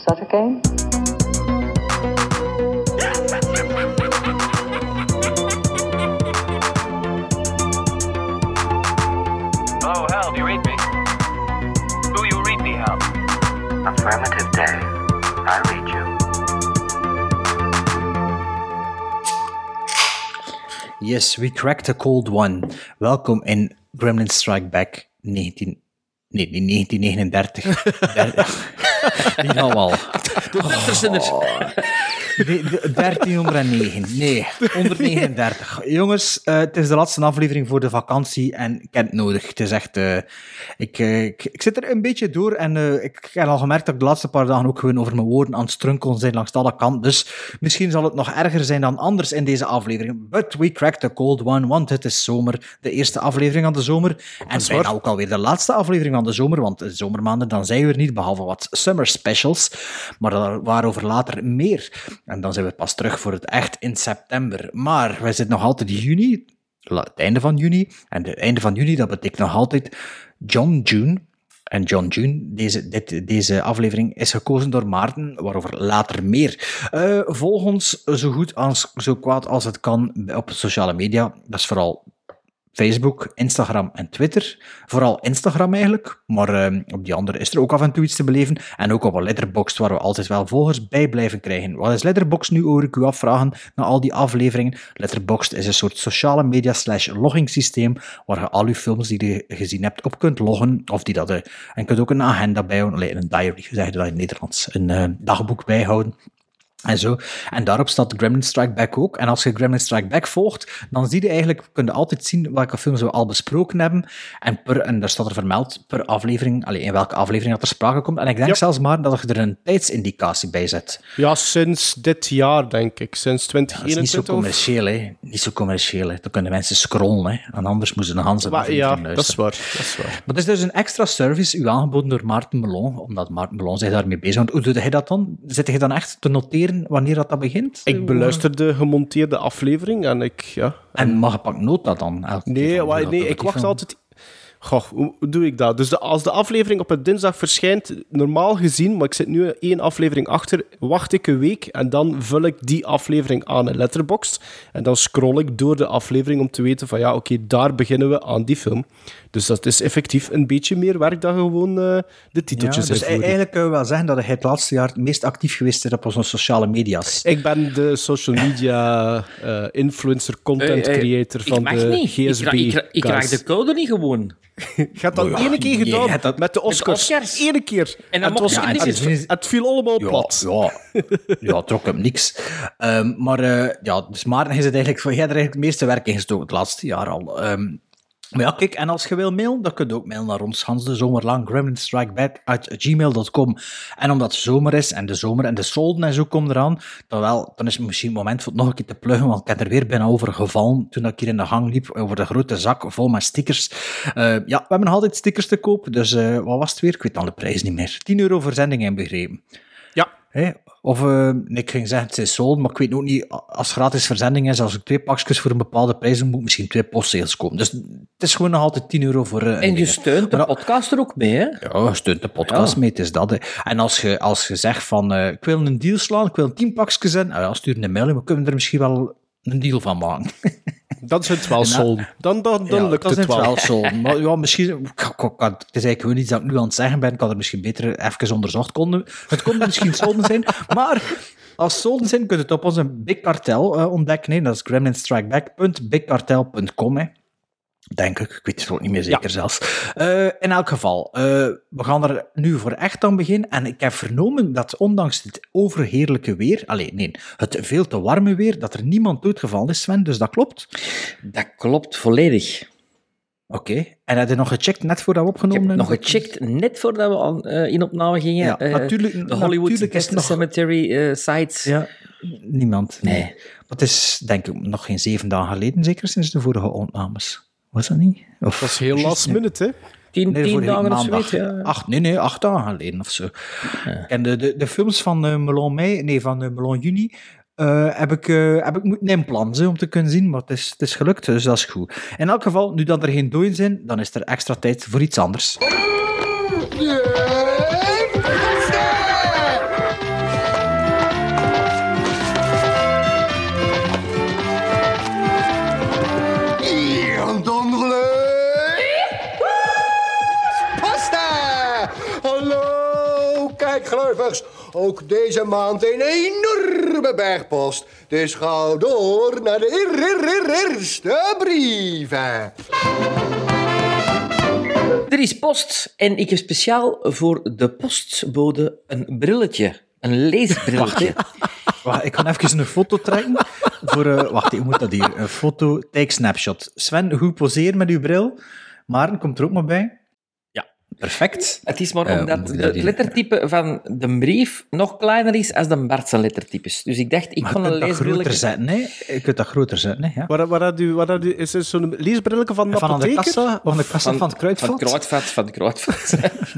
that a game? Hello, Hal, do you read me? Do you read me, Hal? Affirmative, Dave. I read you. Yes, we cracked a cold one. Welkom in Gremlins Strike Back 1939. Die nou al. De letters in het... 1309. Nee, 139. Jongens, het is de laatste aflevering voor de vakantie en ik heb het nodig. Het is echt... Ik zit er een beetje door en ik heb al gemerkt dat ik de laatste paar dagen ook gewoon over mijn woorden aan het strunkelen zijn langs alle kanten. Dus misschien zal het nog erger zijn dan anders in deze aflevering. But we cracked the cold one, want het is zomer. De eerste aflevering van de zomer. En bijna ook alweer de laatste aflevering van de zomer, want de zomermaanden, dan zijn we er niet, behalve wat summer specials. Maar waarover later meer. En dan zijn we pas terug voor het echt in september. Maar wij zitten nog altijd juni, het einde van juni. En het einde van juni, dat betekent nog altijd John June. En John June, deze aflevering, is gekozen door Maarten, waarover later meer. Volg ons zo goed als zo kwaad als het kan op sociale media. Dat is vooral Facebook, Instagram en Twitter. Vooral Instagram eigenlijk, maar op die andere is er ook af en toe iets te beleven. En ook op Letterboxd, waar we altijd wel volgers bij blijven krijgen. Wat is Letterboxd nu, hoor ik u afvragen, na al die afleveringen? Letterboxd is een soort sociale media /logging systeem, waar je al je films die je gezien hebt op kunt loggen, of die dat en je kunt ook een agenda bijhouden, een diary, zeg je dat in het Nederlands, een dagboek bijhouden. En zo. En daarop staat Gremlins Strike Back ook. En als je Gremlins Strike Back volgt, dan zie je eigenlijk, kun je altijd zien welke films we al besproken hebben. En daar staat er vermeld per aflevering, in welke aflevering dat er sprake komt. En ik denk zelfs maar dat je er een tijdsindicatie bij zet. Ja, sinds dit jaar, denk ik. Sinds 2021. Dat is niet zo commercieel, hè. Niet zo commercieel, hè. Dan kunnen mensen scrollen, hè. En anders moeten ze een Hans hebben. Ja, dat is waar. Maar het is dus een extra service, u aangeboden door Maarten Melon, omdat Maarten Melon zich daarmee bezig houdt. Hoe doe hij dat dan? Zit je dan echt te noteren wanneer dat begint? Ik beluister de gemonteerde aflevering en En mag je pak nota dan? Nee, ik wacht altijd... Goh, hoe doe ik dat? Dus als de aflevering op een dinsdag verschijnt, normaal gezien, maar ik zit nu 1 aflevering achter, wacht ik een week en dan vul ik die aflevering aan in Letterboxd. En dan scroll ik door de aflevering om te weten van oké, daar beginnen we aan die film. Dus dat is effectief een beetje meer werk dan gewoon de titeltjes dus eigenlijk kunnen we wel zeggen dat hij het laatste jaar het meest actief geweest is op onze sociale media's. Ik ben de social media influencer, content creator van de GSB. Ik krijg de code niet gewoon. Je hebt dat ene keer gedaan met de Oscars. Ene keer. En dan het viel allemaal plat. Ja, trok hem niks. Dus Maarten is het eigenlijk, jij hebt er eigenlijk het meeste werk in gestoken het laatste jaar al. Maar ja, kijk, en als je wil mailen, dan kun je ook mailen naar ons, Hans de Zomerlang, gremlinstrikeback@gmail.com. En omdat het zomer is, en de zomer en de solden en zo komen eraan, dan is het misschien het moment voor het nog een keer te pluggen, want ik heb er weer bijna over gevallen toen ik hier in de gang liep, over de grote zak vol met stickers. We hebben nog altijd stickers te koop, dus wat was het weer? Ik weet al de prijs niet meer. €10 verzending inbegrepen. Ja. Of, ik ging zeggen, het is solden, maar ik weet ook niet, als gratis verzending is, als ik 2 pakjes voor een bepaalde prijs moet ik misschien 2 postzegels kopen. Dus het is gewoon nog altijd €10 voor... en je steunt de podcast er ook mee, hè? Ja, je steunt de podcast mee, het is dat. Hè. En als je zegt van, ik wil een deal slaan, ik wil 10 pakjes in, stuur een mail, maar kunnen we er misschien wel een deal van maken. Dan is het wel solden. Dan lukt het wel. Solden. Maar ja, misschien... Het is eigenlijk gewoon iets dat ik nu aan het zeggen ben. Ik had er misschien beter even onderzocht. Het kon misschien solden zijn. Maar als solden zijn, kun je het op onze Big Cartel ontdekken. Hè. Dat is gremlinstrikeback.bigcartel.com. Denk ik weet het ook niet meer zeker zelfs. In elk geval, we gaan er nu voor echt aan beginnen. En ik heb vernomen dat ondanks het overheerlijke weer, het veel te warme weer, dat er niemand doodgevallen is, Sven. Dus dat klopt? Dat klopt volledig. Oké. En heb je nog gecheckt net voordat we opgenomen hebben? Nog gecheckt net voordat we in opname gingen. Ja, natuurlijk. De Hollywood Test Cemetery sites. Ja, niemand. Nee. Dat is denk ik nog geen 7 dagen geleden, zeker sinds de vorige opnames. Was dat niet? Dat was heel last minute, hè? 10 dagen of zoiets, ja. 8 dagen geleden of zo. Ja. En de films van Melon Juni heb ik moeten inplannen om te kunnen zien, maar het is gelukt, dus dat is goed. In elk geval, nu dat er geen dooien zijn, dan is er extra tijd voor iets anders. weekgeluivers. Ook deze maand een enorme bergpost. Dus ga door naar de eerste brieven. Er is post en ik heb speciaal voor de postbode een brilletje. Een leesbrilletje. Wacht, ik ga even een foto trekken. Wacht, hoe moet dat hier? Een foto, take snapshot. Sven, goed poseren met uw bril. Maarten komt er ook maar bij. Ja, perfect. Het is maar omdat het lettertype van de brief nog kleiner is als de Bart zijn lettertypes. Dus ik dacht, ik Maar kon je een kunt dat groter leesbrilletje... zetten, hè? Je kunt dat groter zetten, hè? Ja. Waar had u, is het zo'n leesbrilletje van de Van aan de apotheker? kassa, of de kassa van het kruidvat. Van het kruidvat.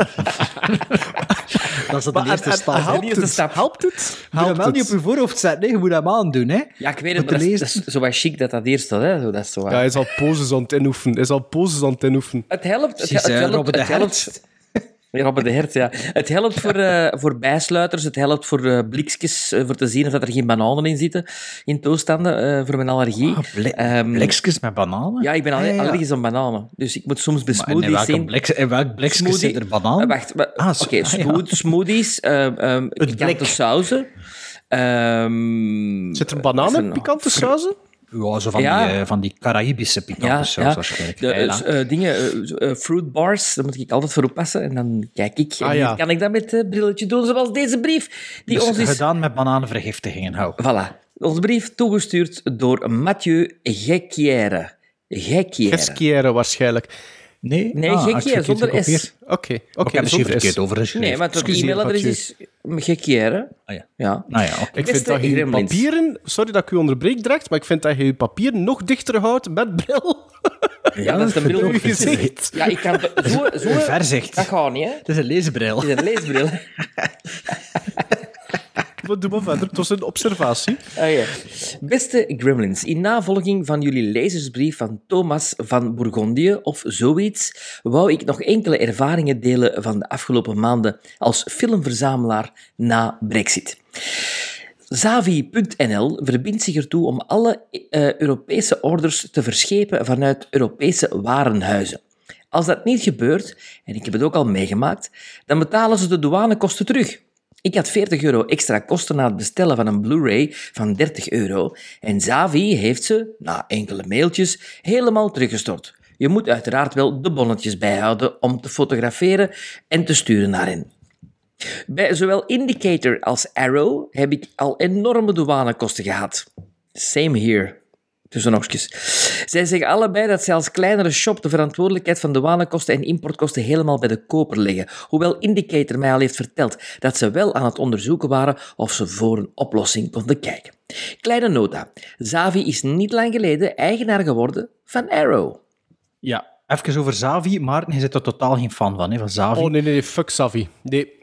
Dat is de eerste stap. De eerste stap. Helpt het? Je moet hem wel niet op je voorhoofd zetten, hè? Je moet hem aan doen, hè? Ja, ik weet het, Om te maar dat lezen. is zo wat chic dat hier staat. Hè? Zo, dat is zo, Ja, hij is al poses aan het inhoeven. Het helpt. Precies, Robert de Hert. Ja, Robert de Hert, ja. Het helpt voor bijsluiters, het helpt voor blikjes, voor te zien of er geen bananen in zitten, in toestanden, voor mijn allergie. Blikjes met bananen? Ja, ik ben ja. allergisch aan bananen. Dus ik moet soms bij Maar smoothies zien. in welk blikjes zit er bananen? Wacht, zo- oké, smoothies, pikante sauzen. Zit er bananen in pikante sauzen? Ja, zo van die Caraïbische pikante saus waarschijnlijk. Dingen, fruit bars, daar moet ik altijd voor oppassen. En dan kijk ik, en ja. kan ik dat met het brilletje doen, zoals deze brief. Die Dus ons is... gedaan met bananenvergiftigingen, hou. Voilà. Onze brief toegestuurd door Mathieu Gequière. Geskieren waarschijnlijk. Nee, Gequière, zonder S. Oké, Ik heb misschien zonder verkeerd S. overgeschreven. Nee, maar het Excuseer, e-mailadres is Gequière. Ah, ja. Ja. Nou ja, oké. Ik vind dat je je Gremlins. papieren... Sorry dat ik u onderbreek direct, maar ik vind dat je je papieren nog dichter houdt met bril. Ja, dat is de bril. Uw gezicht. Ja, ik kan... Zo, Een verzicht. dat gaat niet, hè. Het is een leesbril. Het is een leesbril. Doe maar verder, het was een observatie. Ah, ja. Beste Gremlins, in navolging van jullie lezersbrief van Thomas van Bourgondië of zoiets, wou ik nog enkele ervaringen delen van de afgelopen maanden als filmverzamelaar na Brexit. Zavi.nl verbindt zich ertoe om alle Europese orders te verschepen vanuit Europese warenhuizen. Als dat niet gebeurt, en ik heb het ook al meegemaakt, dan betalen ze de douanekosten terug. Ik had €40 extra kosten na het bestellen van een Blu-ray van €30 en Zavi heeft ze, na enkele mailtjes, helemaal teruggestort. Je moet uiteraard wel de bonnetjes bijhouden om te fotograferen en te sturen naar hen. Bij zowel Indicator als Arrow heb ik al enorme douanekosten gehad. Same here. Tussen oogstjes. Zij zeggen allebei dat zij als kleinere shop de verantwoordelijkheid van douanekosten en importkosten helemaal bij de koper leggen. Hoewel Indicator mij al heeft verteld dat ze wel aan het onderzoeken waren of ze voor een oplossing konden kijken. Kleine nota. Zavi is niet lang geleden eigenaar geworden van Arrow. Ja, even over Zavi. Maarten, je zit er totaal geen fan van, hè, van Zavi. Oh nee, fuck Zavi. Nee.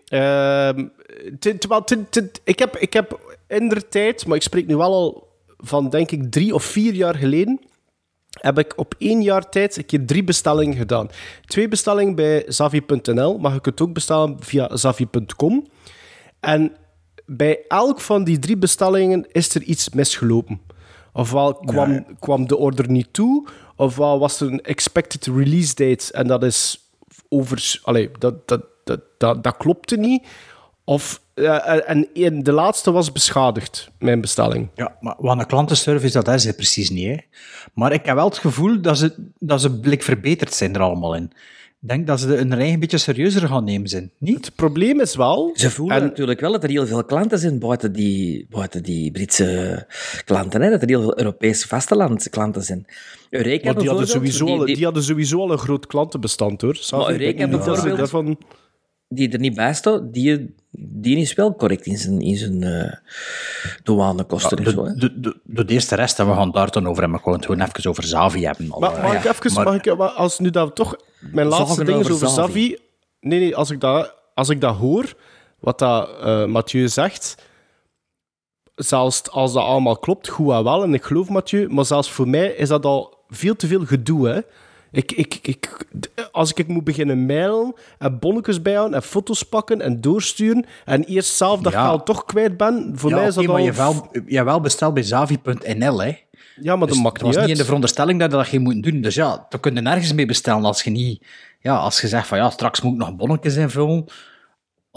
Ik heb indertijd, maar ik spreek nu wel al van, denk ik, 3 of 4 jaar geleden, heb ik op 1 jaar tijd een keer 3 bestellingen gedaan. 2 bestellingen bij Zavi.nl, maar je kunt ook bestellen via Zavi.com. En bij elk van die 3 bestellingen is er iets misgelopen. Ofwel kwam de order niet toe, ofwel was er een expected release date en dat is over... Dat klopte niet. En de laatste was beschadigd, mijn bestelling. Ja, maar wat een klantenservice dat is precies niet. Hè. Maar ik heb wel het gevoel dat ze blik verbeterd zijn er allemaal in. Ik denk dat ze hun eigen beetje serieuzer gaan nemen zijn. Niet? Het probleem is wel... Ze voelen natuurlijk wel dat er heel veel klanten zijn buiten die Britse klanten. Hè? Dat er heel veel Europese vastelandsklanten zijn. Eureka Maar die hadden bijvoorbeeld, sowieso al een groot klantenbestand, hoor. Maar Eureka bijvoorbeeld, die er niet bij staat, die is wel correct in zijn douanekosten en zo. Hè? De eerste rest, en we gaan daar dan over hebben, we gaan het gewoon even over Zavi hebben. Maar als nu dat toch... Mijn laatste ding is over Zavi. Nee, als ik dat hoor, wat dat Mathieu zegt, zelfs als dat allemaal klopt, goed en wel, en ik geloof Mathieu, maar zelfs voor mij is dat al veel te veel gedoe, hè. Als ik moet beginnen mailen en bonnetjes bijhouden en foto's pakken en doorsturen en eerst zelf dat geld toch kwijt ben, voor mij is dat al... maar je hebt wel besteld bij Zavi.nl, hè. Ja, maar dus dat maakt niet uit. Het was niet in de veronderstelling dat je dat geen moet doen. Dus ja, dan kun je nergens mee bestellen als je niet... Ja, als je zegt van ja, straks moet ik nog bonnetjes invullen.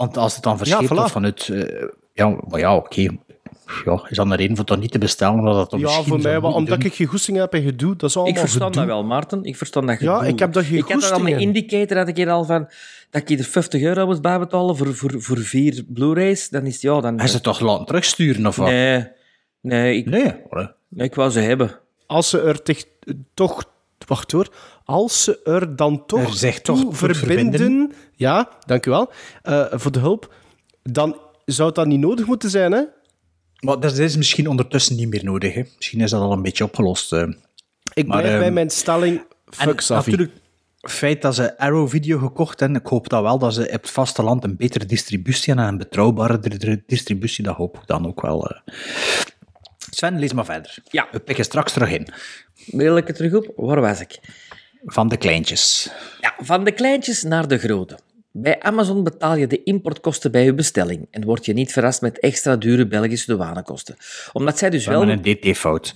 Want als het dan verscheept voilà. wordt vanuit... oké. Ja, is dan de reden voor het dan niet te bestellen? Omdat dat dan Ja, misschien voor mij, zou moeten omdat doen? ik geen goesting heb en gedoe, dat is allemaal Ik verstand gedoe. dat wel, Maarten. Ik verstand dat Ja, gedoe. ik heb daar geen Ik had al goesting mijn in. indicator, had ik hier al van... Dat ik er €50 moest bijbetalen voor 4 Blu-rays. Dan is het, ja... Dan, Hij ze toch laten terugsturen, of wat? Nee, ik wou ze hebben. Als ze er toch... Wacht hoor. Als ze er dan toch Er zegt toe toch goed verbinden... verbinden. Ja, dank u wel. Voor de hulp. Dan zou het dan niet nodig moeten zijn, hè? Maar dat is misschien ondertussen niet meer nodig. Hè. Misschien is dat al een beetje opgelost. Ik Maar, blijf bij mijn stelling... Fuck En Savi. natuurlijk, het feit dat ze Arrow Video gekocht hebben, ik hoop dat wel, dat ze op het vasteland een betere distributie en een betrouwbare distributie, dat hoop ik dan ook wel. Sven, lees maar verder. Ja. We pikken straks terug in. Wil ik het terug op? Waar was ik? Van de kleintjes. Ja, van de kleintjes naar de grote. Bij Amazon betaal je de importkosten bij je bestelling en word je niet verrast met extra dure Belgische douanekosten. Omdat zij dus We hebben wel... een DT-fout.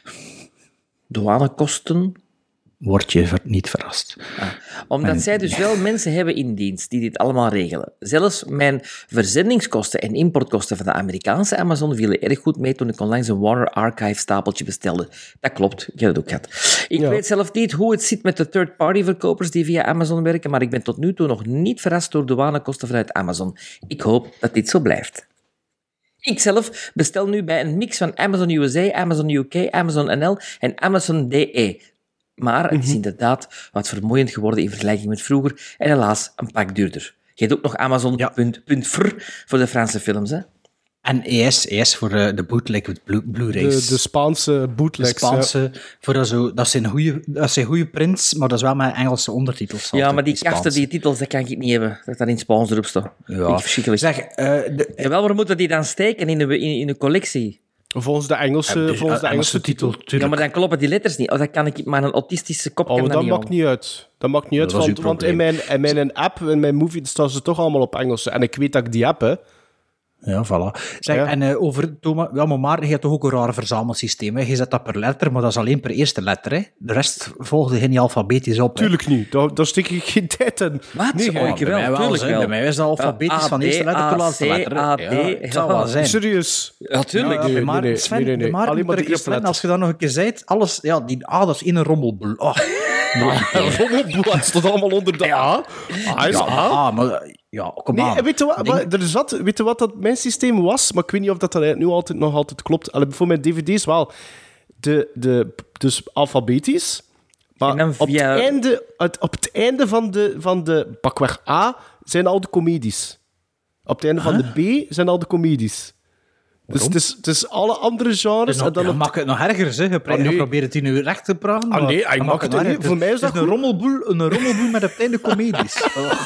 Douanekosten? Word je niet verrast. Omdat zij dus wel mensen hebben in dienst die dit allemaal regelen. Zelfs mijn verzendingskosten en importkosten van de Amerikaanse Amazon vielen erg goed mee toen ik onlangs een Warner Archive stapeltje bestelde. Dat klopt, ik heb het ook gehad. Ik weet zelf niet hoe het zit met de third-party verkopers die via Amazon werken, maar ik ben tot nu toe nog niet verrast door douanekosten vanuit Amazon. Ik hoop dat dit zo blijft. Ikzelf bestel nu bij een mix van Amazon USA, Amazon UK, Amazon NL en Amazon DE. Maar het is inderdaad wat vermoeiend geworden in vergelijking met vroeger en helaas een pak duurder. Je hebt ook nog Amazon.fr voor de Franse films, hè? En ES voor de bootleg with Blu-rays. De Spaanse bootlegs. De Spaanse, voor dat zijn goede prints, maar dat is wel met Engelse ondertitels. Ja, altijd, maar die Spaanse. kasten, die titels, dat kan ik niet hebben. Dat daar in Spaans erop staat. Vind ik verschrikkelijk. Zeg, Jawel, waar moeten die dan steken in een collectie? Volgens de Engelse titel. Ja, maar dan kloppen die letters niet. Of dat kan ik maar een autistische kop kan Oh, dat dat niet maakt aan. niet uit. Dat maakt niet uit, dat is uw want in probleem. mijn app, in mijn movie, staan ze toch allemaal op Engels. En ik weet dat ik die heb, hè. Ja, voilà. Zeg, Ja. en over Thomas... Ja, maar je hebt toch ook een raar verzamelsysteem, hè? Je zet dat per letter, maar dat is alleen per eerste letter, hè? De rest volgde je niet alfabetisch op, hè? Tuurlijk niet. Daar steek ik geen tijd in. Wat? Nee, Oh, ik Bij wel, mij wel, tuurlijk hè. wel. Bij mij is dat alfabetisch van de eerste letter tot de laatste letter. hè. A, D, Ja, het ja. zal wel zijn. serieus. Ja, tuurlijk. Nee, Maar nee, Sven, nee. de Maarten Alleen maar de moet er eerste Sven, als je dat nog een keer zei, alles... Ja, die A, dat is in een rommelboel. Oh. Rommelboel, het staat allemaal onder de A. A is Ja, A. maar... Ja, kom Nee, aan. weet je wat dat mijn systeem was? Maar ik weet niet of dat nu nog altijd klopt. Allee, voor mijn dvd's wel. Dus alfabetisch. Maar En dan op via- het einde van de pakweg A zijn al de comedies. Op het einde van de B zijn al de comedies. Dus het is alle andere genres. Dus en dan je op maakt het nog erger, hè? Je nee. probeert het in je recht te praten. Ah, nee, maar ik je mag maakt het nog niet. erger. Voor mij is Het dat een rommelboel met op het einde comedies.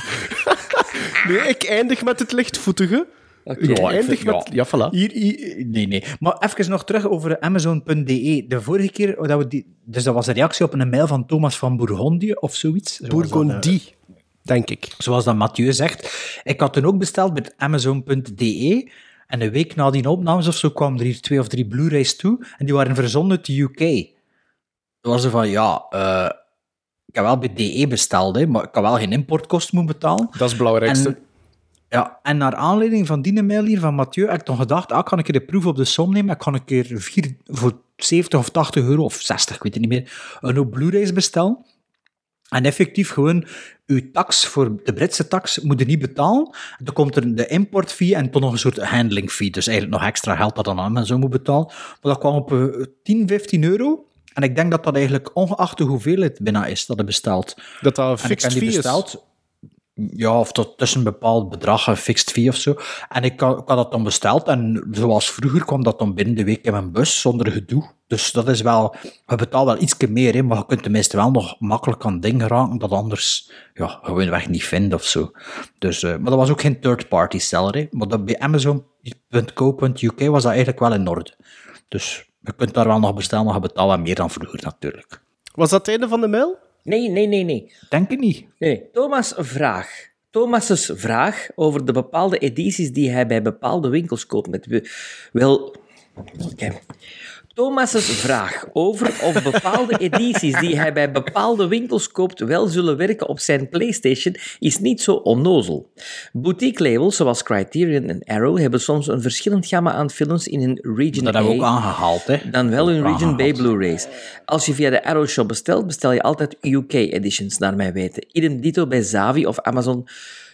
Nee, ik eindig met het lichtvoetige. Ik eindig met... Ja, voilà. Nee. Maar even nog terug over Amazon.de. De vorige keer, dat we dus dat was een reactie op een mail van Thomas van Bourgondië of zoiets. Bourgondi, denk ik. Zoals dat Mathieu zegt. Ik had toen ook besteld met Amazon.de. En een week na die opnames of zo kwamen er hier 2 of 3 Blu-rays toe. En die waren verzonden uit de UK. Toen was er van, ik heb wel bij DE besteld, hè, maar ik kan wel geen importkosten moeten betalen. Dat is het belangrijkste. En naar aanleiding van die mail hier van Mathieu, heb ik dan gedacht, ik kan een keer de proef op de som nemen, ik kan een keer 4 voor 70 of 80 euro, of 60, ik weet het niet meer, een hoop Blu-rays bestellen. En effectief gewoon, uw tax voor de Britse tax moet je niet betalen. Dan komt er de importfee en toch nog een soort handling fee. Dus eigenlijk nog extra geld dat dan Amazon moet betalen. Maar dat kwam op 10, 15 euro. En ik denk dat dat eigenlijk ongeacht de hoeveelheid binnen is dat je bestelt. Dat dat een En ik fixed heb die fee is. besteld. Ja, of tot tussen een bepaald bedrag, een fixed fee of zo. En ik had dat dan besteld. En zoals vroeger kwam dat dan binnen de week in mijn bus, zonder gedoe. Dus dat is wel... Je betaalt wel iets meer, hè, maar je kunt tenminste wel nog makkelijk aan dingen raken dat anders gewoonweg niet vindt of zo. Dus, maar dat was ook geen third-party seller, hè. Maar dat bij Amazon.co.uk was dat eigenlijk wel in orde. Dus je kunt daar wel nog bestellen, maar je betaalt wel meer dan vroeger natuurlijk. Was dat het einde van de mail? Nee. Denk je niet? Nee. Thomas' vraag over de bepaalde edities die hij bij bepaalde winkels koopt. Oké. Thomas' vraag over of bepaalde edities die hij bij bepaalde winkels koopt wel zullen werken op zijn PlayStation is niet zo onnozel. Boutique labels zoals Criterion en Arrow hebben soms een verschillend gamma aan films in hun Region Dat A hebben we ook aangehaald, hè. dan wel hun Region B Aangehaald. Blu-rays. Als je via de Arrow Shop bestelt, bestel je altijd UK-editions, naar mijn weten. Idem dito bij Zavi of Amazon.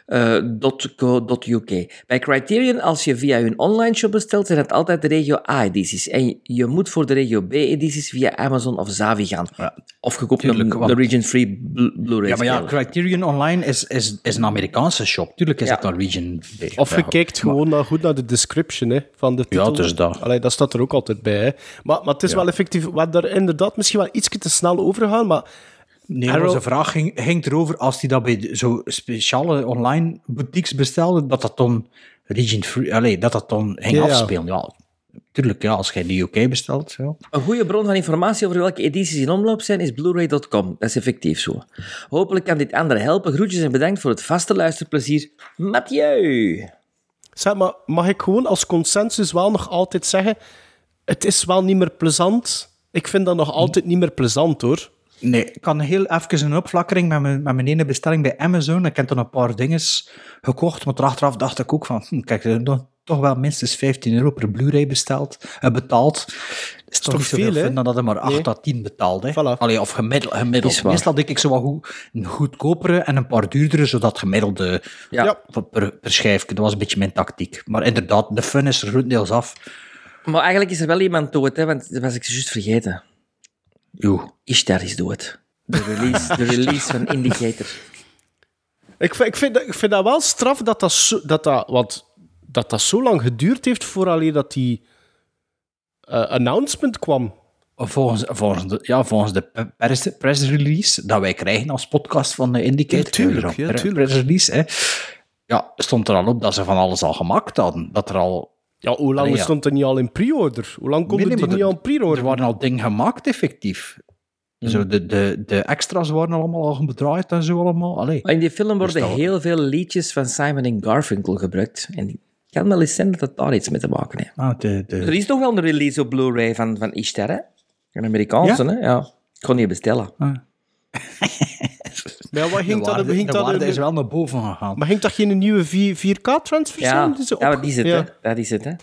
.co.uk. Bij Criterion, als je via hun online shop bestelt, zijn het altijd de regio A-edities. En je moet voor de regio B-edities via Amazon of Zavi gaan. Ja. Of gekoopt Tuurlijk, de want- Region Free Blu-ray. Ja, maar ja, spelen. Criterion Online is een Amerikaanse shop. Tuurlijk is Ja. het dan Region B. Of je Ja, kijkt gewoon goed naar de description hè, van de titel. Ja, het is dat. Allee, dat staat er ook altijd bij. Hè. Maar het is wel effectief... We hadden daar inderdaad misschien wel iets te snel over gaan, maar... Nee, Arrow- onze vraag ging erover, als hij dat bij zo speciale online boutiques bestelde, dat dan Region Free, dat dan ging Ja, ja. afspelen. Ja, tuurlijk, ja, als jij de UK bestelt. Ja. Een goede bron van informatie over welke edities in omloop zijn is Blu-ray.com. Dat is effectief zo. Hopelijk kan dit anderen helpen. Groetjes en bedankt voor het vaste luisterplezier. Mathieu! Zeg maar, mag ik gewoon als consensus wel nog altijd zeggen, het is wel niet meer plezant. Ik vind dat nog altijd niet meer plezant, hoor. Nee, ik kan heel even een opflakkering met mijn ene bestelling bij Amazon. Ik heb toen een paar dingen gekocht, maar achteraf dacht ik ook van, kijk, er is toch wel minstens €15 per Blu-ray betaald. Dat is toch toch niet zoveel veel, hè? fun dan dat er maar 8 Nee. à 10 betaald. Hè? Voilà. Allee, of gemiddeld. Is waar. Meestal denk ik zo wat een goedkopere en een paar duurdere, zodat gemiddelde Ja. per schijfje. Dat was een beetje mijn tactiek. Maar inderdaad, de fun is er grotendeels af. Maar eigenlijk is er wel iemand dood, hè, want dat was ik juist vergeten. Joe. Ishtar is dood. De release van Indicator. Ik vind dat wel straf dat dat zo lang geduurd heeft vooraleer dat die announcement kwam. Volgens de press release dat wij krijgen als podcast van de Indicator. Tuurlijk. Press release, hè. Ja, stond er al op dat ze van alles al gemaakt hadden. Dat er al... Ja, hoe lang Allee, ja. stond er niet al in pre-order? Hoe lang kon Nee, het maar niet al in er pre-order? waren al dingen gemaakt, effectief. Zo, de extra's waren allemaal al bedraaid en zo allemaal. Allee. Maar in die film worden dat- heel veel liedjes van Simon en Garfunkel gebruikt. En het kan wel eens zijn dat het daar iets mee te maken heeft. Er is toch wel een release op Blu-ray van Ishtar, hè? Een Amerikaanse, Ja? hè? Ja. Ik kon die bestellen. Maar ja, wat ging dat? de Ging dat waarde is wel naar boven gegaan. maar ging dat geen nieuwe 4K-transfer Ja, zijn? Die ze ja, op- die zit, Ja. hè? Dat is het, hè?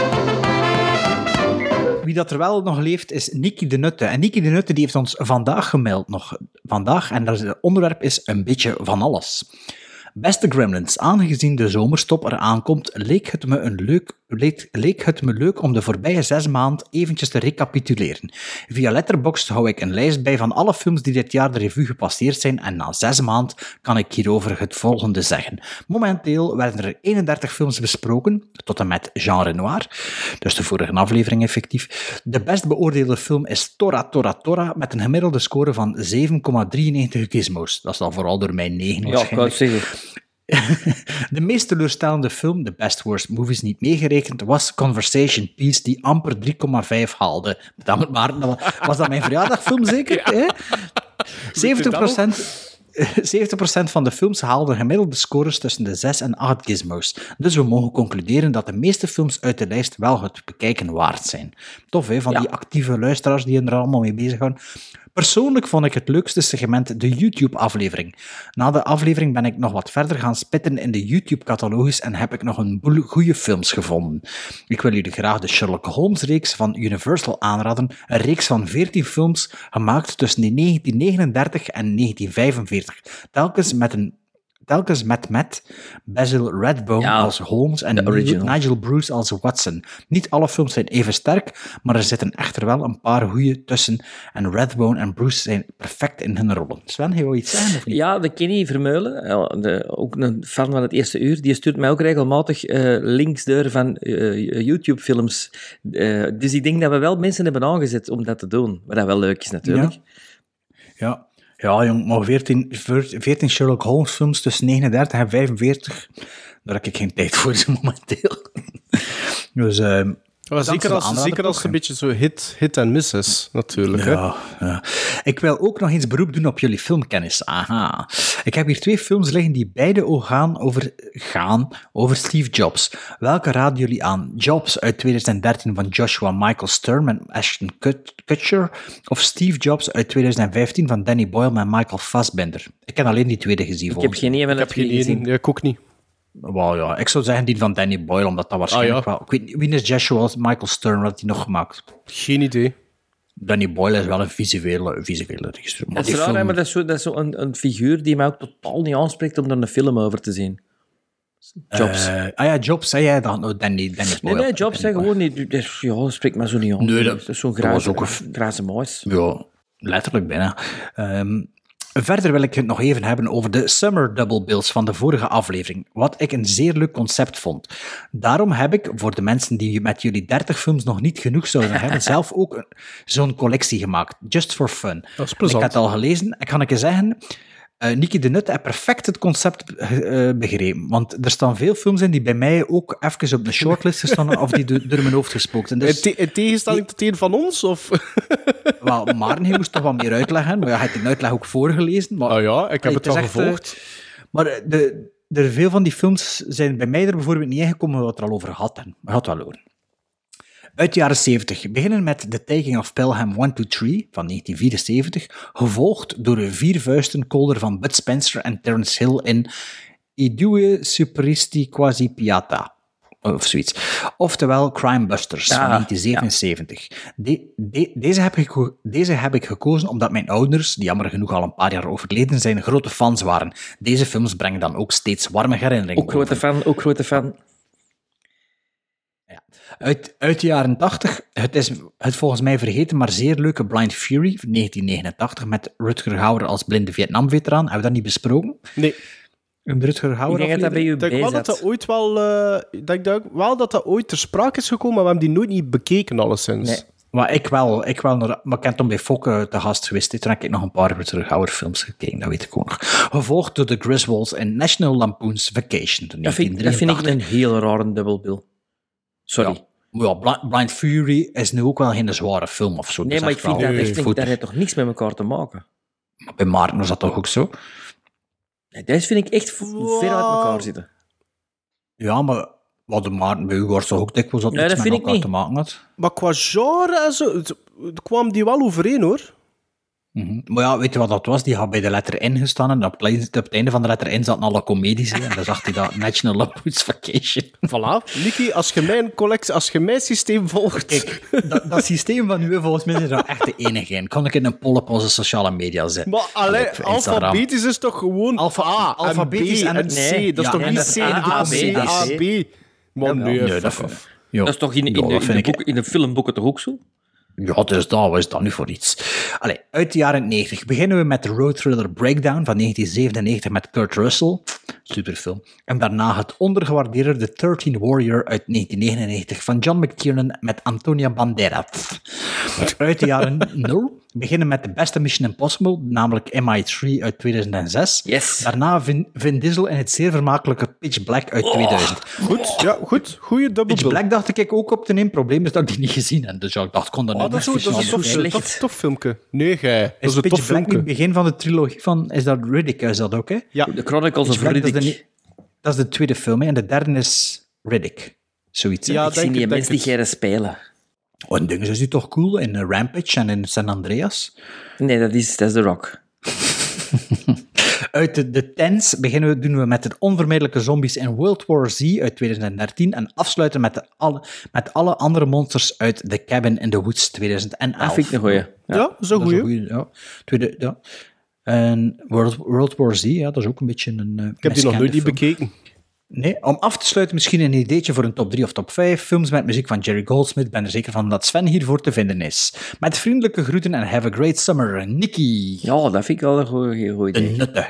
Wie dat er wel nog leeft, is Niki de Nutte. En Niki de Nutte die heeft ons vandaag gemaild, nog vandaag. En het onderwerp is een beetje van alles. Beste Gremlins, aangezien de zomerstop eraan komt, leek het me leuk om de voorbije 6 maanden eventjes te recapituleren. Via Letterboxd hou ik een lijst bij van alle films die dit jaar de revue gepasseerd zijn en na 6 maanden kan ik hierover het volgende zeggen. Momenteel werden er 31 films besproken, tot en met Jean Renoir, dus de vorige aflevering effectief. De best beoordeelde film is Tora Tora Tora met een gemiddelde score van 7,93 gizmos. Dat is dan vooral door mijn 9 Ja, ik kan waarschijnlijk. het zeggen. De meest teleurstellende film, de Best Worst Movies niet meegerekend, was Conversation Piece, die amper 3,5 haalde. Bedankt, maar was dat mijn verjaardagfilm zeker? Hè? 70% van de films haalden gemiddelde scores tussen de 6 en 8 gizmos. Dus we mogen concluderen dat de meeste films uit de lijst wel het bekijken waard zijn. Tof, hè, van die actieve luisteraars die er allemaal mee bezig gaan. Persoonlijk vond ik het leukste segment de YouTube-aflevering. Na de aflevering ben ik nog wat verder gaan spitten in de YouTube-catalogus en heb ik nog een boel goede films gevonden. Ik wil jullie graag de Sherlock Holmes-reeks van Universal aanraden, een reeks van 14 films gemaakt tussen 1939 en 1945, telkens met Basil Rathbone als Holmes en Nigel Bruce als Watson. Niet alle films zijn even sterk, maar er zitten echter wel een paar goeie tussen en Rathbone en Bruce zijn perfect in hun rollen. Sven, heb je wel iets zeggen of niet? Ja, de Kenny Vermeulen, ook een fan van het eerste uur, die stuurt mij ook regelmatig links door van YouTube-films. Dus ik denk dat we wel mensen hebben aangezet om dat te doen, wat dat wel leuk is natuurlijk. Ja, jong, maar 14 Sherlock Holmes films tussen 39 en 45, daar heb ik geen tijd voor momenteel. Dus, Zeker als het een beetje zo hit en miss is, natuurlijk. Ja. Ik wil ook nog eens beroep doen op jullie filmkennis. Aha. Ik heb hier 2 films liggen die beide gaan over Steve Jobs. Welke raden jullie aan? Jobs uit 2013 van Joshua Michael Stern met Ashton Kutcher of Steve Jobs uit 2015 van Danny Boyle met Michael Fassbender? Ik heb alleen die tweede gezien. Ik heb geen van de twee gezien. Ik ook niet. Well, ja, ik zou zeggen die van Danny Boyle, omdat dat waarschijnlijk wel... Ik weet niet, wie is Joshua Michael Stern, wat had hij nog gemaakt? Geen idee. Danny Boyle is wel een visuele regisseur. Dat is raar, maar dat is zo een figuur die mij ook totaal niet aanspreekt om er een film over te zien. Jobs. Jobs, zei jij dat? Nou, Danny Boyle. Nee, Jobs zei gewoon niet... Dat spreekt mij zo niet aan. Nee, dat is zo'n graze moois. Ja, letterlijk bijna. Verder wil ik het nog even hebben over de Summer Double Bills van de vorige aflevering, wat ik een zeer leuk concept vond. Daarom heb ik, voor de mensen die met jullie 30 films nog niet genoeg zouden hebben, zelf ook zo'n collectie gemaakt. Just for fun. Dat is plezant. Ik had het al gelezen en kan ik je zeggen... Niki de Nut heeft perfect het concept begrepen. Want er staan veel films in die bij mij ook even op de shortlist staan of die door mijn hoofd gespookt zijn. Dus, in tegenstelling tot een van ons? Of? Wel, Maarten moest toch wat meer uitleggen. Maar hij heeft die uitleg ook voorgelezen. Maar, ik heb het wel gevolgd. Maar veel van die films zijn bij mij er bijvoorbeeld niet ingekomen wat we er al over hadden. We gaan het wel horen. Uit de jaren 70, beginnen met The Taking of Pelham 1-3 van 1974, gevolgd door de 4 vuisten kolder van Bud Spencer en Terence Hill in I Due Superisti Quasi Piata, of zoiets. Oftewel Crime Busters van 1977. Deze heb ik gekozen omdat mijn ouders, die jammer genoeg al een paar jaar overleden zijn, grote fans waren. Deze films brengen dan ook steeds warme herinneringen Ook grote fan. Uit de jaren 80, het is het volgens mij vergeten, maar zeer leuke Blind Fury van 1989 met Rutger Hauer als blinde Vietnam-veteraan. Hebben we dat niet besproken? Nee. Een Rutger Hauer Ik denk dat bij u Ik denk wel dat dat ooit wel... dat dat ooit ter sprake is gekomen, maar we hebben die nooit niet bekeken, alleszins. Nee. Maar ik wel. Maar ik ben toen bij Fokke te gast geweest. Toen heb ik nog een paar Rutger Hauer films gekeken, dat weet ik ook nog. Gevolgd door The Griswolds in National Lampoon's Vacation. Dat vind ik een heel rare dubbelbill. Sorry. Ja, Blind Fury is nu ook wel geen zware film of zo. Nee, maar ik vind dat heeft toch niks met elkaar te maken. Maar bij Maarten was dat toch ook zo? Nee, dat vind ik echt ver uit elkaar zitten. Ja, maar wat de Maarten bij u was toch ook dikwijls dat iets met elkaar te maken had? Maar qua genre en zo, kwam die wel overeen, hoor. Maar ja, weet je wat dat was? Die had bij de letter N gestaan en op het einde van de letter N zaten alle comedies in. En dan zag hij dat National Lampoon's Vacation. Voilà. Niki, als je mijn systeem volgt... Kijk, dat systeem van u, volgens mij is er echt de enige in. Kan ik in een poll op onze sociale media zetten? Maar alfabetisch is toch gewoon alfabetisch en C. Dat is toch niet C, A, B. Maar nee, dat is toch in de filmboeken toch ook zo? Ja, dus dat is dat nu voor iets. Allee, uit de jaren 90 beginnen we met de road thriller Breakdown van 1997 met Kurt Russell. Superfilm. En daarna het ondergewaardeerde The 13 Warrior uit 1999 van John McTiernan met Antonia Banderas. Uit de jaren 0 beginnen met de beste Mission Impossible, namelijk MI3 uit 2006. Yes. Daarna Vin Diesel in het zeer vermakelijke Pitch Black uit 2000. Goed, ja, goed. Goeie double Pitch Black dacht ik ook op te nemen. Probleem is dat ik die niet gezien heb. Dus ja, ik dacht, kon dat dat is een tof filmpje. Nee, gij. Dat is een Pitch tof Black filmpje. het begin van de trilogie van... Is dat Riddick, is dat ook, hè? Ja. The Chronicles of Riddick. Dat is de tweede film, hè. En de derde is Riddick. Zoiets, hè? Ja, ik zie die mensen die jij spelen. Oh, en dingen is die toch cool in Rampage en in San Andreas? Nee, dat is The Rock. Uit de tens doen we met de onvermijdelijke zombies in World War Z uit 2013 en afsluiten met alle andere monsters uit The Cabin in the Woods 2011. Dat vind ik een goeie. Ja, zo goeie. Ja. En World War Z, ja, dat is ook een beetje een... Ik heb die nog nooit niet bekeken. Nee, om af te sluiten misschien een ideetje voor een top 3 of top 5 films met muziek van Jerry Goldsmith. Ben er zeker van dat Sven hiervoor te vinden is. Met vriendelijke groeten en have a great summer, Nikki. Ja, dat vind ik wel een goed idee. De nutte.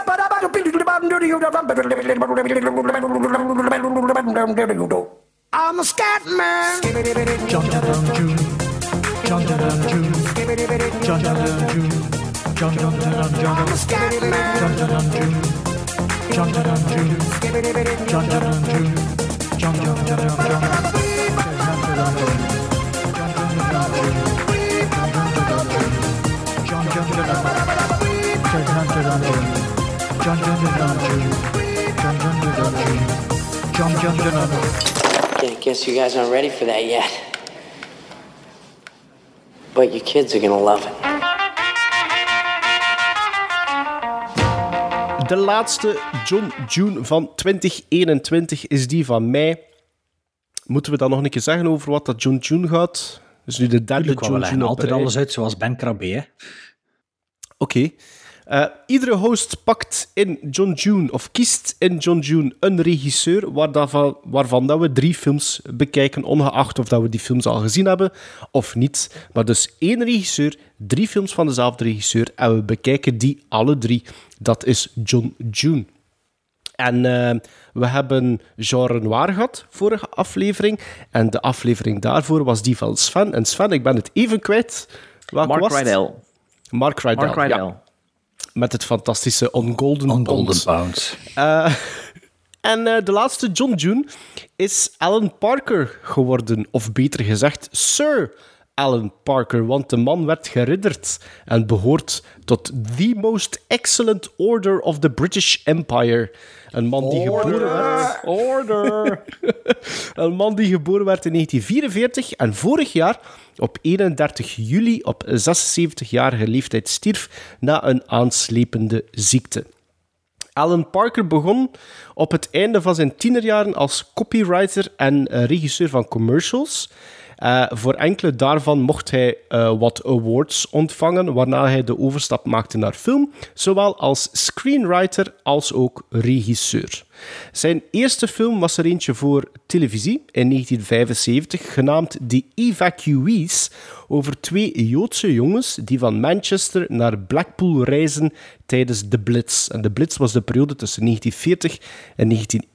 I'm a scat man. John June. John June. John June. John I'm a scat man. John June. John June. John June. John June. I guess you guys aren't ready for that yet. But your kids are gonna love it. De laatste John June van 2021 is die van mij. Moeten we dan nog een keer zeggen over wat dat John June gaat? Dus nu de derde John June op altijd rij. alles uit zoals Ben Krabbe, hè. Oké. Iedere host pakt in John June, of kiest in John June, een regisseur waarvan dat we 3 films bekijken, ongeacht of dat we die films al gezien hebben of niet. Maar dus 1 regisseur, 3 films van dezelfde regisseur en we bekijken die alle 3. Dat is John June. En we hebben Jean Renoir gehad, vorige aflevering. En de aflevering daarvoor was die van Sven. En Sven, ik ben het even kwijt. Mark Rydell. Mark Rydell, ja. Met het fantastische On Golden Pounds. En de laatste John June is Alan Parker geworden. Of beter gezegd, Sir Alan Parker. Want de man werd geridderd en behoort tot The Most Excellent Order of the British Empire. Een man die geboren werd... Een man die geboren werd in 1944 en vorig jaar op 31 juli op 76-jarige leeftijd stierf na een aanslepende ziekte. Alan Parker begon op het einde van zijn tienerjaren als copywriter en regisseur van commercials. Voor enkele daarvan mocht hij wat awards ontvangen, waarna hij de overstap maakte naar film, zowel als screenwriter als ook regisseur. Zijn eerste film was er eentje voor televisie in 1975, genaamd The Evacuees, over 2 Joodse jongens die van Manchester naar Blackpool reizen tijdens de Blitz. En de Blitz was de periode tussen 1940 en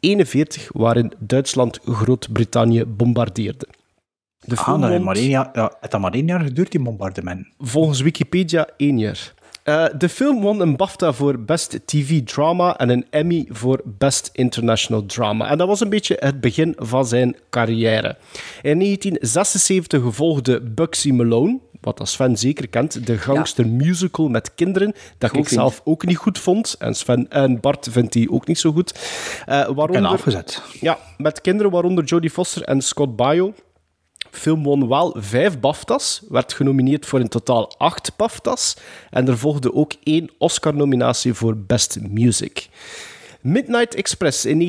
1941, waarin Duitsland Groot-Brittannië bombardeerde. De film het had maar 1 jaar geduurd, die bombardement. Volgens Wikipedia 1 jaar. De film won een BAFTA voor Best TV Drama en een Emmy voor Best International Drama. En dat was een beetje het begin van zijn carrière. In 1976 volgde Bugsy Malone, wat als Sven zeker kent, de gangstermusical met kinderen, dat ik zelf ook niet goed vond. En Sven en Bart vindt die ook niet zo goed. En afgezet. Ja, met kinderen waaronder Jodie Foster en Scott Baio. De film won wel 5 BAFTA's, werd genomineerd voor in totaal 8 BAFTA's en er volgde ook 1 Oscar-nominatie voor Best Music. Midnight Express in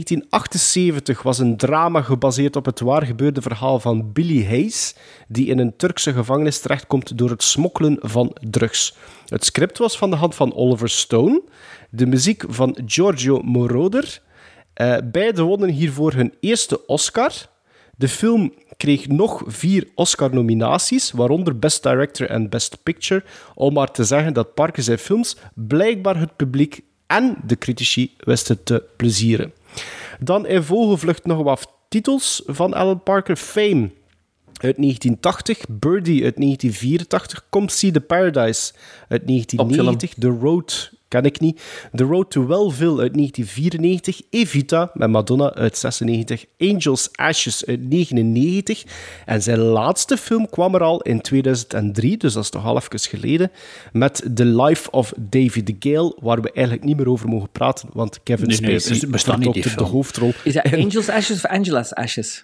1978 was een drama gebaseerd op het waargebeurde verhaal van Billy Hayes, die in een Turkse gevangenis terechtkomt door het smokkelen van drugs. Het script was van de hand van Oliver Stone, de muziek van Giorgio Moroder. Beiden wonnen hiervoor hun eerste Oscar. De film kreeg nog 4 Oscar-nominaties, waaronder Best Director en Best Picture, om maar te zeggen dat Parker zijn films blijkbaar het publiek en de critici wisten te plezieren. Dan in vogelvlucht nog wat titels van Alan Parker. Fame uit 1980, Birdie uit 1984, Come See the Paradise uit 1990, The Road... ken ik niet. The Road to Wellville uit 1994. Evita met Madonna uit 96. Angel's Ashes uit 99. En zijn laatste film kwam er al in 2003, dus dat is toch al even geleden, met The Life of David Gale, waar we eigenlijk niet meer over mogen praten, want Kevin Spacey vertolkte de hoofdrol. Is dat Angel's Ashes of Angela's Ashes?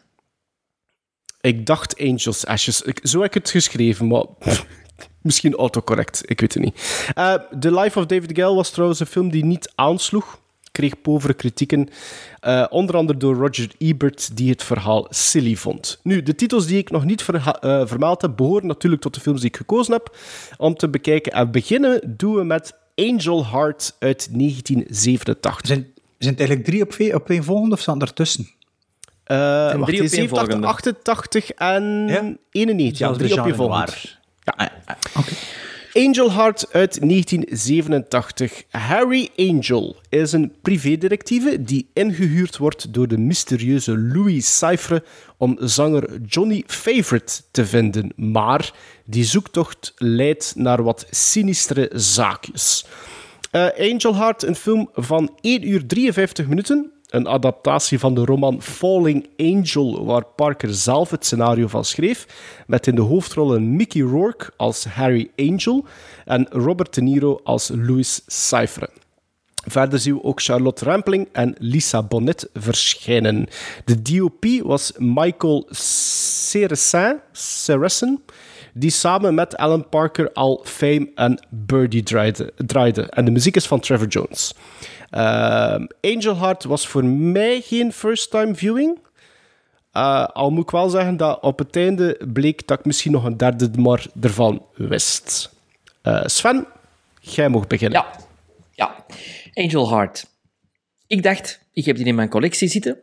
Ik dacht Angel's Ashes. Zo heb ik het geschreven, maar... Misschien autocorrect, ik weet het niet. The Life of David Gale was trouwens een film die niet aansloeg. Kreeg povere kritieken. Onder andere door Roger Ebert, die het verhaal silly vond. Nu, de titels die ik nog niet vermeld heb, behoren natuurlijk tot de films die ik gekozen heb om te bekijken. En beginnen doen we met Angel Heart uit 1987. Zijn het eigenlijk 3 op één volgende of staan er tussen? 87, 88 en 91. Ja, 3 op je volgende. Ja. Okay. Angel Heart uit 1987. Harry Angel is een privédetectieve die ingehuurd wordt door de mysterieuze Louis Cypher om zanger Johnny Favorite te vinden. Maar die zoektocht leidt naar wat sinistere zaakjes. Angel Heart, een film van 1 uur 53 minuten. Een adaptatie van de roman Falling Angel, waar Parker zelf het scenario van schreef, met in de hoofdrollen Mickey Rourke als Harry Angel en Robert De Niro als Louis Cyphre. Verder zien we ook Charlotte Rampling en Lisa Bonet verschijnen. De DOP was Michael Ceresin, die samen met Alan Parker al Fame en Birdie draaide. En de muziek is van Trevor Jones. Angel Heart was voor mij geen first-time viewing. Al moet ik wel zeggen dat op het einde bleek dat ik misschien nog een derde maar ervan wist. Sven, jij mag beginnen. Ja. Angel Heart. Ik dacht, ik heb die in mijn collectie zitten.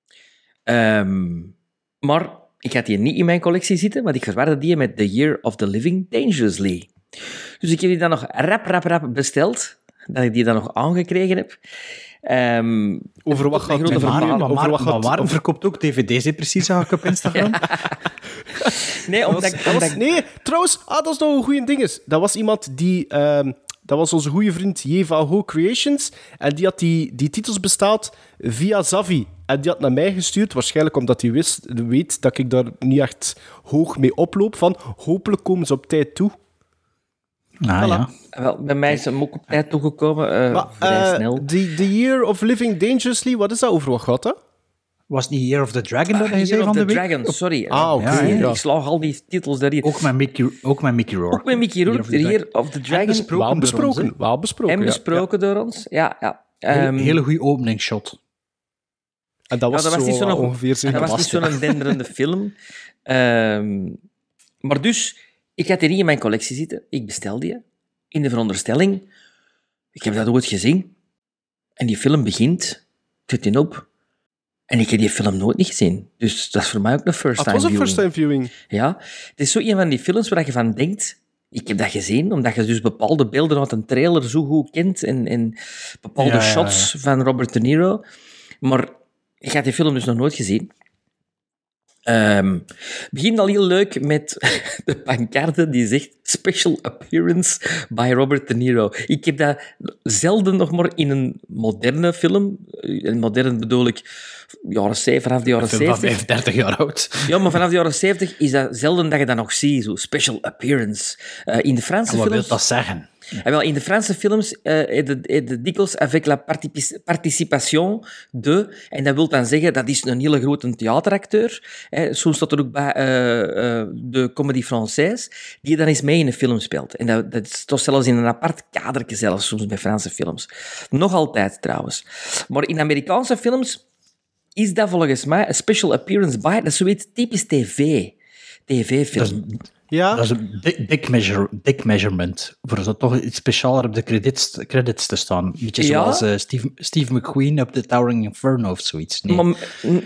Maar ik had die niet in mijn collectie zitten, want ik verwarde die met The Year of the Living Dangerously. Dus ik heb die dan nog rap besteld, dat ik die dan nog aangekregen heb. Over wat gaat het? Maar waarom verkoopt ook dvd's precies, zag ik op Instagram? Nee, Nee, trouwens, dat is nog een goeie ding. Dat was iemand die... dat was onze goede vriend Jeva Ho Creations. En die had die titels besteld via Zavi. En die had naar mij gestuurd, waarschijnlijk omdat hij weet dat ik daar niet echt hoog mee oploop. Van, hopelijk komen ze op tijd toe. Ah, ja. Wel, bij mij is hem ook op tijd toegekomen, vrij snel. The Year of Living Dangerously, wat is dat over? Wat gaat dat? Was het niet Year of the Dragon dat hij zei Year van of de the week? Dragon, sorry. Oké. Ik slaag al die titels daarin. Ook met Mickey Rourke. Ook met Mickey Rourke, The Year of the Dragon. Wel besproken. En besproken door ons, ja. Hele goede openingsshot. En dat was, niet zo'n ongeveer zijn dat was niet zo'n denderende film. Maar dus, ik had die niet in mijn collectie zitten. Ik bestelde die. In de veronderstelling, ik heb dat ooit gezien. En die film begint, ik zet die op. En ik heb die film nooit niet gezien. Dus dat is voor mij ook een first-time viewing. Het was een first-time viewing. Ja, het is zo een van die films waar je van denkt... Ik heb dat gezien, omdat je dus bepaalde beelden uit een trailer zo goed kent en bepaalde shots van Robert De Niro. Maar ik had die film dus nog nooit gezien. Begint al heel leuk met de pancarte die zegt Special Appearance by Robert De Niro. Ik heb dat zelden nog maar in een moderne film. En modern bedoel ik vanaf de jaren 70. 35 jaar oud. Ja, maar vanaf de jaren 70 is dat zelden dat je dat nog ziet, zo Special Appearance. In de Franse films... Wat wil dat zeggen? Wel, in de Franse films de dikwijls avec la participation de, en dat wil dan zeggen, dat is een hele grote theateracteur. Soms staat er ook bij de Comédie Française, die dan eens mee in een film speelt. En dat is toch zelfs in een apart kadertje zelfs, soms bij Franse films. Nog altijd, trouwens. Maar in Amerikaanse films is dat volgens mij een special appearance by, dat is zoiets typisch tv-film. Ja. Dat is een dik measurement. Voor zo toch iets specialer op de credits te staan. Een beetje zoals Steve McQueen op The Towering Inferno of zoiets. Nee. Maar,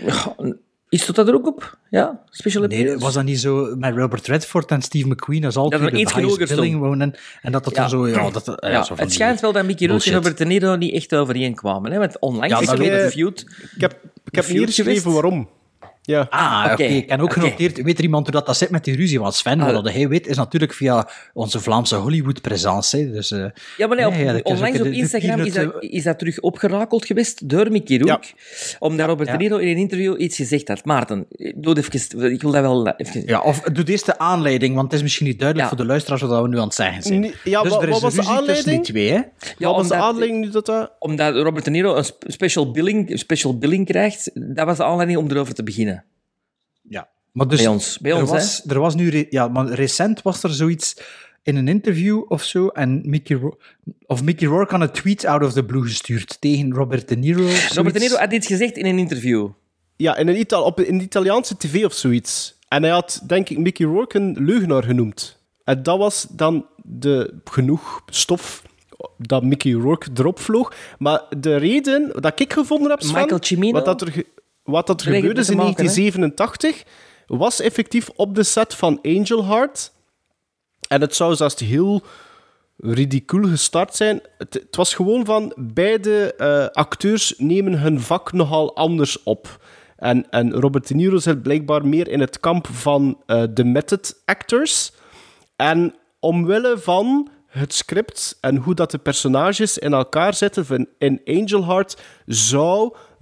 is dat er ook op? Ja, special appearance? Nee, was dat niet zo met Robert Redford en Steve McQueen als altijd dat er de iets highest hoger billing wonen en dat er zo... Ja, zo het schijnt wel dat Mickey Rourke en Robert De Niro niet echt overeenkwamen. Hè? Want onlangs is er een feud. Ik heb hier geschreven waarom. Ja. Oké. Ik heb ook genoteerd, weet er iemand hoe dat zit met die ruzie? Want Sven, wat hij weet, is natuurlijk via onze Vlaamse Hollywood-presence. Dus, ja, maar onlangs op Instagram is dat terug opgerakeld geweest door Mickey Rourke, omdat Robert De Niro in een interview iets gezegd had. Maarten, doe even, ik wil dat wel even... Ja, of doe eerst de aanleiding, want het is misschien niet duidelijk voor de luisteraars wat we nu aan het zeggen zijn. Dus wat was de aanleiding? Die twee, hè? Ja, wat was de aanleiding nu Omdat Robert De Niro een special billing krijgt, dat was de aanleiding om erover te beginnen. Ja, maar dus bij ons, er was nu... Ja, maar recent was er zoiets in een interview of zo, en Mickey Rourke had een tweet out of the blue gestuurd tegen Robert De Niro. Robert De Niro had dit gezegd in een interview. Ja, op een Italiaanse tv of zoiets. En hij had, denk ik, Mickey Rourke een leugenaar genoemd. En dat was dan genoeg stof dat Mickey Rourke erop vloog. Maar de reden dat ik gevonden heb, Sven, Michael Cimino? wat dat gebeurde is in 1987, was effectief op de set van Angel Heart. En het zou zelfs heel ridicuul gestart zijn. Het was gewoon van, beide acteurs nemen hun vak nogal anders op. En Robert De Niro zit blijkbaar meer in het kamp van de method actors. En omwille van het script en hoe dat de personages in elkaar zitten in Angel Heart, zou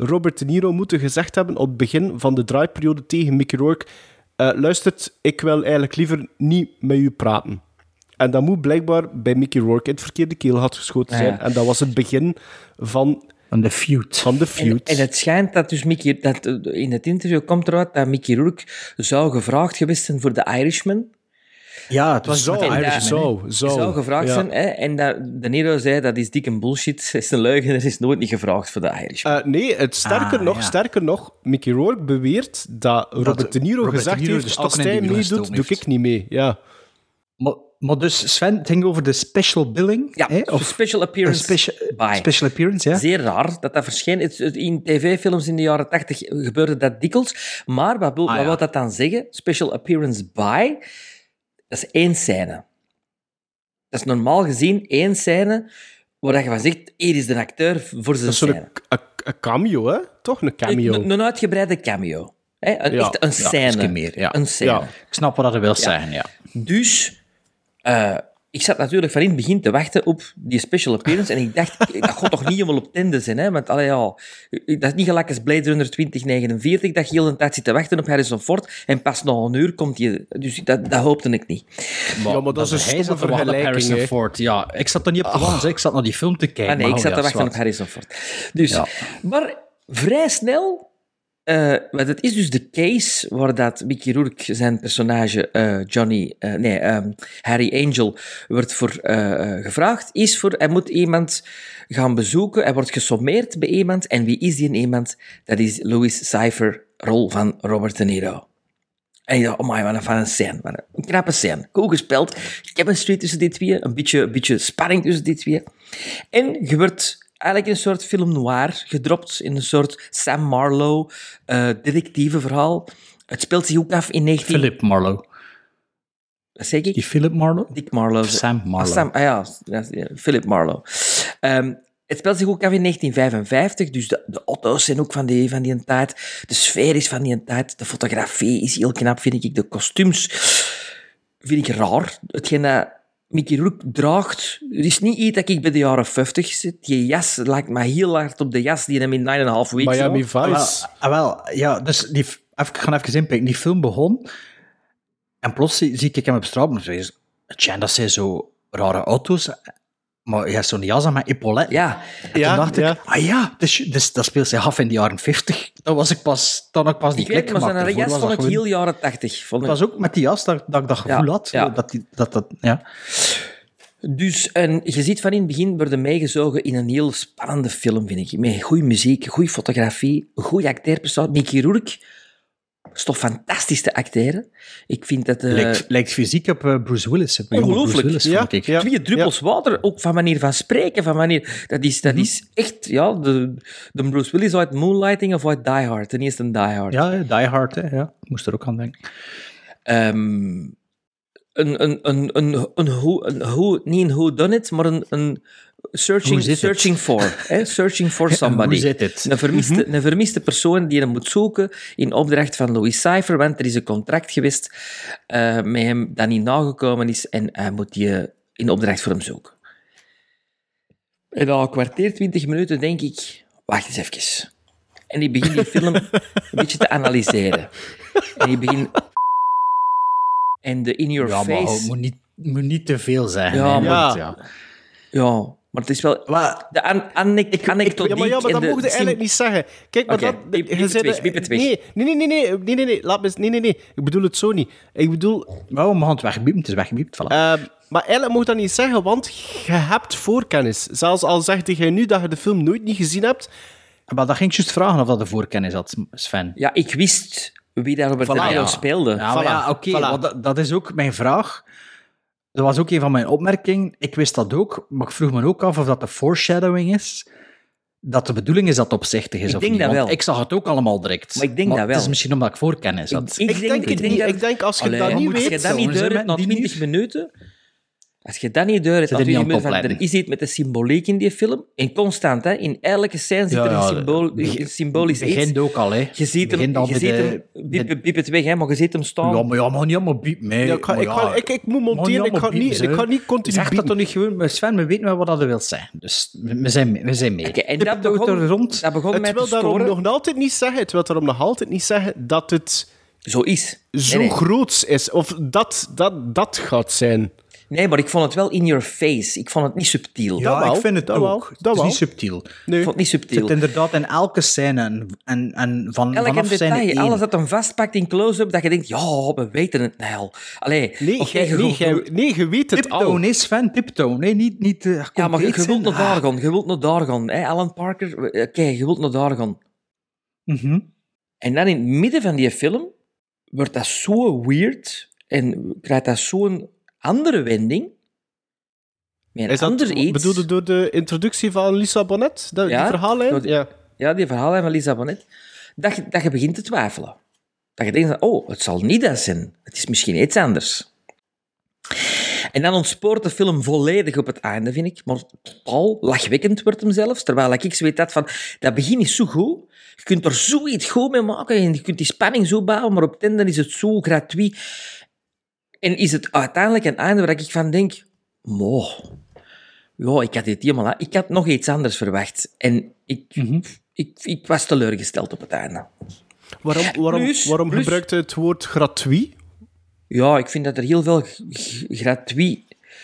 Robert De Niro moeten gezegd hebben op het begin van de draaiperiode tegen Mickey Rourke: luistert, ik wil eigenlijk liever niet met u praten. En dat moet blijkbaar bij Mickey Rourke in het verkeerde keel had geschoten zijn. Ja. En dat was het begin van de feud. En het schijnt dat dus dat in het interview komt eruit dat Mickey Rourke zou gevraagd geweest zijn voor The Irishman. Ja, het was Zou gevraagd zijn. Hè? En dat De Niro zei, dat is dik een bullshit. Het is een leugen, is nooit niet gevraagd voor The Irishman. Nee, sterker nog, Mickey Rourke beweert dat Robert De Niro gezegd heeft, als hij meedoet, doe ik niet mee. Ja. Maar dus, Sven, het ging over de special billing? Ja, hè? Of special appearance by. Special appearance, ja. Zeer raar dat dat verscheen. In tv-films in de jaren 80 gebeurde dat dikwijls. Maar wat wil dat dan zeggen? Special appearance by, dat is 1 scène. Dat is normaal gezien 1 scène waar je van zegt, hier is de acteur voor zijn scène. Een cameo, hè? Toch een cameo? Een uitgebreide cameo. Hè? Echt een scène. Meer, ja. Een scène. Ja. Ik snap wat dat wil zeggen, ja. Dus, ik zat natuurlijk van in het begin te wachten op die special appearance en ik dacht, dat gaat toch niet helemaal op tende zijn, hè? Want dat is niet gelijk als Blade Runner 2049, dat je heel de tijd zit te wachten op Harrison Ford en pas na 1 uur komt hij... Dus dat hoopte ik niet. Maar dat is een stomme vergelijking, hè? Ford. Ja, ik zat er niet op te wachten, ik zat naar die film te kijken. Nee, ik zat te wachten op Harrison Ford. Dus, maar vrij snel... want het is dus de case waar dat Mickey Rourke zijn personage Harry Angel wordt voor gevraagd, is voor hij moet iemand gaan bezoeken, hij wordt gesommeerd bij iemand, en wie is die iemand? Dat is Louis Cypher, rol van Robert De Niro. En je dacht, oh my, wat een scène, wat een knappe scène. Goed gespeeld, chemistry tussen die twee, een beetje sparring tussen die twee. En je wordt... Eigenlijk een soort film noir, gedropt in een soort Sam Marlowe detectievenverhaal. Het speelt zich ook af in Philip Marlowe. Wat zeg ik? Die Philip Marlowe? Dick Marlowe. Sam Marlowe. Philip Marlowe. Het speelt zich ook af in 1955, dus de auto's zijn ook van die tijd. De sfeer is van die tijd. De fotografie is heel knap, vind ik. De kostuums vind ik raar. Hetgeen dat Mickey Rourke draagt, het is niet iets dat ik bij de jaren 50 zit. Die jas lijkt me heel hard op de jas die hem in 9,5 Weeks Miami Vice. Dus ik ga even inpikken. Die film begon en plots zie ik hem op straat. Dat zijn zo rare auto's, maar je hebt zo'n jas aan met epauletten. Ja. En toen dacht ik, dus dat speelt zich af in de jaren 50. Dan had ik pas die klik gemaakt. Maar zijn jas vond ik heel jaren 80. Het was ook met die jas dat ik dat gevoel had. Ja. Dus je ziet van in het begin worden meegezogen in een heel spannende film, vind ik. Met goede muziek, goede fotografie, goede acteerprestatie. Mickey Rourke is toch fantastisch te acteren. Ik vind dat... Lijkt fysiek op Bruce Willis. Ongelooflijk. Bruce Willis, ja. 2 druppels water, ook van manier van spreken, van manier... Dat is echt, ja, de Bruce Willis uit Moonlighting of uit Die Hard. Ten eerste een Die Hard. Ja, Die Hard, hè. Ja. Ik moest er ook aan denken. Niet een whodunit, maar een searching for somebody. Hoe zit het? Een vermiste persoon die hem moet zoeken in opdracht van Louis Cypher, want er is een contract geweest met hem dat niet nagekomen is en hij moet die in opdracht voor hem zoeken. En na een kwartier, 20 minuten denk ik, wacht eens even. En ik begin die film een beetje te analyseren. En ik begin... En de in your face... Maar het moet niet te veel zijn. Ja, maar het is wel... De anekdotiek... Maar dat mocht je eigenlijk niet zeggen. Kijk, maar dat... Biep het weg. Nee. Ik bedoel het zo niet. Ik bedoel... we gaan het wegbiepen. Het is wegbiept, voilà. Maar eigenlijk mocht je dat niet zeggen, want je hebt voorkennis. Zelfs al zegt je nu dat je de film nooit niet gezien hebt... Maar dat ging ik juist vragen of dat de voorkennis had, Sven. Ja, ik wist wie daar Robert De Niro speelde. Oké. Dat is ook mijn vraag. Dat was ook een van mijn opmerkingen. Ik wist dat ook, maar ik vroeg me ook af of dat de foreshadowing is. Dat de bedoeling is dat het opzichtig is. Ik denk dat wel. Ik zag het ook allemaal direct. Maar ik denk dat wel. Het is misschien omdat ik voorkennis had. Ik denk als je dat niet weet... Als je dat niet durft na 20 minuten... Als je dat niet door hebt, Zit er niet aan het er opletten. is iets met de symboliek in die film. En constant, hè, in elke scène zit er een symbolisch iets. begint ook al, hè. Je ziet Begint al hem, biep het weg, hè, maar je ziet hem staan. Ja, maar niet allemaal biep mee. Ja, ik moet monteren, ik ga niet continu Zeg dat biepen. toch niet gewoon... Maar Sven, we weten wel wat dat wil zeggen. Dus we zijn mee. Oké, en De dat poot er rond. begon mij Het wil te daarom storen. nog altijd niet zeggen, dat het Zo is. zo Nee. groots is. Of dat gaat zijn. Nee, maar ik vond het wel in your face. Ik vond het niet subtiel. Ja, wel, ik vind het dat ook. wel, Het dat is wel. niet subtiel. Ik vond het niet Het subtiel. zit inderdaad in elke scène. En Elk vanaf scène detail, 1. alles dat hem vastpakt in close-up, dat je denkt, ja, we weten het wel. Allee, Nee, oké, je weet het al. Tiptoe, nee, Sven, tiptoe. Nee, niet ja, maar je concreet wilt naar zijn. daar gaan. Je wilt naar daar gaan. Hè? Alan Parker, oké, je wilt naar daar gaan. Mhm. En dan in het midden van die film wordt dat zo weird en krijgt dat zo'n andere wending. Met een Is dat, ander iets. bedoelde door de introductie van Lisa Bonet? Die Ja, verhaallijn? door- Ja. Ja, die verhaallijn van Lisa Bonet. Dat je begint te twijfelen. Dat je denkt, van, oh, het zal niet dat zijn. Het is misschien iets anders. En dan ontspoort de film volledig op het einde, vind ik. Maar totaal lachwekkend wordt hem zelfs. Terwijl ik zoiets had van, dat begin is zo goed. Je kunt er zoiets goed mee maken. En je kunt die spanning zo bouwen. Maar op het einde is het zo gratuit. En is het uiteindelijk een einde waar ik van denk... Mo, ja, ik had dit helemaal... Ik had nog iets anders verwacht. En ik was teleurgesteld op het einde. Waarom Plus- gebruikt hij het woord gratuit? Ja, ik vind dat er heel veel gratuit...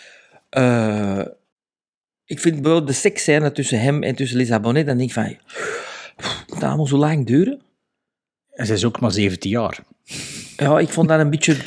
ik vind bijvoorbeeld de seksscène tussen hem en tussen Lisa Bonet, dan denk ik van... Dat allemaal zo lang duren? En ze is ook maar 17 jaar. Ja, ik vond dat een beetje...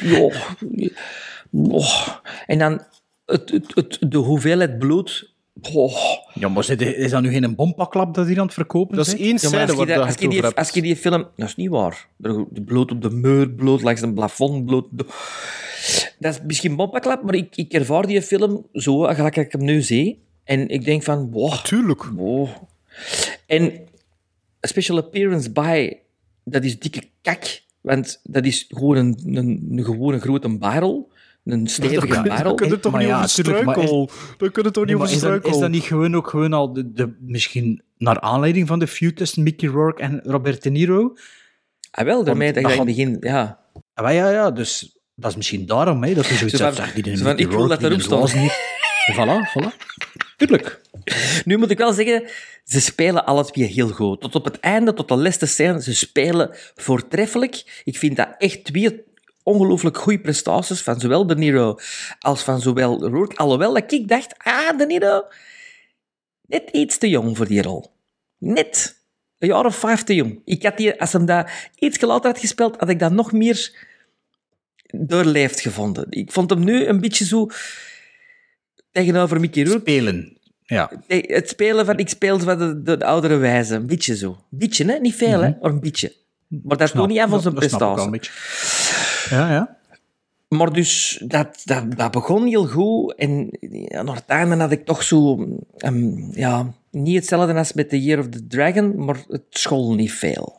En dan de hoeveelheid bloed... Ja, maar is dat nu geen bompaklap dat hier aan het verkopen Dat is zijn? één Ja, maar scène waar als je het over hebt. als je die film... Dat is niet waar. De bloed op de muur, bloed langs een plafond, bloed... Dat is misschien bompenklap, maar ik ervaar die film zo, gelijk ik hem nu zie. En ik denk van... Wow, Tuurlijk. wow. En a special appearance by... Dat is dikke kak. Want dat is gewoon een gewone grote barrel. Een stevige barrel. Daar kun je toch Maar niet ja, over tuurlijk, maar struikelen. Daar kun je toch niet Nee, over maar is dat struikelen. niet gewoon al misschien naar aanleiding van de feud tussen Mickey Rourke en Robert De Niro? Ah, wel, daarmee dat dat je in het gaat- begin... Ja. Ja, dus dat is misschien daarom, hè, dat hij zoiets Zo van- heeft. Die zo van, Mickey ik wil Rourke, dat die erop was niet. Voilà. Tuurlijk. Nu moet ik wel zeggen, ze spelen alle twee heel goed. Tot op het einde, tot de laatste scène, ze spelen voortreffelijk. Ik vind dat echt twee ongelooflijk goede prestaties van zowel De Niro als van zowel Rourke. Alhoewel dat ik dacht, De Niro, net iets te jong voor die rol. Net. Een jaar of 5 te jong. Ik had die, als hem dat iets later had gespeeld, had ik dat nog meer doorleefd gevonden. Ik vond hem nu een beetje zo tegenover Mickey Rourke. Spelen. Ja. Het spelen van... Ik speel van de oudere wijze. Een beetje zo. Beetje, hè? Niet veel, hè? Maar een beetje. Maar dat is nog niet aan van zijn Dat snap ik wel een prestatie. beetje. Ja. Maar dus, dat begon heel goed. En ja, naar het einde had ik toch zo... niet hetzelfde als met The Year of the Dragon, maar het school niet veel.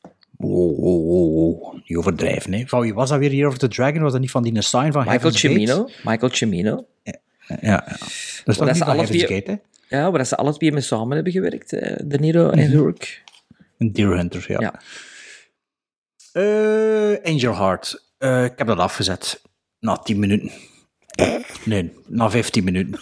Oh. Niet overdrijven, hè. Van wie was dat weer hier over the Dragon? Was dat niet van die sign van Michael Heaven's Gate? Michael Cimino. Ja. Dat is toch niet ze van alle Heaven's twee- Gate, hè? Ja, waar ze alle twee mee samen hebben gewerkt. De Niro en Rourke. Een Deer Hunter, ja. Ja. Angel Heart. Ik heb dat afgezet. Na 10 minuten. Nee, na 15 minuten.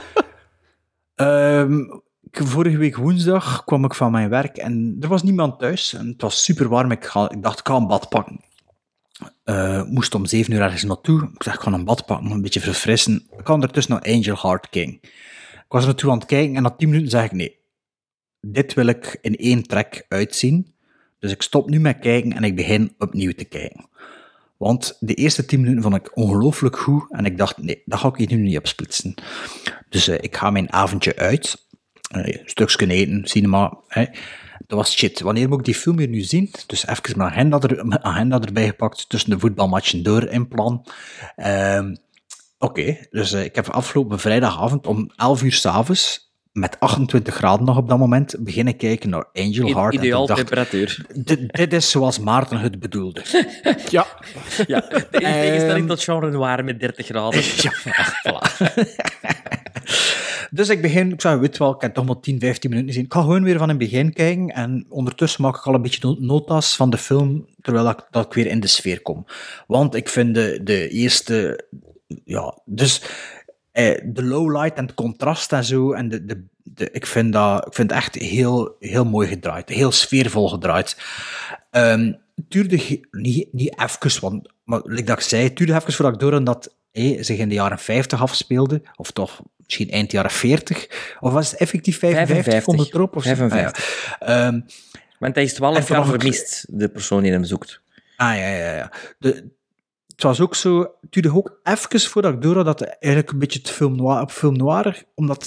Vorige week woensdag kwam ik van mijn werk en er was niemand thuis. En het was super warm. Ik dacht, ik ga een bad pakken. Moest om 7 uur ergens naartoe. Ik zeg, ik ga een bad pakken, een beetje verfrissen. Ik kan ondertussen naar Angel Heart King. Ik was er naartoe aan het kijken en na 10 minuten zeg ik, nee, dit wil ik in 1 trek uitzien. Dus ik stop nu met kijken en ik begin opnieuw te kijken. Want de eerste 10 minuten vond ik ongelooflijk goed en ik dacht, nee, dat ga ik hier nu niet opsplitsen. Dus ik ga mijn avondje uit, een stukje eten, cinema. Dat was shit. Wanneer moet ik die film hier nu zien? Dus even mijn agenda erbij gepakt, tussen de voetbalmatchen door in plan. Oké, dus ik heb afgelopen vrijdagavond om 11 uur 's avonds met 28 graden nog op dat moment beginnen kijken naar Angel Heart. Ideaal en ik dacht, temperatuur. dit is zoals Maarten het bedoelde. Ja. Ja, in tegenstelling tot Jean Renoir met 30 graden. Ja, voilà. Dus ik zeg, weet wel, ik heb toch maar 10, 15 minuten gezien. Ik ga gewoon weer van in het begin kijken en ondertussen maak ik al een beetje notas van de film, terwijl dat ik weer in de sfeer kom. Want ik vind de eerste... Ja, dus de lowlight en het contrast en zo, en ik vind het echt heel, heel mooi gedraaid. Heel sfeervol gedraaid. Het duurde niet even, maar like dat ik zei, het duurde even voordat ik door dat zich in de jaren 50 afspeelde, of toch misschien eind jaren 40, of was het effectief 55 onder trop? Of 55. Ah, ja. Want hij is 12 jaar vermist, de persoon die hem zoekt. Ja. Het was ook zo, het duurde ook even voordat ik door had dat het eigenlijk een beetje het film noir, omdat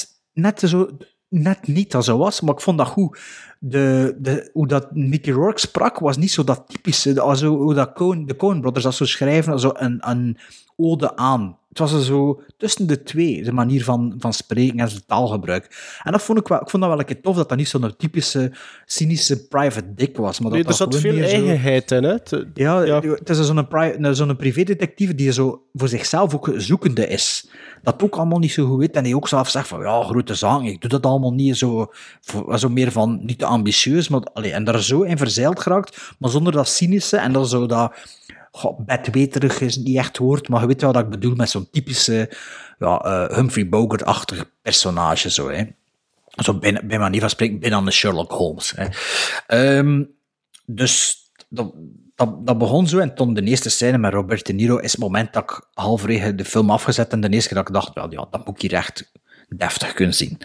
net niet dat zo was, maar ik vond dat goed. Hoe dat Mickey Rourke sprak, was niet zo dat typische, also hoe dat de Coen Brothers dat zo schrijven, also een ode aan. Het was zo tussen de twee, de manier van spreken en zijn taalgebruik. En dat vond ik vond dat wel een keer tof, dat niet zo'n typische, cynische private dick was. Maar Er zat veel eigenheid in, hè? Het is zo'n privédetectieve die zo voor zichzelf ook zoekende is. Dat ook allemaal niet zo goed weet. En die ook zelf zegt van, ja, grote zaken, ik doe dat allemaal niet zo meer van, niet te ambitieus, maar, en daar zo in verzeild geraakt, maar zonder dat cynische en dan zo dat... bedweterig is niet echt woord, maar je weet wel wat ik bedoel met zo'n typische Humphrey Bogart-achtig personage. Zo, hè. Zo bij manier van spreken, binnen de Sherlock Holmes. Hè. Dus dat begon zo, en toen de eerste scène met Robert De Niro is het moment dat ik halverwege de film afgezet en de eerste keer dat ik dacht, wel, ja, dat moet ik hier echt deftig kunnen zien.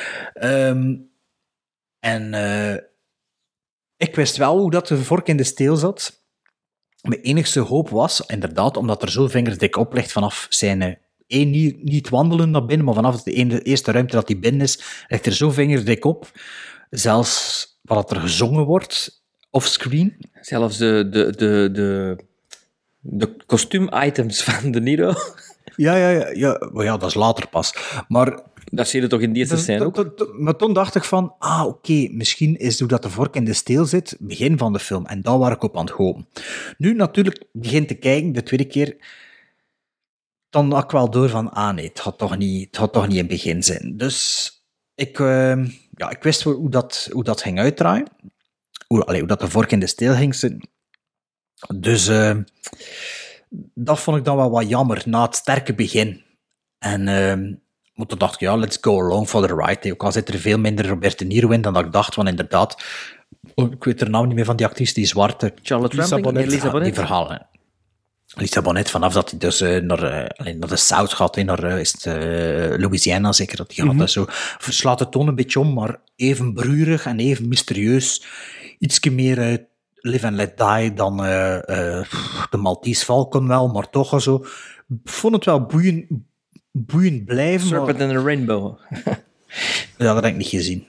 Ik wist wel hoe dat de vork in de steel zat. Mijn enigste hoop was, inderdaad, omdat er zo vingerdik op ligt vanaf zijn... niet wandelen naar binnen, maar vanaf de eerste ruimte dat hij binnen is, ligt er zo vingerdik op. Zelfs wat er gezongen wordt, offscreen. Zelfs de kostuum-items van De Niro. Ja, dat is later pas. Maar... Dat zie je toch in die eerste scène ook? Maar toen dacht ik van, oké, misschien is hoe dat de vork in de steel zit, begin van de film. En daar waar ik op aan het hopen. Nu natuurlijk begin te kijken, de tweede keer, dan had ik wel door van, nee, het had toch niet in het begin zijn. Dus ik wist hoe dat ging uitdraaien. Hoe dat de vork in de steel ging zitten. Dus dat vond ik dan wel wat jammer, na het sterke begin. En... Maar toen dacht ik, ja, let's go along for the ride. Ook al zit er veel minder Robert De Niro in dan dat ik dacht, want inderdaad, ik weet er nou niet meer van die actrice, die zwarte... Charlotte Rampling, Lisa Bonet. Die verhalen. Lisa Bonet, vanaf dat hij dus naar de South gaat, naar Louisiana zeker, dat hij gaat. Zo slaat de toon een beetje om, maar even bruurig en even mysterieus. Ietsje meer Live and Let Die dan de Maltese Falcon wel, maar toch zo. Ik vond het wel boeiend blijven. Serpent and a Rainbow. Ja, dat heb ik niet gezien.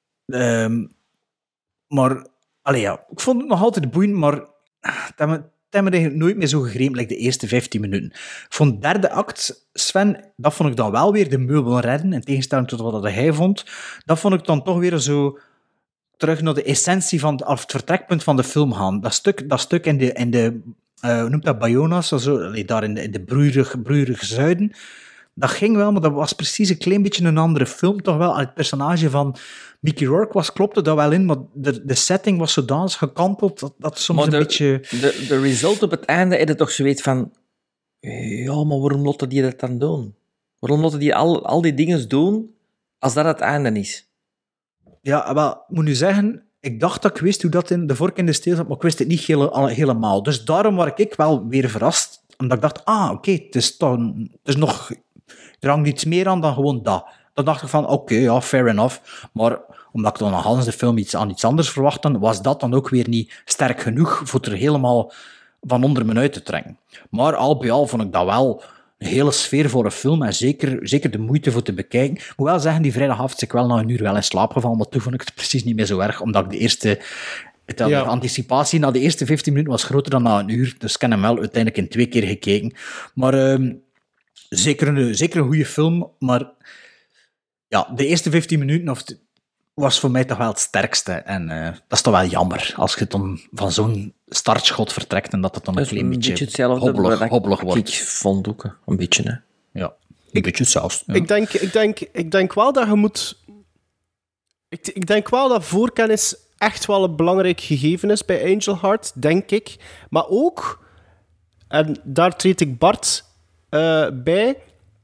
Maar, ik vond het nog altijd boeiend, maar het heeft me eigenlijk nooit meer zo gegrepen, like de eerste 15 minuten. Ik vond de derde act, Sven, dat vond ik dan wel weer de meubel redden, in tegenstelling tot wat hij vond. Dat vond ik dan toch weer zo terug naar de essentie van het vertrekpunt van de film gaan. Dat stuk in de hoe noemt dat, Bayonas, daar in de broeierige zuiden. Dat ging wel, maar dat was precies een klein beetje een andere film. Toch wel, het personage van Mickey Rourke klopte daar wel in, maar de setting was zodanig gekanteld dat soms maar een beetje... De result op het einde is het toch zoiets van... Ja, maar waarom laten die dat dan doen? Waarom laten die al die dingen doen als dat het einde is? Ja, wel, ik moet nu zeggen... Ik dacht dat ik wist hoe dat in de vork in de steel zat, maar ik wist het niet helemaal. Dus daarom was ik wel weer verrast. Omdat ik dacht, oké, het is nog... Er hangt iets meer aan dan gewoon dat. Dan dacht ik van, oké, fair enough. Maar omdat ik dan aan Hans de film iets anders verwachtte, was dat dan ook weer niet sterk genoeg voor het er helemaal van onder me uit te trekken. Maar al bij al vond ik dat wel een hele sfeervolle film en zeker de moeite voor te bekijken. Ik moet wel zeggen, die vrijdagavond is ik wel na een uur wel in slaap gevallen, maar toen vond ik het precies niet meer zo erg, omdat ik de anticipatie na de eerste 15 minuten was groter dan na een uur, dus ik heb hem wel uiteindelijk in 2 keer gekeken. Maar zeker een goede film, maar Ja, de eerste 15 minuten was voor mij toch wel het sterkste. En dat is toch wel jammer, als je dan van zo'n startschot vertrekt en dat het dan een klein beetje hetzelfde hobbelig wordt. Ik vond ook een beetje, hè. Ja, een beetje zelfs. Ja. Ik denk wel dat je moet... Ik denk wel dat voorkennis echt wel een belangrijk gegeven is bij Angel Heart, denk ik. Maar ook, en daar treed ik Bart bij,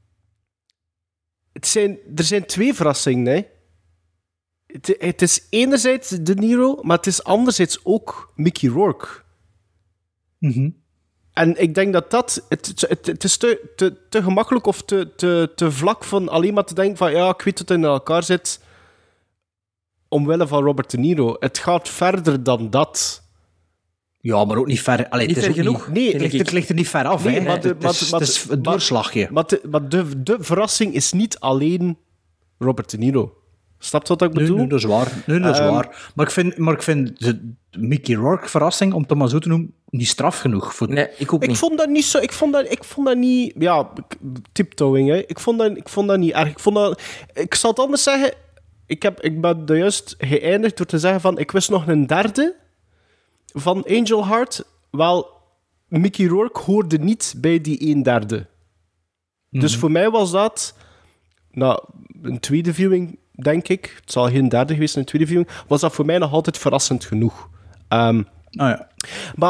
er zijn 2 verrassingen, hè. Het is enerzijds De Niro, maar het is anderzijds ook Mickey Rourke. Mhm. En ik denk dat het is te gemakkelijk of te vlak van alleen maar te denken van ja, ik weet dat het in elkaar zit omwille van Robert De Niro. Het gaat verder dan dat. Ja, maar ook niet ver... Allee, Niet het is ver ook genoeg. Niet, Nee, het ligt er niet ver af. Nee, hè. maar Het is een doorslagje. Maar de verrassing is niet alleen Robert De Niro. Snap je wat ik bedoel? Nee, dat is waar. Nee, dat is waar. Maar ik vind de Mickey Rourke-verrassing, om het maar zo te noemen, niet straf genoeg. Voor... Nee, ik ook Ik niet. vond dat niet zo... Ik vond dat niet... Ja, tiptoeing, hè. Ik vond dat niet erg. Ik zal het anders zeggen. Ik ben er juist geëindigd door te zeggen van... Ik wist nog een derde van Angel Heart. Wel, Mickey Rourke hoorde niet bij die 1/3. Dus voor mij was dat... Nou, een tweede viewing, denk ik. Het zal geen derde geweest zijn, een tweede viewing. Was dat voor mij nog altijd verrassend genoeg. Ja. Maar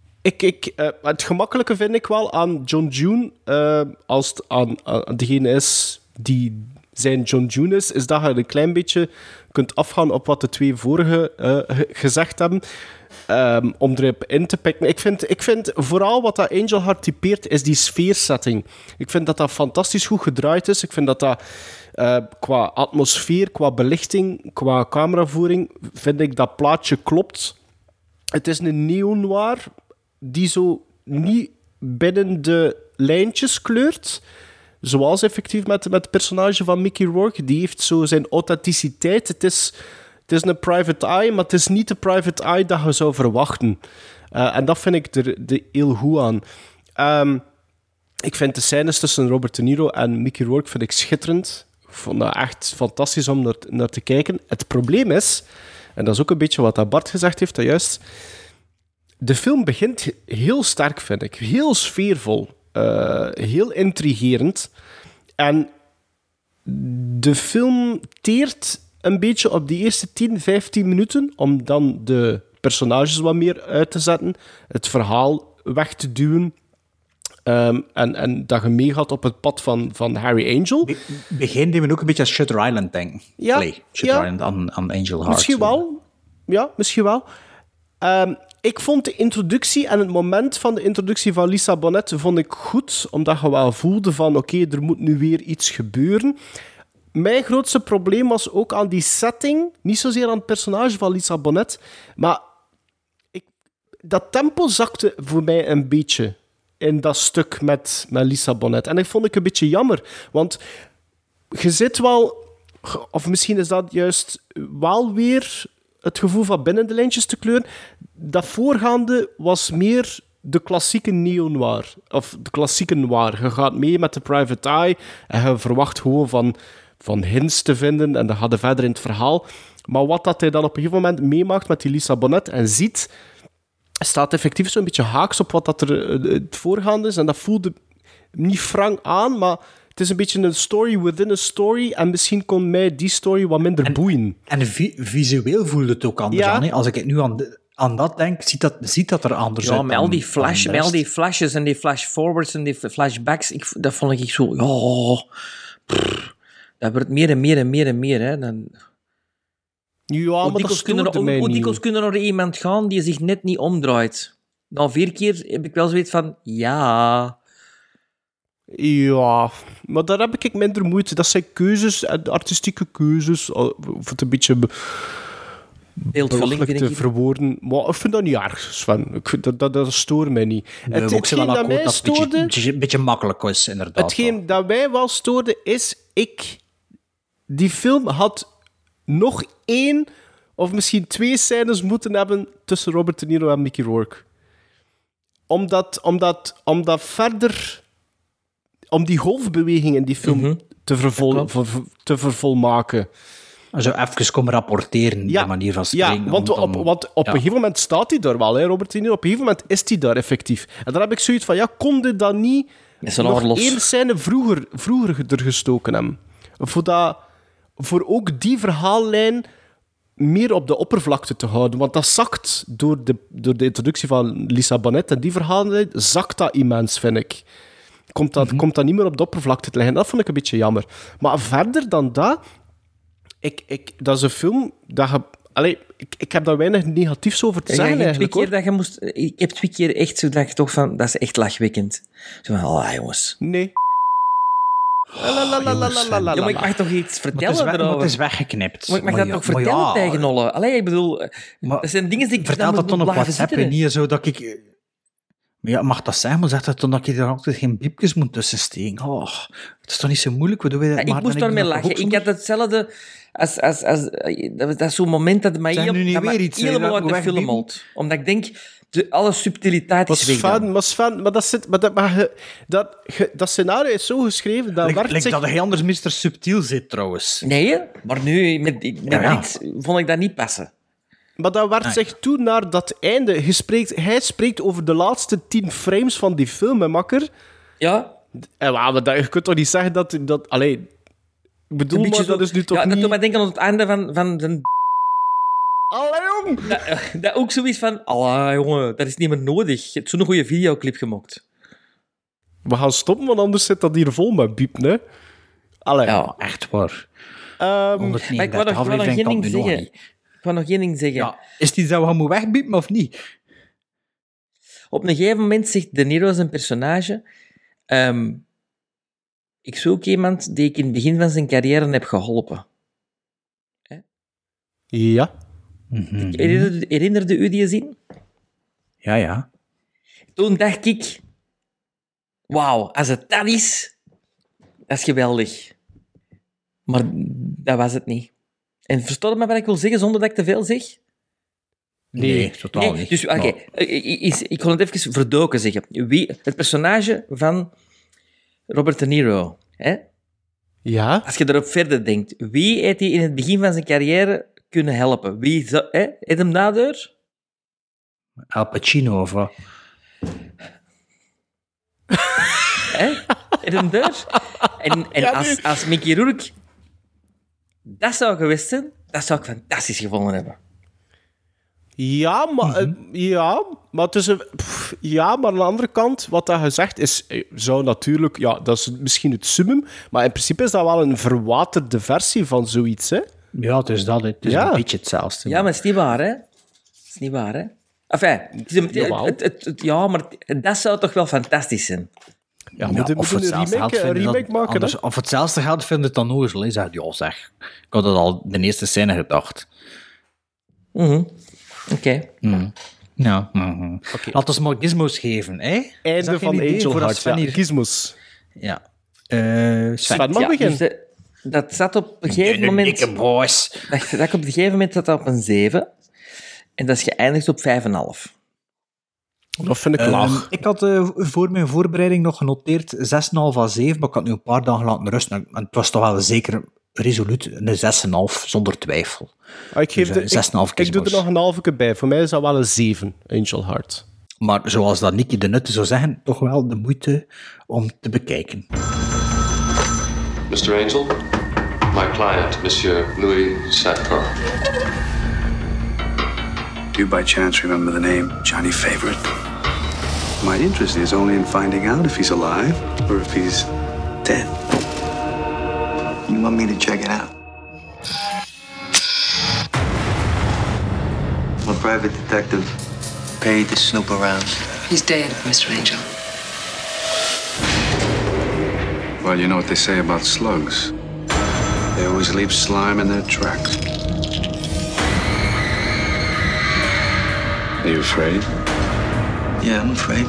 het gemakkelijke vind ik wel aan John June, als het aan degene is die zijn John June is dat je een klein beetje kunt afgaan op wat de 2 vorige gezegd hebben, om erop in te pikken. Ik vind vooral wat dat Angel Heart typeert, is die sfeersetting. Ik vind dat dat fantastisch goed gedraaid is. Ik vind dat qua atmosfeer, qua belichting, qua cameravoering, vind ik dat plaatje klopt. Het is een neo-noir die zo niet binnen de lijntjes kleurt, zoals effectief met het personage van Mickey Rourke. Die heeft zo zijn authenticiteit. Het is een private eye, maar het is niet de private eye dat je zou verwachten. En dat vind ik er heel goed aan. Ik vind de scènes tussen Robert De Niro en Mickey Rourke vind ik schitterend. Ik vond dat echt fantastisch om naar te kijken. Het probleem is, en dat is ook een beetje wat Bart gezegd heeft, dat juist... De film begint heel sterk, vind ik. Heel sfeervol. Heel intrigerend. En de film teert een beetje op die eerste 10, 15 minuten, om dan de personages wat meer uit te zetten, het verhaal weg te duwen, en dat je meegaat op het pad van Harry Angel. Begin die me ook een beetje aan Shutter Island denken. Ja, Shutter Island aan Angel Heart. Misschien wel. Ja, misschien wel. Ik vond de introductie en het moment van de introductie van Lisa Bonet vond ik goed, omdat je wel voelde van oké, er moet nu weer iets gebeuren. Mijn grootste probleem was ook aan die setting, niet zozeer aan het personage van Lisa Bonet, maar dat tempo zakte voor mij een beetje in dat stuk met Lisa Bonet. En dat vond ik een beetje jammer, want je zit wel, of misschien is dat juist wel weer het gevoel van binnen de lijntjes te kleuren. Dat voorgaande was meer de klassieke neo-noir. Of de klassieke noir. Je gaat mee met de private eye en je verwacht gewoon van hints te vinden en dan gaat er verder in het verhaal. Maar wat dat hij dan op een gegeven moment meemaakt met die Lisa Bonet en ziet, staat effectief zo'n beetje haaks op wat dat er het voorgaande is. En dat voelde niet wrang aan, maar het is een beetje een story within a story. En misschien kon mij die story wat minder boeien. En visueel voelde het ook anders aan. Hè? Als ik het nu aan dat denk, ziet dat er anders uit. Ja, met al die flashes en die flash-forwards en die flashbacks, dat vond ik zo... dat wordt meer en meer en meer en meer. Hè. Dan... Ja, maar dat stoorde mij niet. Hoe dikwijls kunnen er iemand gaan die zich net niet omdraait? Na 4 keer heb ik wel zoiets van... Ja, maar daar heb ik minder moeite. Dat zijn keuzes, artistieke keuzes. Of het een beetje belachelijk te verwoorden. Maar ik vind dat niet erg, Sven. Dat stoort mij niet. Hetgeen dat mij stoorde... Een beetje makkelijk was, inderdaad. Hetgeen dat mij wel stoorde, is... Die film had nog 1 of misschien 2 scènes moeten hebben tussen Robert De Niro en Mickey Rourke. Omdat verder... om die golfbeweging in die film te vervolmaken. Zo even komen rapporteren, de manier van spreken. Ja, want op een gegeven moment staat hij daar wel, hè, Robert De Niro. Op een gegeven moment is hij daar effectief. En dan heb ik zoiets van, kon dit dan niet nog één scène vroeger er gestoken hebben? Voor ook die verhaallijn meer op de oppervlakte te houden. Want dat zakt door de introductie van Lisa Bonet. En die verhaallijn zakt dat immens, vind ik. Komt dat niet meer op de oppervlakte te liggen. Dat vond ik een beetje jammer. Maar verder dan dat... dat is een film dat je... Ik heb daar weinig negatiefs over te zeggen, eigenlijk. Ik heb 2 keer echt zo dat je toch van... Dat is echt lachwekkend. Zo van, jongens. Nee. Ja, maar ik mag toch iets vertellen erover? Het is weggeknipt. Maar ik mag dat toch vertellen tegen Nolle? Ik bedoel... Dat zijn dingen die ik vertel dat dan op WhatsApp en niet zo dat ik... Ja, mag dat zijn, maar zegt dat dan dat je er altijd geen biepjes moet tussen steken? Oh, het is toch niet zo moeilijk? Wat doen we dat? Ik moest daarmee lachen. Ik had hetzelfde als dat is zo'n moment dat mij helemaal uit de film haalt. Omdat ik denk, alle subtiliteit is weg. Maar dat scenario is zo geschreven, dat werkt zich... dat hij anders Mr. Subtiel zit, trouwens. Nee, maar nu, met dit vond ik dat niet passen. Maar dat werkt zich toe naar dat einde. Hij spreekt over de laatste 10 frames van die film, hè, makker? Ja. En je kunt toch niet zeggen dat allee, ik bedoel, maar dat is nu toch niet... dat doet mij denken aan het einde van de... Allee, jong! Dat ook zoiets van... Allee, jongen, dat is niet meer nodig. Je hebt zo'n goede videoclip gemaakt. We gaan stoppen, want anders zit dat hier vol met biepen, hè? Allee. Ja, echt waar. Maar ik wou nog geen ding zeggen. Ik wou nog één ding zeggen. Ja, is die zo gaan moeten wegbiepen of niet? Op een gegeven moment zegt De Niro zijn personage... ik zoek iemand die ik in het begin van zijn carrière heb geholpen. Ja. Mm-hmm. Herinnerde u die zin? Ja. Toen dacht ik... Wauw, als het dat is... Dat is geweldig. Maar dat was het niet. En versta je me wat ik wil zeggen zonder dat ik te veel zeg? Nee, totaal niet. Dus oké, ik kon het even verdoken zeggen. Het personage van Robert De Niro, hè? Ja? Als je erop verder denkt, wie heeft hij in het begin van zijn carrière kunnen helpen? Wie heeft hem nadeur? Al Pacino of wat? Heeft hem deur? En als Mickey Rourke dat zou geweest zijn, dat zou ik fantastisch gevonden hebben. Ja, maar, maar het is maar aan de andere kant, wat dat gezegd is, zou natuurlijk... Ja, dat is misschien het summum, maar in principe is dat wel een verwaterde versie van zoiets, hè? Ja, het is dat. Het is een beetje hetzelfde. Ja, maar het is niet waar, hè? Het is niet waar, hè? Enfin, maar dat zou toch wel fantastisch zijn? Ja, moet een remake maken, anders, of hetzelfde geld vindt het dan ozel. Hij zegt, ja zeg, ik had het al de eerste scène gedacht. Oké. Ja. Laten we maar gizmos geven, hè? Einde van Angel Heart, gizmos. Ja. Sven mag beginnen. Dus dat zat op een gegeven moment... Dikke boys. Dat op een gegeven moment zat op een 7. En dat is geëindigd op 5,5. Dat vind ik laag. Ik had voor mijn voorbereiding nog genoteerd 6,5 à 7, maar ik had nu een paar dagen laten rusten. En het was toch wel zeker resoluut een 6,5, zonder twijfel. Ik geef dus, 6,5 ik doe er nog een halve bij. Voor mij is dat wel een 7, Angel Heart. Maar zoals dat Nicky de Nutte zou zeggen, toch wel de moeite om te bekijken. Mr. Angel, my client, Monsieur Louis Sacco. Do you by chance remember the name Johnny Favorite? My interest is only in finding out if he's alive or if he's dead. You want me to check it out? I'm a private detective paid to snoop around. He's dead, Mr. Angel. Well, you know what they say about slugs. They always leave slime in their tracks. Are you afraid? Yeah, I'm afraid.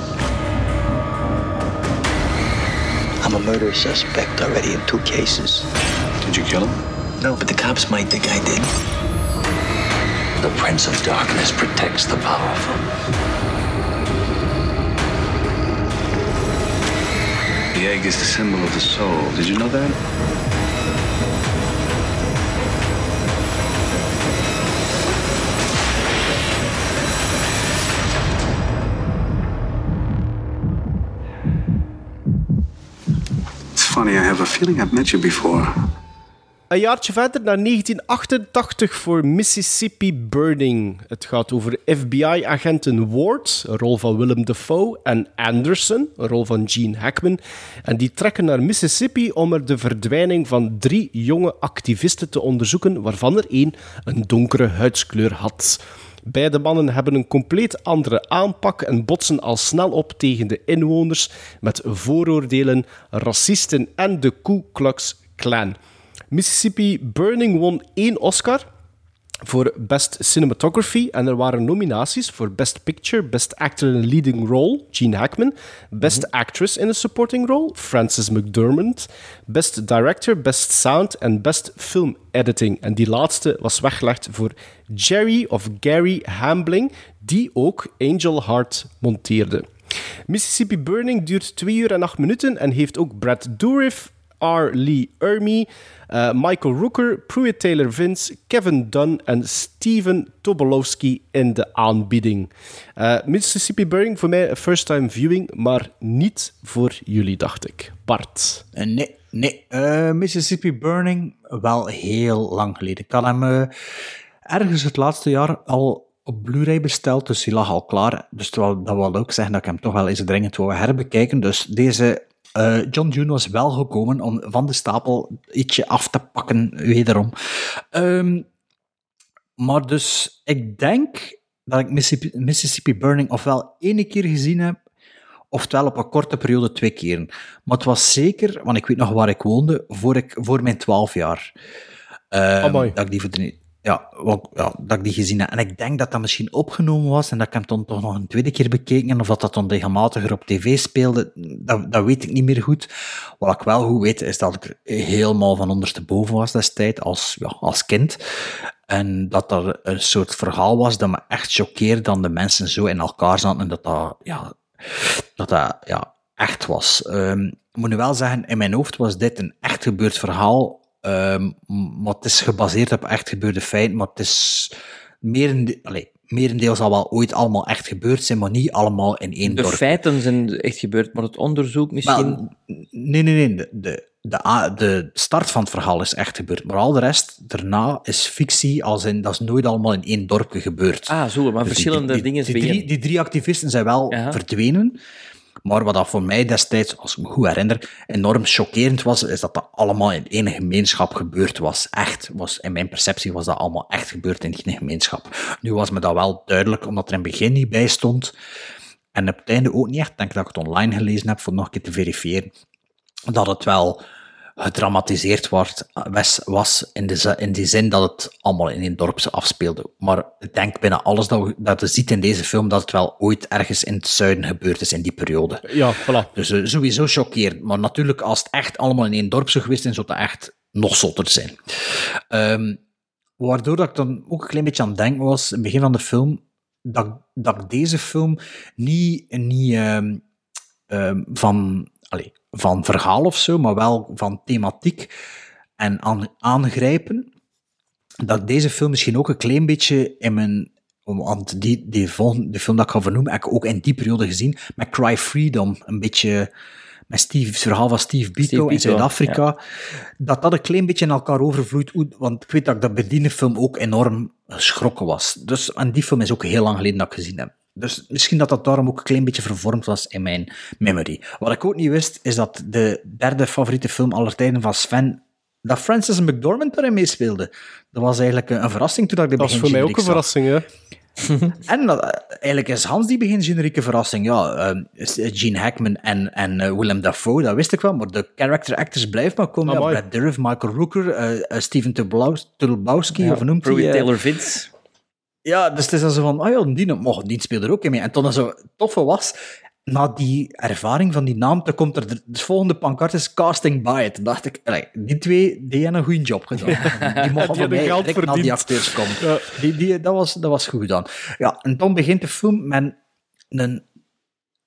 I'm a murder suspect already in 2 cases. Did you kill him? No, but the cops might think I did. The Prince of Darkness protects the powerful. The egg is the symbol of the soul. Did you know that? It's funny, I have a feeling I've met you before. Een jaartje verder, naar 1988 voor Mississippi Burning. Het gaat over FBI-agenten Ward, een rol van Willem Dafoe, en Anderson, een rol van Gene Hackman. En die trekken naar Mississippi om er de verdwijning van 3 jonge activisten te onderzoeken, waarvan er 1 een donkere huidskleur had. Beide mannen hebben een compleet andere aanpak en botsen al snel op tegen de inwoners met vooroordelen, racisten en de Ku Klux Klan. Mississippi Burning won 1 Oscar voor Best Cinematography en er waren nominaties voor Best Picture, Best Actor in a Leading Role, Gene Hackman, Best Actress in a Supporting Role, Frances McDormand, Best Director, Best Sound en Best Film Editing. En die laatste was weggelegd voor Jerry of Gary Hambling, die ook Angel Heart monteerde. Mississippi Burning duurt 2 uur en 8 minuten en heeft ook Brad Dourif, R. Lee Ermey, Michael Rooker, Pruitt Taylor Vince, Kevin Dunn en Steven Tobolowsky in de aanbieding. Mississippi Burning voor mij een first-time viewing, maar niet voor jullie, dacht ik. Bart? Nee. Mississippi Burning wel heel lang geleden. Ik had hem ergens het laatste jaar al op Blu-ray besteld, dus die lag al klaar. Dus dat wil ook zeggen dat ik hem toch wel eens dringend wou herbekijken. Dus deze John June was wel gekomen om van de stapel ietsje af te pakken, wederom. Maar dus, ik denk dat ik Mississippi Burning ofwel 1 keer gezien heb, oftewel op een korte periode 2 keer. Maar het was zeker, want ik weet nog waar ik woonde, voor mijn 12 jaar. Dat ik die dat ik die gezien heb. En ik denk dat dat misschien opgenomen was en dat ik hem dan toch nog een tweede keer bekeken, of dat dan regelmatiger op tv speelde, dat weet ik niet meer goed. Wat ik wel goed weet, is dat ik er helemaal van ondersteboven was destijds, als kind. En dat er een soort verhaal was dat me echt choqueerde, dat de mensen zo in elkaar zaten en dat echt was. Ik moet nu wel zeggen, in mijn hoofd was dit een echt gebeurd verhaal, maar het is gebaseerd op echt gebeurde feiten, maar het is merendeels zal wel ooit allemaal echt gebeurd zijn, maar niet allemaal in één dorp. De feiten zijn echt gebeurd, maar het onderzoek misschien... Nee. De start van het verhaal is echt gebeurd, maar al de rest daarna is fictie, als in, dat is nooit allemaal in één dorpje gebeurd. Zo, maar dus verschillende dingen... Die 3 activisten zijn wel verdwenen, maar wat dat voor mij destijds, als ik me goed herinner, enorm chockerend was, is dat allemaal in één gemeenschap gebeurd was. In mijn perceptie was dat allemaal echt gebeurd in die gemeenschap. Nu was me dat wel duidelijk, omdat er in het begin niet bij stond, en op het einde ook niet echt, ik denk dat ik het online gelezen heb, voor nog een keer te verifiëren, dat het wel gedramatiseerd was in die zin dat het allemaal in een dorp afspeelde. Maar ik denk bijna alles dat je ziet in deze film, dat het wel ooit ergens in het zuiden gebeurd is in die periode. Ja, voilà. Dus sowieso chockerend. Maar natuurlijk, als het echt allemaal in één dorp zou geweest zijn, zou het echt nog zotter zijn. Waardoor dat ik dan ook een klein beetje aan het denken was, in het begin van de film, dat ik deze film niet van verhaal of zo, maar wel van thematiek en aangrijpen, dat ik deze film misschien ook een klein beetje in mijn... Want de film dat ik ga vernoemen, heb ik ook in die periode gezien, met Cry Freedom, een beetje met het verhaal van Steve Biko in Zuid-Afrika, dat een klein beetje in elkaar overvloeit, want ik weet dat ik dat bij die film ook enorm geschrokken was. Dus, en die film is ook heel lang geleden dat ik gezien heb. Dus misschien dat daarom ook een klein beetje vervormd was in mijn memory. Wat ik ook niet wist, is dat de 3e favoriete film aller tijden van Sven, dat Frances McDormand daarin meespeelde. Dat was eigenlijk een verrassing toen ik de begin. Dat was voor mij ook een verrassing, hè? En eigenlijk is Hans die begingenerieke verrassing. Gene Hackman en Willem Dafoe, dat wist ik wel, maar de character actors blijven maar komen. Brad Dourif, Michael Rooker, Steven Tobolowsky, of noemt hij? Pruitt Taylor Vince. Ja, dus het is dan zo van, die speelde er ook in mee. En toen dat zo toffe was, na die ervaring van die naam, dan komt er de volgende pancart is casting by it. Dan dacht ik, die 2, die hebben een goede job gedaan. Die mochten van mij direct naar die acteurs komen. Ja. Dat was goed gedaan. Ja, en dan begint de film met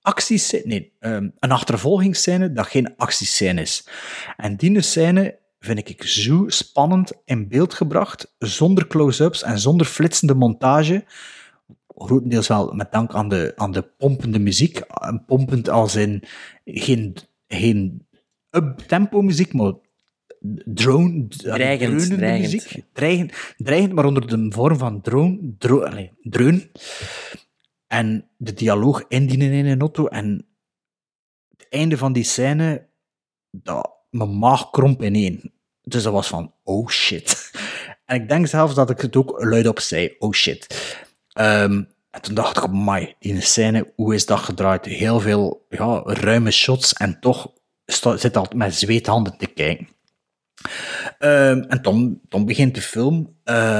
een achtervolgingsscène dat geen actiescène is. En die scène vind ik zo spannend in beeld gebracht, zonder close-ups en zonder flitsende montage. Grotendeels wel met dank aan de pompende muziek. Pompend als in geen up-tempo muziek, maar dreunende muziek. Dreigend, maar onder de vorm van dreun. En de dialoog indienen in een auto. En het einde van die scène, mijn maag kromp ineen. Dus dat was van, oh shit. En ik denk zelfs dat ik het ook luidop zei, oh shit. En toen dacht ik, amai, die scène, hoe is dat gedraaid? Heel veel ruime shots en toch zit altijd met zweethanden te kijken. En dan begint de film.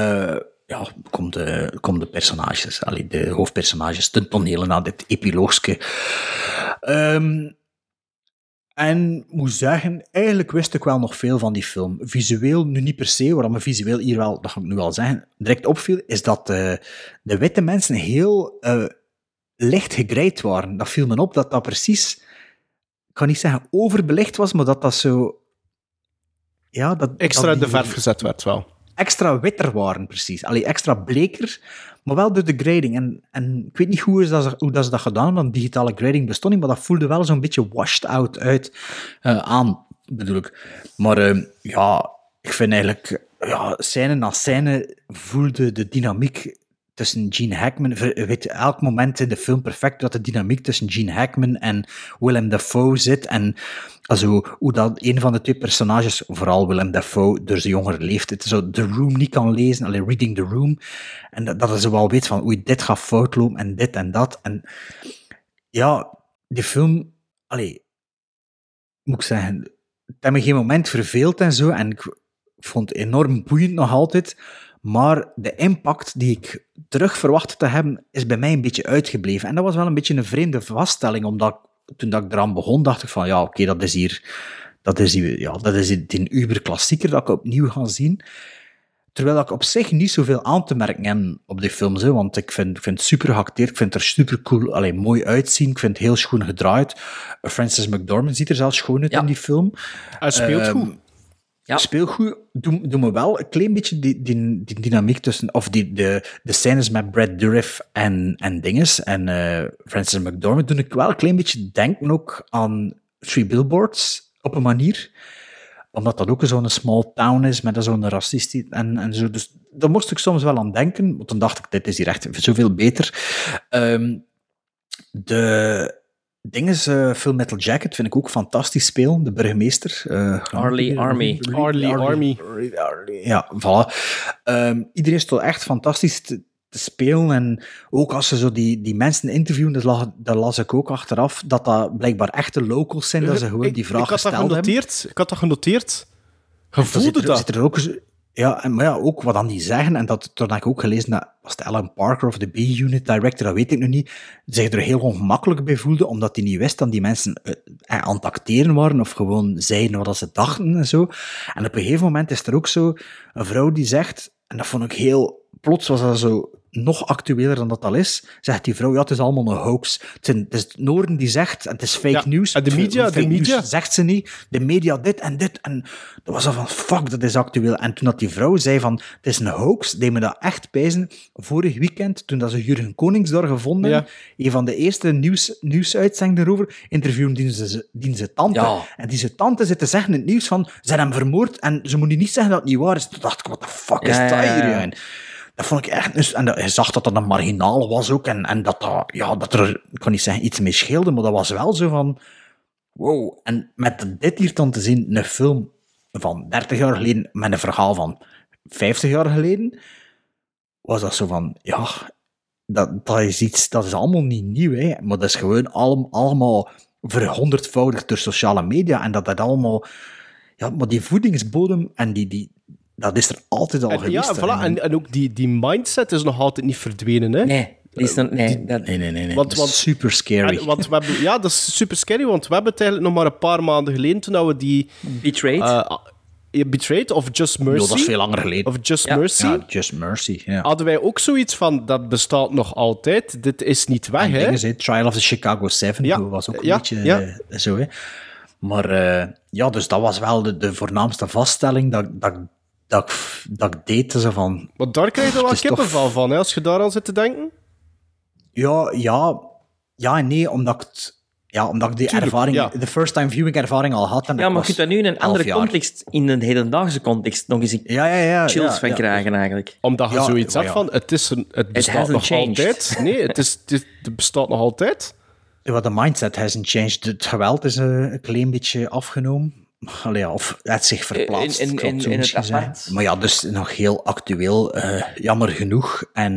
Komen de personages, de hoofdpersonages, ten tonele na dit epiloogske. En moet zeggen, eigenlijk wist ik wel nog veel van die film. Visueel, nu niet per se, waarom me visueel hier wel, dat ga ik nu wel zeggen, direct opviel, is dat de witte mensen heel licht gegreid waren. Dat viel me op, dat precies, ik kan niet zeggen overbelicht was, maar dat zo... Ja, extra in de verf gezet werd wel. Extra witter waren, precies. Extra bleker, maar wel door de grading. En ik weet niet hoe dat ze dat gedaan hebben, want digitale grading bestond niet, maar dat voelde wel zo'n beetje washed out uit aan, bedoel ik. Maar ik vind eigenlijk, scène na scène voelde de dynamiek tussen Gene Hackman, weet elk moment in de film perfect dat de dynamiek tussen Gene Hackman en Willem Dafoe zit. En also, hoe dat een van de twee personages, vooral Willem Dafoe, door zijn jongere leeftijd, zo The Room niet kan lezen, reading the room. En dat ze wel weet van, oei, dit gaat fout lopen en dit en dat. En ja, die film, moet ik zeggen, het heeft me geen moment verveeld en zo. En ik vond het enorm boeiend nog altijd. Maar de impact die ik terug verwachtte te hebben, is bij mij een beetje uitgebleven. En dat was wel een beetje een vreemde vaststelling, omdat toen ik eraan begon, dacht ik van, oké, dat is die uber-klassieker dat ik opnieuw ga zien. Terwijl ik op zich niet zoveel aan te merken heb op die films, want ik vind het super geacteerd, ik vind het er super cool, mooi uitzien, ik vind het heel schoon gedraaid. Frances McDormand ziet er zelfs schoon uit in die film. Hij speelt goed. Ja. Speelgoed doet me wel een klein beetje die dynamiek tussen, of de scènes met Brad Dourif en dinges en Frances McDormand doen ik wel een klein beetje denken ook aan Three Billboards op een manier, omdat dat ook zo'n small town is met zo'n racist en zo. Dus daar moest ik soms wel aan denken, want dan dacht ik, dit is hier echt zoveel beter. De dinges, Full Metal Jacket vind ik ook fantastisch spelen, de burgemeester. Arlie Army. Ja, voilà. Iedereen is toch echt fantastisch te spelen. En ook als ze zo die mensen interviewen, dat las ik ook achteraf, dat blijkbaar echte locals zijn, dat ze gewoon die vraag gesteld hebben. Ik had dat genoteerd. Gevoelde dat? Zit er ook... Ja, maar ook wat dan die zeggen, en toen heb ik ook gelezen, dat was het Alan Parker of de B-Unit director, dat weet ik nog niet, zich er heel ongemakkelijk bij voelde, omdat hij niet wist dat die mensen aan het acteren waren, of gewoon zeiden wat ze dachten en zo. En op een gegeven moment is er ook zo een vrouw die zegt, en dat vond ik heel... Plots was dat zo nog actueler dan dat al is, zegt die vrouw, het is allemaal een hoax. Het is het Noorden die zegt, en het is fake news. En de media zegt ze niet. De media dit en dit. En dat was al van, fuck, dat is actueel. En toen dat die vrouw zei van, het is een hoax, deed me dat echt pijzen. Vorig weekend, toen dat ze Jurgen Konings daar gevonden, een van de eerste nieuwsuitzendingen erover, interviewen die tante. Ja. En die tante zit te zeggen in het nieuws van, ze hebben hem vermoord, en ze moet niet zeggen dat het niet waar is. Toen dacht ik, what the fuck is dat hier? Dat vond ik echt... En je zag dat dat een marginale was ook. En dat er, ik kan niet zeggen, iets mee scheelde, maar dat was wel zo van... Wow. En met dit hier dan te zien, een film van 30 jaar geleden, met een verhaal van 50 jaar geleden, was dat zo van... Ja, dat is iets... Dat is allemaal niet nieuw, hè. Maar dat is gewoon allemaal verhonderdvoudigd door sociale media. En dat allemaal... Ja, maar die voedingsbodem en dat is er altijd al geweest. Ja, voilà. En ook die mindset is nog altijd niet verdwenen, hè? Nee. Nee. Want super scary. Want we hebben, dat is super scary, want we hebben het eigenlijk nog maar een paar maanden geleden, toen we die... Betrayed? Betrayed of Just Mercy? Dat is veel langer geleden. Of Just Mercy? Ja, Just Mercy. Ja. Hadden wij ook zoiets van, dat bestaat nog altijd, dit is niet weg, hè? Dingen, hè? Trial of the Chicago 7 was ook een beetje zo, hè. Maar dus dat was wel de voornaamste vaststelling dat ik deed. Zo van, maar daar krijg je wel kippenvel van, hè, als je daaraan zit te denken? Ja en nee, omdat ik die ervaring, de first-time viewing ervaring al had. En maar je kunt dat nu in een andere context, in een hedendaagse context, nog eens chills van krijgen eigenlijk. Omdat je zoiets hebt van, het bestaat nog altijd. Nee, het bestaat nog altijd. De mindset hasn't changed. Het geweld is een klein beetje afgenomen. Of het zich verplaatst. In het apart. Maar ja, dus nog heel actueel. Jammer genoeg. En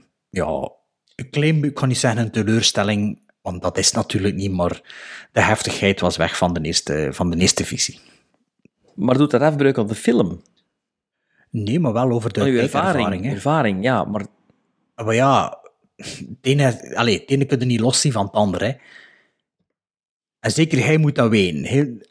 een klein, ik kan niet zeggen een teleurstelling, want dat is natuurlijk niet, maar de heftigheid was weg van de eerste visie. Maar doet dat afbreuk op de film? Nee, maar wel over de ervaring, ja. Maar ja, het ene kun je niet loszien van het andere. Hè. En zeker hij moet dat weten.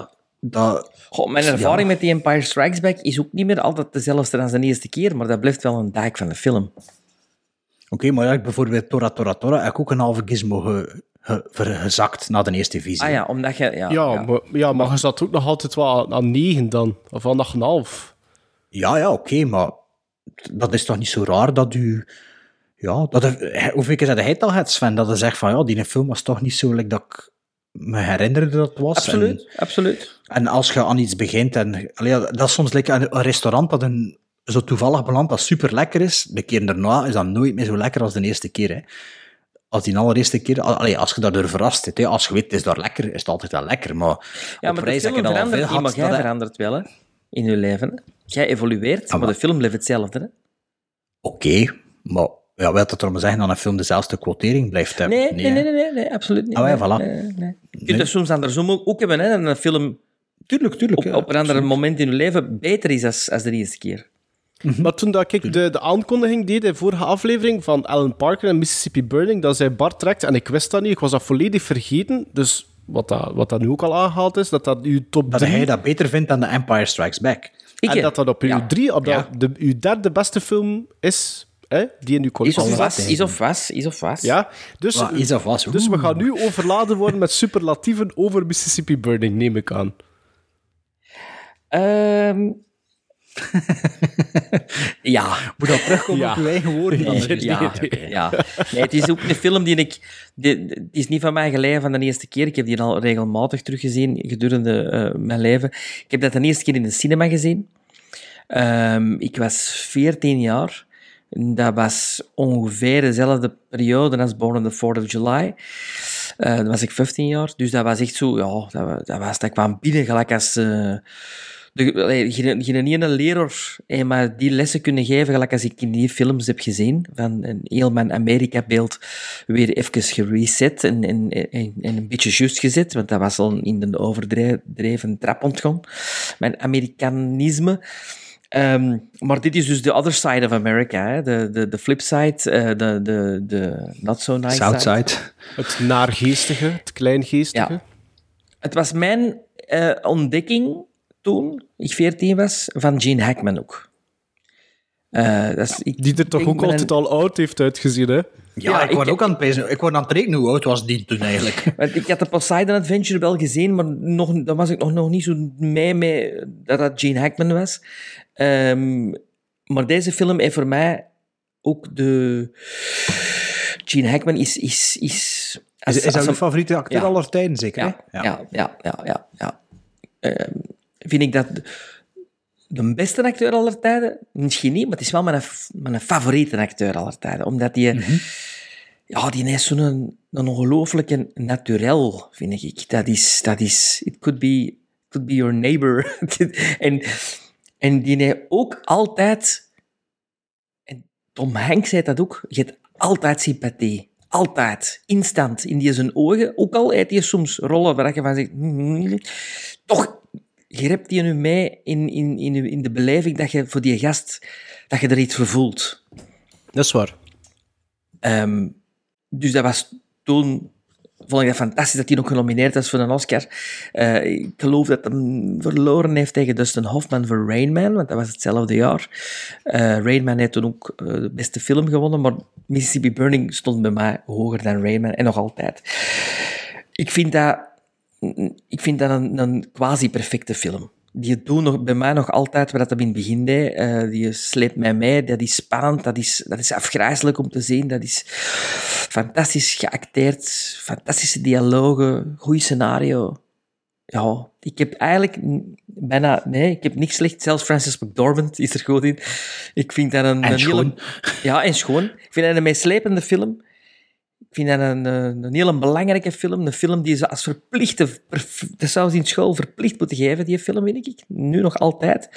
Mijn ervaring met The Empire Strikes Back is ook niet meer altijd dezelfde als de eerste keer, maar dat blijft wel een dijk van de film. Oké, maar ik bijvoorbeeld Tora heb ik ook een halve gizmo gezakt na de eerste visie. Ah ja, omdat je... Maar je zat ook nog altijd wel aan 9 dan, of aan 8,5. Ja, oké, maar dat is toch niet zo raar dat u... Ja, hoeveel keer zei hij het al, Sven, dat hij zegt van, die film was toch niet zo like dat ik me herinnerde dat het was. Absoluut. En als je aan iets begint, dat is soms like een restaurant dat zo toevallig belandt dat super lekker is, de keer daarna is dat nooit meer zo lekker als de eerste keer. Hè. Als die allereerste keer, als je daardoor verrast zit, als je weet, het is daar lekker, is het altijd wel lekker. Maar de film verandert niet, maar jij verandert wel, hè, in je leven. Hè. Jij evolueert, maar de film blijft hetzelfde. Hè. Oké, maar... Ja, wil dat erom zeggen dat een film dezelfde quotering blijft hebben? Nee, absoluut niet. Voilà. Nee. Je kunt het soms andersom ook hebben, hè, dat een film tuurlijk, op een ander moment in je leven beter is als de eerste keer. Maar toen dat ik de aankondiging deed in de vorige aflevering van Alan Parker en Mississippi Burning, dat zij Bart trekt, en ik wist dat niet, ik was dat volledig vergeten, dus wat dat nu ook al aangehaald is, dat uw top 3... Dat hij dat beter vindt dan The Empire Strikes Back. En dat op uw 3, uw derde beste film is... die in uw collectie is of was. Ja, dus we gaan nu overladen worden met superlatieven over Mississippi Burning, neem ik aan. Ja. Moet dat terugkomen op uw eigen woorden? Ja. Nee, het is ook een film het is niet van mij geleden van de eerste keer. Ik heb die al regelmatig teruggezien gedurende mijn leven. Ik heb dat de eerste keer in de cinema gezien. Ik was 14 jaar. Dat was ongeveer dezelfde periode als Born on the 4th of July. Dan was ik 15 jaar. Dus dat was echt zo... Ja, dat kwam binnen gelijk als... geen ene leraar maar die lessen kunnen geven gelijk als ik in die films heb gezien. Van een heel mijn Amerika-beeld weer even gereset en een beetje juist gezet. Want dat was al in de overdreven trap ontgaan. Mijn Amerikanisme... maar dit is dus de other side of America, hè? De flip side, de not so nice South side. Het naargeestige, het kleingeestige. Ja. Het was mijn ontdekking toen ik 14 was, van Gene Hackman ook. Die er toch ook altijd al oud heeft uitgezien, hè? Ja, ik word ook aan het rekenen hoe oud was die toen eigenlijk. Want ik had de Poseidon Adventure wel gezien, maar dan was ik nog niet zo mee dat Gene Hackman was. Maar deze film heeft voor mij ook de... Gene Hackman is dat uw favoriete acteur aller tijden, zeker? Ja. Vind ik dat de beste acteur aller tijden? Misschien niet, maar het is wel mijn favoriete acteur aller tijden. Omdat die... die is zo'n ongelooflijke naturel, vind ik. Dat is... It could be your neighbor. En die heeft ook altijd... En Tom Hanks zei dat ook. Je hebt altijd sympathie. Altijd. Instant. In die zijn ogen. Ook al heeft hij soms rollen waar je van zegt... Toch grept hij nu mee in de beleving dat je voor die gast... Dat je er iets voor voelt. Dat is waar. Dus dat was toen vond ik dat fantastisch dat hij nog genomineerd was voor een Oscar. Ik geloof dat hij verloren heeft tegen Dustin Hoffman voor Rain Man, want dat was hetzelfde jaar. Rain Man heeft toen ook de beste film gewonnen, maar Mississippi Burning stond bij mij hoger dan Rain Man, en nog altijd. Ik vind dat een quasi-perfecte film. Die doet nog, bij mij nog altijd wat dat in het begin deed. Die sleept mij mee, dat is spannend, dat is afgrijselijk om te zien, dat is fantastisch geacteerd, fantastische dialogen, goed scenario. Ja, ik heb eigenlijk ik heb niks slecht. Zelfs Frances McDormand is er goed in. Ik vind dat een schoon. Ja, en schoon. Ik vind dat een meeslepende film. Ik vind dat een hele belangrijke film. Een film die ze als verplichte... Dat zou ze in school verplicht moeten geven, die film, vind ik. Nu nog altijd.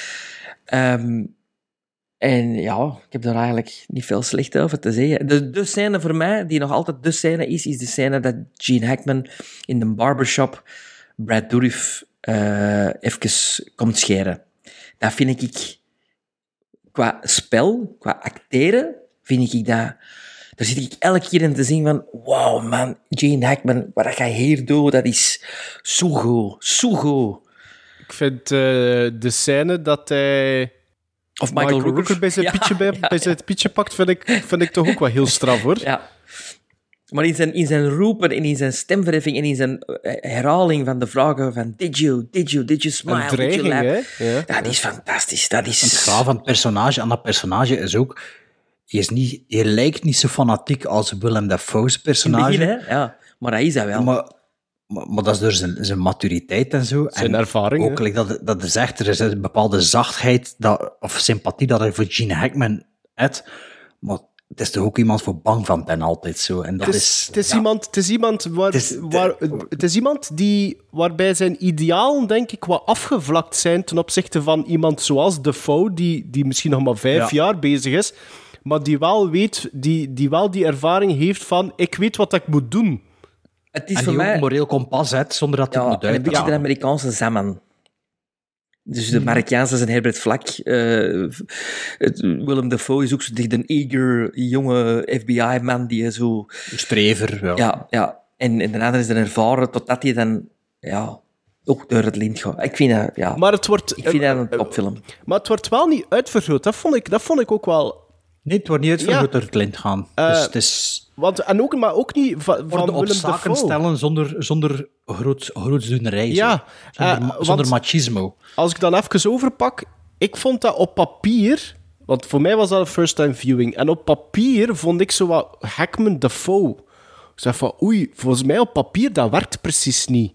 En ja, ik heb daar eigenlijk niet veel slecht over te zeggen. De scène voor mij, die nog altijd de scène is de scène dat Gene Hackman in de barbershop Brad Dourif even komt scheren. Dat vind ik... Qua spel, qua acteren, vind ik dat... Daar zit ik elke keer in te zien van... Wow, man, Gene Hackman, wat hij hier doet, dat is zo goed. Ik vind de scène dat hij... Of Michael Rooker bij zijn pietje pakt, vind ik toch ook wel heel straf, hoor. Ja. Maar in zijn roepen en in zijn stemverheffing en in zijn herhaling van de vragen van did you smile, een dreiging, did you laugh? Hè? Ja. Dat is fantastisch. Dat is... Het verhaal van het personage, en dat personage is ook... Je lijkt niet zo fanatiek als Willem Dafoe's personage. In het begin, hè? Ja. Maar hij is dat wel. Maar dat is door zijn maturiteit en zo. Zijn en ervaring. Ook like dat is echt, er is een bepaalde zachtheid of sympathie dat hij voor Gene Hackman heeft. Maar het is toch ook iemand voor bang van ben altijd zo. En dat het is iemand waarbij zijn idealen, denk ik, wat afgevlakt zijn ten opzichte van iemand zoals Dafoe, die misschien nog maar 5 jaar bezig is, maar die wel weet, die wel die ervaring heeft van ik weet wat ik moet doen. Het is en voor die mij... ook een moreel kompas heeft, zonder dat hij moet een beetje de Amerikaanse Zaman. Dus de Marokkaanse is een Herbert Vlak. Willem Dafoe is ook zo dicht een eager, jonge FBI-man die zo... Strever, ja. En de andere is een ervaren, totdat hij dan ook door het lint gaat. Ik vind dat, maar het wordt, ik vind dat een topfilm. Maar het wordt wel niet uitvergroot. Dat vond ik ook wel... Nee, het wordt niet uitvergroot door het lint gaan. Dus het is... Maar ook niet van op zaken stellen zonder grootsdoenerij. Ja. Zonder machismo. Als ik dan even overpak, ik vond dat op papier... Want voor mij was dat een first-time viewing. En op papier vond ik zo wat Hackman Dafoe. Ik zei van, oei, volgens mij op papier, dat werkt precies niet.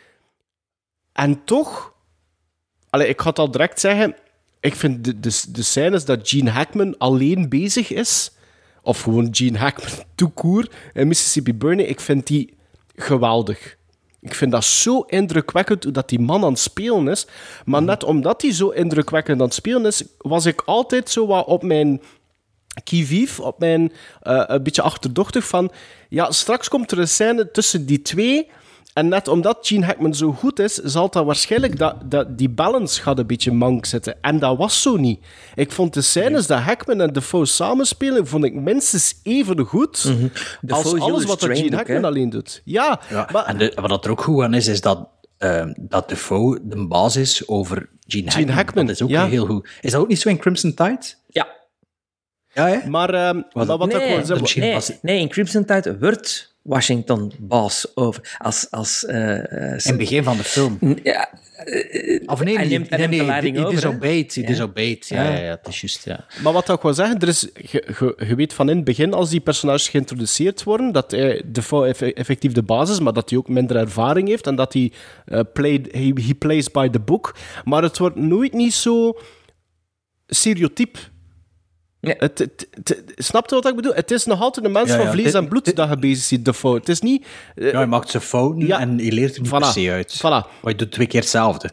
En toch... ik ga het al direct zeggen... Ik vind de scènes dat Gene Hackman alleen bezig is... Of gewoon Gene Hackman tout court in Mississippi Burning, ik vind die geweldig. Ik vind dat zo indrukwekkend hoe dat die man aan het spelen is. Maar net omdat hij zo indrukwekkend aan het spelen is, was ik altijd zo wat op mijn qui-vive, op mijn een beetje achterdochtig van... Ja, straks komt er een scène tussen die twee... En net omdat Gene Hackman zo goed is, zal dat waarschijnlijk die balance gaat een beetje mank zitten. En dat was zo niet. Ik vond de scènes dat Hackman en Dafoe samenspelen, vond ik minstens even goed als alles wat Gene Hackman alleen doet. Ja. Maar... En wat er ook goed aan is dat Dafoe de baas is over Gene Hackman. Dat is ook heel goed. Is dat ook niet zo in Crimson Tide? Ja. Ja, hè? Maar wat nee, in Crimson Tide wordt Washington baas over als in het begin van de film. Ja. Of nee, hij neemt de leiding over. Disobeyed. Ja, het is juist, ja. Maar wat ik wil zeggen, er is, je weet van in het begin, als die personages geïntroduceerd worden, dat Dafoe effectief de basis is, maar dat hij ook minder ervaring heeft en dat hij he plays by the book. Maar het wordt nooit niet zo stereotyp. Ja. Snap je wat ik bedoel? Het is nog altijd een mens van vlees en bloed dat je bezig ziet, Dafoe. Het is niet... hij maakt zijn fouten en hij leert er niet per se uit. Voilà. Maar hij doet 2 keer hetzelfde.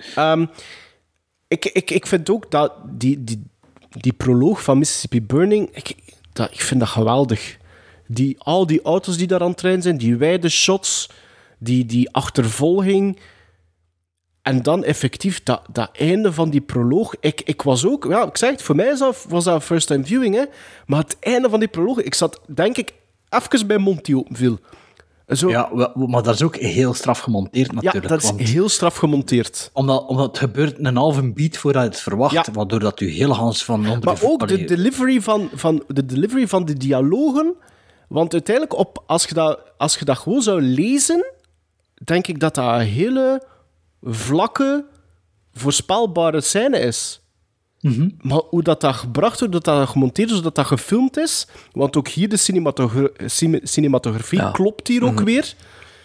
Ik vind ook dat die proloog van Mississippi Burning, ik vind dat geweldig. Al die auto's die daar aan het rijden zijn, die wijde shots, die achtervolging... En dan effectief dat einde van die proloog. Ik was ook... Ja, ik zeg het, voor mij was dat een first-time viewing, hè. Maar het einde van die proloog... Ik zat, denk ik, even bij Monty openviel. Zo... Ja, maar dat is ook heel straf gemonteerd natuurlijk. Ja, dat is heel straf gemonteerd. Omdat het gebeurt een halve beat voordat je het verwacht, waardoor dat je hele Hans van onder maar ook de delivery van de dialogen, want uiteindelijk, als je dat gewoon zou lezen, denk ik dat dat een hele vlakke, voorspelbare scène is. Mm-hmm. Maar hoe dat gebracht wordt, hoe dat gemonteerd is, hoe dat gefilmd is, want ook hier de cinematografie klopt hier ook weer.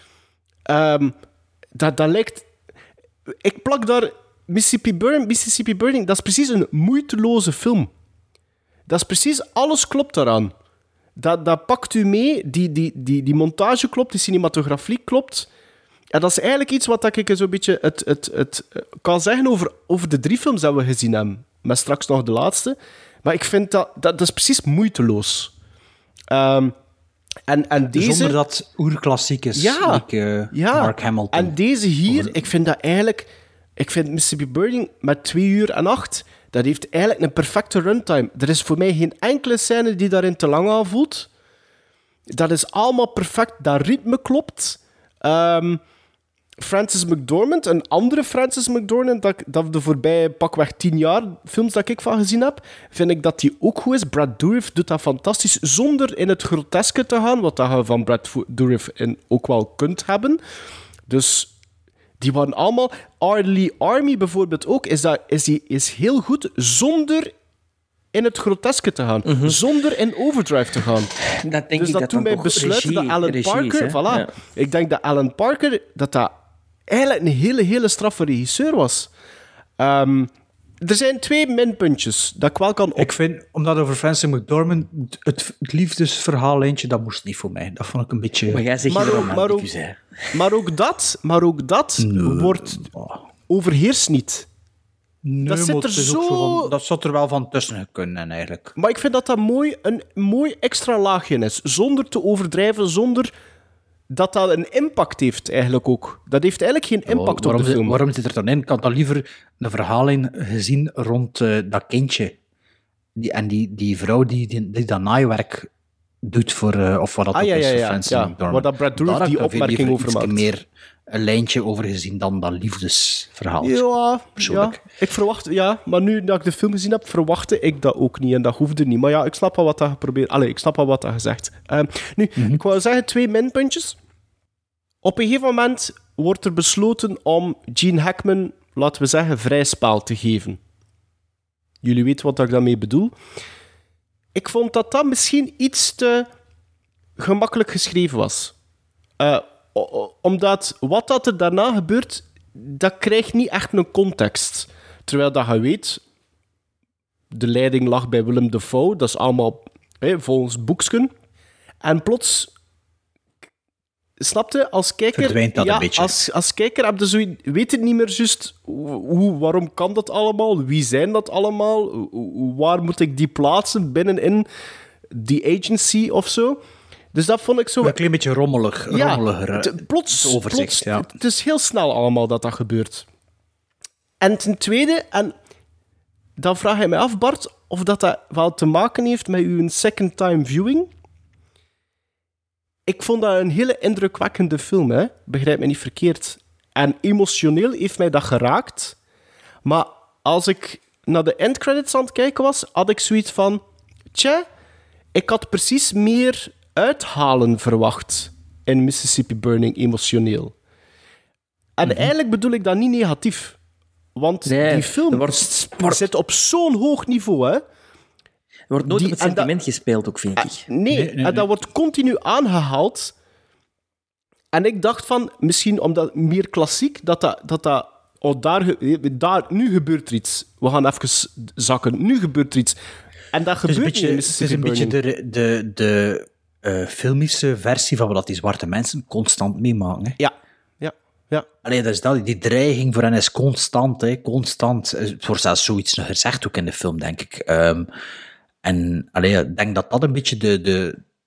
Dat lijkt... Ik plak daar Mississippi Burning, dat is precies een moeiteloze film. Dat is precies, alles klopt daaraan. Dat pakt u mee, die montage klopt, die cinematografie klopt. En dat is eigenlijk iets wat ik zo'n beetje het kan zeggen over de 3 films dat we gezien hebben. Met straks nog de laatste. Maar ik vind dat is precies moeiteloos. En deze... Zonder dat het oerklassiek is. Mark Hamilton. En deze hier, ik vind dat eigenlijk... Ik vind Mississippi Burning met 2 uur en 8... Dat heeft eigenlijk een perfecte runtime. Er is voor mij geen enkele scène die daarin te lang aanvoelt. Dat is allemaal perfect. Dat ritme klopt. Frances McDormand, een andere Frances McDormand, dat de voorbije pakweg 10 jaar films dat ik van gezien heb, vind ik dat die ook goed is. Brad Dourif doet dat fantastisch, zonder in het groteske te gaan, wat je van Brad Dourif ook wel kunt hebben. Dus die waren allemaal... Lee Army bijvoorbeeld ook, is heel goed, zonder in het groteske te gaan. Mm-hmm. Zonder in overdrive te gaan. Dat doet mij besluiten dat Alan Parker... Is, voilà. Ja. Ik denk dat Alan Parker dat eigenlijk een hele straffe regisseur was. Er zijn 2 minpuntjes dat ik wel kan Ik vind, omdat over Frances McDormand, het liefdesverhaallijntje, dat moest niet voor mij. Dat vond ik een beetje... Maar jij zegt je romanticus, hè. Maar ook dat wordt overheerst niet. Nee, dat zit er zo... Dat zat er wel van tussen kunnen, eigenlijk. Maar ik vind dat een mooi extra laagje is. Zonder te overdrijven, zonder dat een impact heeft, eigenlijk ook. Dat heeft eigenlijk geen impact op de film. Waarom zit er dan in? Ik had dan liever een verhaallijn gezien rond dat kindje. Die vrouw die dat naaiwerk doet voor... of wat dat is, Frances McDormand. Waar dat Brad Dourif die opmerking over maakt. Meer een lijntje over gezien dan dat liefdesverhaal. Ja, ik verwacht... Ja, maar nu dat ik de film gezien heb, verwachtte ik dat ook niet. En dat hoefde niet. Maar ja, ik snap wel wat dat geprobeerd... ik snap wel wat dat gezegd. Ik wou zeggen 2 minpuntjes. Op een gegeven moment wordt er besloten om Gene Hackman, laten we zeggen, vrij spel te geven. Jullie weten wat ik daarmee bedoel. Ik vond dat misschien iets te gemakkelijk geschreven was. Omdat wat dat er daarna gebeurt, dat krijgt niet echt een context. Terwijl dat je weet, de leiding lag bij Willem Dafoe, dat is allemaal volgens boeksken. En plots, snapte, als kijker... Verdwijnt dat een beetje. Als kijker heb je zoiets, weet het niet meer juist waarom kan dat allemaal? Wie zijn dat allemaal? Waar moet ik die plaatsen binnenin die agency of zo? Dus dat vond ik zo... Een klein beetje rommeliger. Plots, overzicht, het is heel snel allemaal dat gebeurt. En ten tweede, en dan vraag je mij af, Bart, of dat wel te maken heeft met uw second time viewing. Ik vond dat een hele indrukwekkende film, hè? Begrijp me niet verkeerd. En emotioneel heeft mij dat geraakt. Maar als ik naar de endcredits aan het kijken was, had ik zoiets van... ik had precies meer uithalen verwacht in Mississippi Burning emotioneel. En eigenlijk bedoel ik dat niet negatief. Want die film zit op zo'n hoog niveau, hè. Er wordt nooit op het sentiment gespeeld, ook, vind ik. Nee, en dat wordt continu aangehaald. En ik dacht van, misschien omdat meer klassiek, nu gebeurt er iets. We gaan even zakken. Nu gebeurt er iets. En dat gebeurt niet. Het is een beetje de filmische versie van wat die zwarte mensen constant meemaken. Hè? Ja. Allee, dat is dat. Die dreiging voor hen is constant. Hè? Constant. Het wordt zelfs zoiets nog gezegd ook in de film, denk ik. En ik denk dat dat een beetje de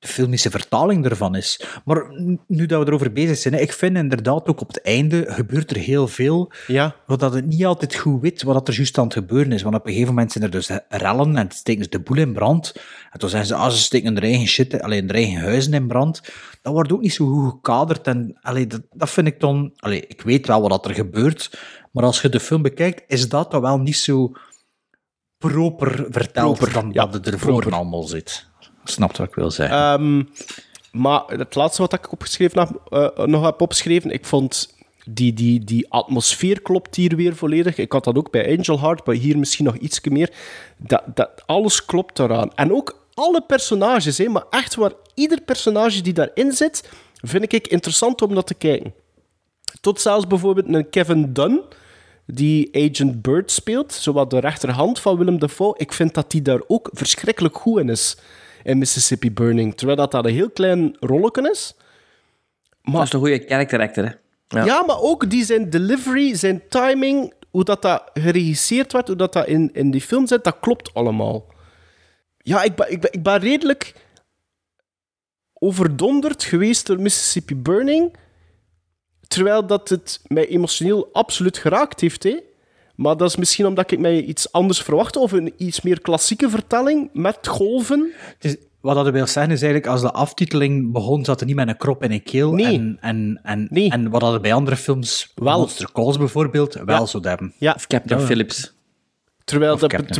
filmische vertaling ervan is. Maar nu dat we erover bezig zijn, ik vind inderdaad ook op het einde gebeurt er heel veel, zodat het niet altijd goed weet wat er juist aan het gebeuren is. Want op een gegeven moment zijn er dus rellen en steken ze de boel in brand. En toen zeggen ze, ze steken hun eigen shit, hun eigen huizen in brand. Dat wordt ook niet zo goed gekaderd. En dat vind ik dan... ik weet wel wat er gebeurt, maar als je de film bekijkt, is dat dan wel niet zo proper verteld dan dat het ervoor allemaal zit. Snapt wat ik wil zeggen. Maar het laatste wat ik nog heb opgeschreven, ik vond die atmosfeer klopt hier weer volledig. Ik had dat ook bij Angel Heart, maar hier misschien nog iets meer. Dat alles klopt daaraan. En ook alle personages, maar echt waar ieder personage die daarin zit, vind ik interessant om dat te kijken. Tot zelfs bijvoorbeeld een Kevin Dunn, die Agent Bird speelt, zowat de rechterhand van Willem Dafoe. Ik vind dat die daar ook verschrikkelijk goed in is. In Mississippi Burning. Terwijl dat een heel klein rolletje is. Maar, dat is een goede character actor, hè? Ja, maar ook die zijn delivery, zijn timing, hoe dat geregisseerd werd, hoe dat in die film zit, dat klopt allemaal. Ja, ik ben redelijk overdonderd geweest door Mississippi Burning, terwijl dat het mij emotioneel absoluut geraakt heeft, hè. Maar dat is misschien omdat ik mij iets anders verwachtte, of een iets meer klassieke vertelling met golven. Wat dat wil zeggen is eigenlijk, als de aftiteling begon, zat er niet met een krop in een keel. Nee. En wat dat bij andere films, Monster Calls bijvoorbeeld, wel zo hebben. Ja. Of Captain Phillips. Terwijl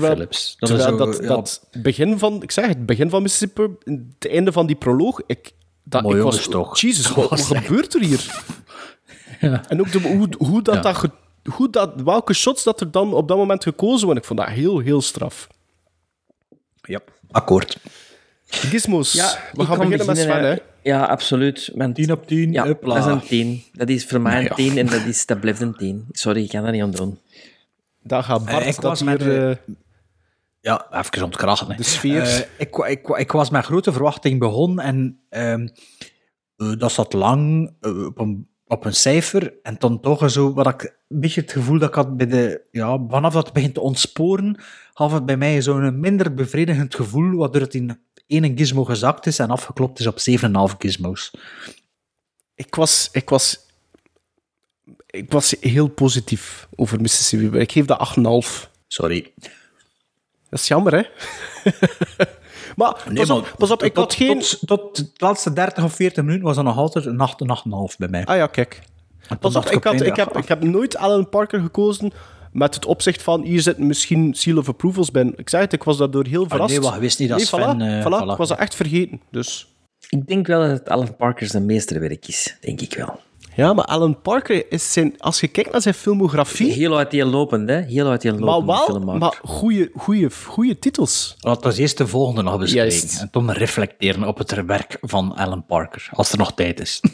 dat begin van... Ik zeg het begin van Mississippi, het einde van die proloog, ik was toch... Jezus, wat gebeurt er hier? Ja. En ook welke shots dat er dan op dat moment gekozen worden. Ik vond dat heel, heel straf. Ja, akkoord. Gizmos. Ja, we gaan beginnen met Sven, hè? Ja, absoluut. 10 op 10, ja, uppla. Dat is een 10. Dat is voor mij een 10 en dat blijft een 10. Sorry, ik kan dat niet aan doen. Daar gaat Bart ik was hier... Ja, even ontkrachten. De sfeer. Ik was met grote verwachting begonnen en dat zat lang op een cijfer en dan toch zo, wat ik een beetje het gevoel dat ik had vanaf dat het begint te ontsporen, had het bij mij zo'n minder bevredigend gevoel, waardoor het in één gizmo gezakt is en afgeklopt is op 7,5 gizmos. Ik was heel positief over Mississippi. Ik geef dat 8,5. Sorry. Dat is jammer, hè? Maar pas op, ik had geen... Tot de laatste 30 of 40 minuten was dat nog altijd een 8,5 bij mij. Ah ja, kijk. Pas op, ik heb nooit Alan Parker gekozen met het opzicht van, hier zitten misschien seal of approvals bij. Ik zei het, ik was daardoor heel verrast. Nee, wist niet dat Sven... Voilà, ik was dat echt vergeten, dus... Ik denk wel dat het Alan Parker zijn meesterwerk is, denk ik wel. Ja, maar Alan Parker is als je kijkt naar zijn filmografie... Heel uiteenlopend, hè? Heel uiteenlopend. Maar goede titels. Laten we eerst de volgende nog bespreken. En dan reflecteren op het werk van Alan Parker, als er nog tijd is.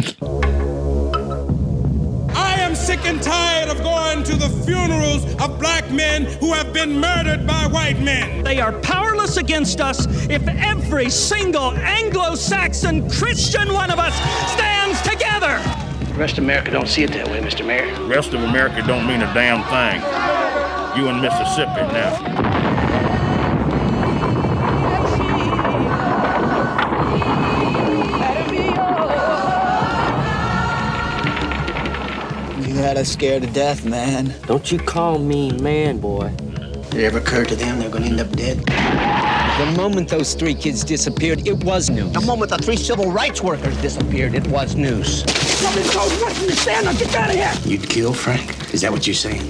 I am sick and tired of going to the funerals of black men who have been murdered by white men. They are powerless against us if every single Anglo-Saxon Christian one of us stands together. The rest of America don't see it that way, Mr. Mayor. The rest of America don't mean a damn thing. You in Mississippi now. You had us scared to death, man. Don't you call me man, boy. Did it ever occur to them they're gonna end up dead? The moment those 3 kids disappeared, it was news. The moment the 3 civil rights workers disappeared, it was news. Something's going on. You stand up. Get out of here. You'd kill Frank? Is that what you're saying?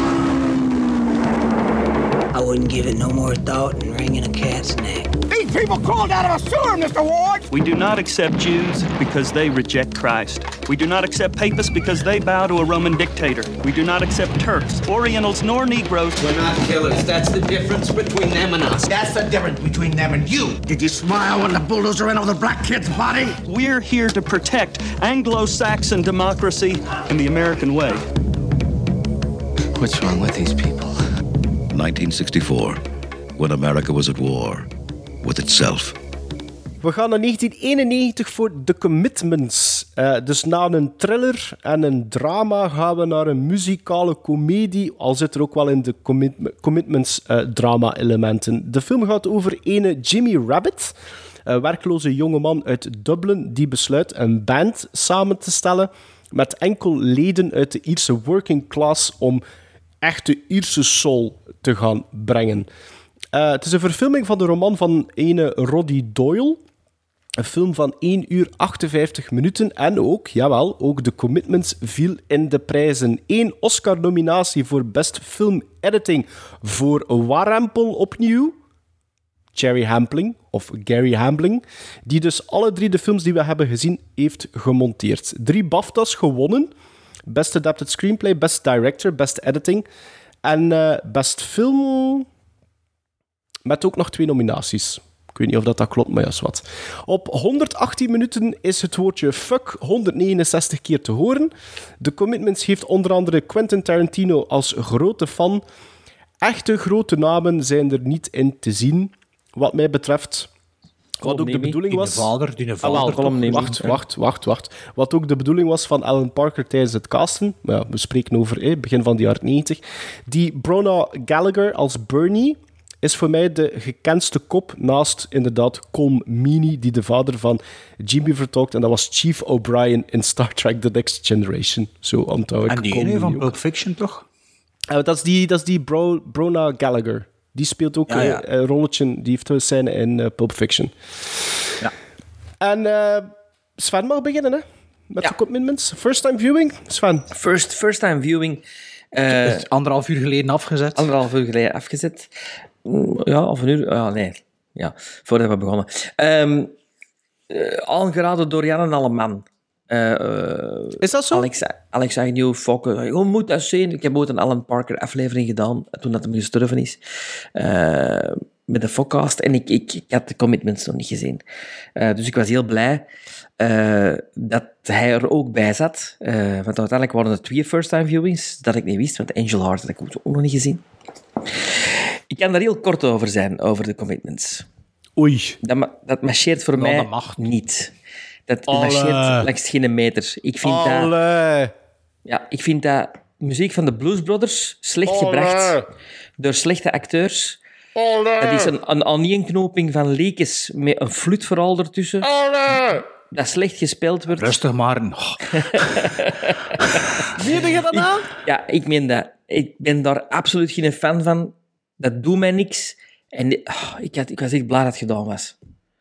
I wouldn't give it no more thought than wringing a cat's neck. These people crawled out of a sewer, Mr. Ward. We do not accept Jews because they reject Christ. We do not accept Papists because they bow to a Roman dictator. We do not accept Turks, Orientals, nor Negroes. We're not killers. That's the difference between them and us. That's the difference between them and you. Did you smile when the bulldozer ran over the black kid's body? We're here to protect Anglo-Saxon democracy and the American way. What's wrong with these people? 1964, when America was at war with itself. We gaan naar 1991 voor The Commitments. Dus na een thriller en een drama gaan we naar een muzikale komedie, al zit er ook wel in de Commitments drama-elementen. De film gaat over ene Jimmy Rabbit. Een werkloze jongeman uit Dublin die besluit een band samen te stellen met enkel leden uit de Ierse working class om echte Ierse soul te gaan brengen. Het is een verfilming van de roman van ene Roddy Doyle. Een film van 1 uur 58 minuten. En ook, jawel, ook The Commitments viel in de prijzen. 1 Oscar-nominatie voor Best Film Editing voor Warempel opnieuw. Cherry Hampling, of Gary Hambling, die dus alle 3 de films die we hebben gezien heeft gemonteerd. 3 BAFTA's gewonnen. Best Adapted Screenplay, Best Director, Best Editing en Best Film met ook nog 2 nominaties. Ik weet niet of dat klopt, maar ja, is wat. Op 118 minuten is het woordje fuck 169 keer te horen. The Commitments heeft onder andere Quentin Tarantino als grote fan. Echte grote namen zijn er niet in te zien, wat mij betreft. Wat ook de bedoeling was... Wacht. Wat ook de bedoeling was van Alan Parker tijdens het casten, maar ja, we spreken over begin van de jaren 90. Die Brona Gallagher als Bernie is voor mij de gekendste kop naast inderdaad Colm Meaney, die de vader van Jimmy vertolkt. En dat was Chief O'Brien in Star Trek The Next Generation. Zo onthoud ik. En die ene van Pulp Fiction, toch? Dat is die Brona Gallagher. Die speelt ook een rolletje, die heeft een scène in Pulp Fiction. Ja. En Sven mag beginnen, hè? Met de commitments. First time viewing, Sven? First time viewing. 1,5 uur geleden afgezet. 1,5 uur geleden afgezet. Ja, of een uur. Nee. Ja, voordat we begonnen. Aangeraden door Jan en Alleman. Is dat zo? Alex Agnew, Fokke. Je moet dat zien. Ik heb ooit een Alan Parker aflevering gedaan, toen dat hem gestorven is. Met de Foccast. En ik had de Commitments nog niet gezien. Dus ik was heel blij dat hij er ook bij zat. Want uiteindelijk waren er 2 first-time viewings, dat ik niet wist, want Angel Heart had ik ook nog niet gezien. Ik kan daar heel kort over zijn, over de Commitments. Oei. Dat marcheert voor mij niet. Dat marcheert langs geen meter. Ik vind dat muziek van de Blues Brothers slecht gebracht door slechte acteurs. Dat is een aaneenknoping van leekjes met een fluit vooral ertussen. Dat slecht gespeeld wordt. Rustig maar. Meen je dat nou? Ja, ik meen dat. Ik ben daar absoluut geen fan van. Dat doet mij niks. En ik was echt blij dat het gedaan was.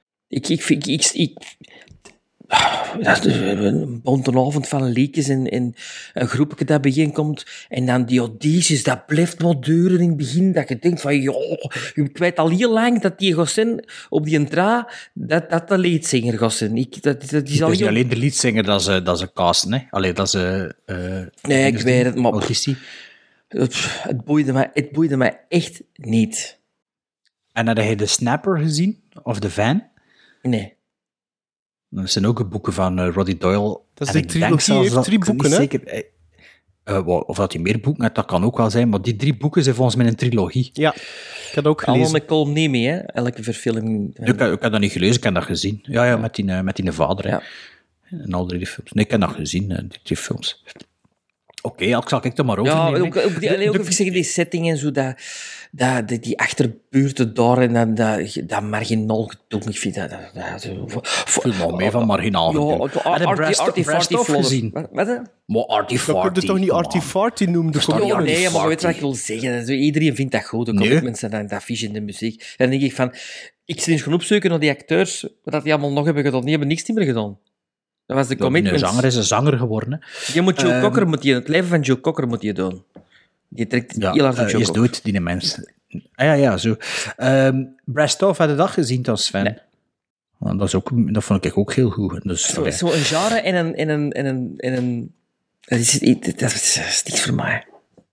Dat is een bonte avond van leekjes en een groepje dat bijeenkomt. En dan die audities, dat blijft wel duren in het begin. Dat je denkt van, ik weet al heel lang dat die Gossin op die entra, dat de leadzanger Gossin. Dat is al niet alleen de leadzanger dat ze casten, hè? Allee, dat ze... nee, ik weet het, maar... Het boeide mij echt niet. En had je de Snapper gezien? Of de Van? Nee. Dat zijn ook boeken van Roddy Doyle. Dat is die trilogie, heeft 3 boeken, hè? Zeker, of dat hij meer boeken heeft, dat kan ook wel zijn. Maar die 3 boeken zijn volgens mij een trilogie. Ja, ik heb dat ook gelezen. Allemaal met Colm Meaney, hè? Elke verfilming. Ik heb dat niet gelezen, ik heb dat gezien. Ja, met die vader. Ja. En al 3 films. Nee, ik heb dat gezien, die 3 films. Oké, ik zal ik er maar over. Ja, ook even die setting en zo, die achterbuurten daar en dat marginaal gedoe. Ik vind dat... Viel me mee van marginaal gedoe. Arty-Farty gezien. Wat? Maar Arty-Farty... Dat kun je toch niet Arty-Farty noemen? Nee, maar weet wat ik wil zeggen. Iedereen vindt dat goed, de commitments en dat vies in de muziek. Dan denk ik van... Ik zit eens gaan opzoeken naar die acteurs, wat die allemaal nog hebben gedaan. Die hebben niks meer gedaan. Dat was de commitment. Een zanger is een zanger geworden. Je moet Joe Cocker, het leven van Joe Cocker moet je doen. Die trekt heel hard op Joe Cocker. Je is dood, die mens. Ja, zo. Brestoff had de dag gezien, dat Sven. Nee. Dat vond ik ook heel goed. Dus, zo een genre en een... Dat is niks voor mij.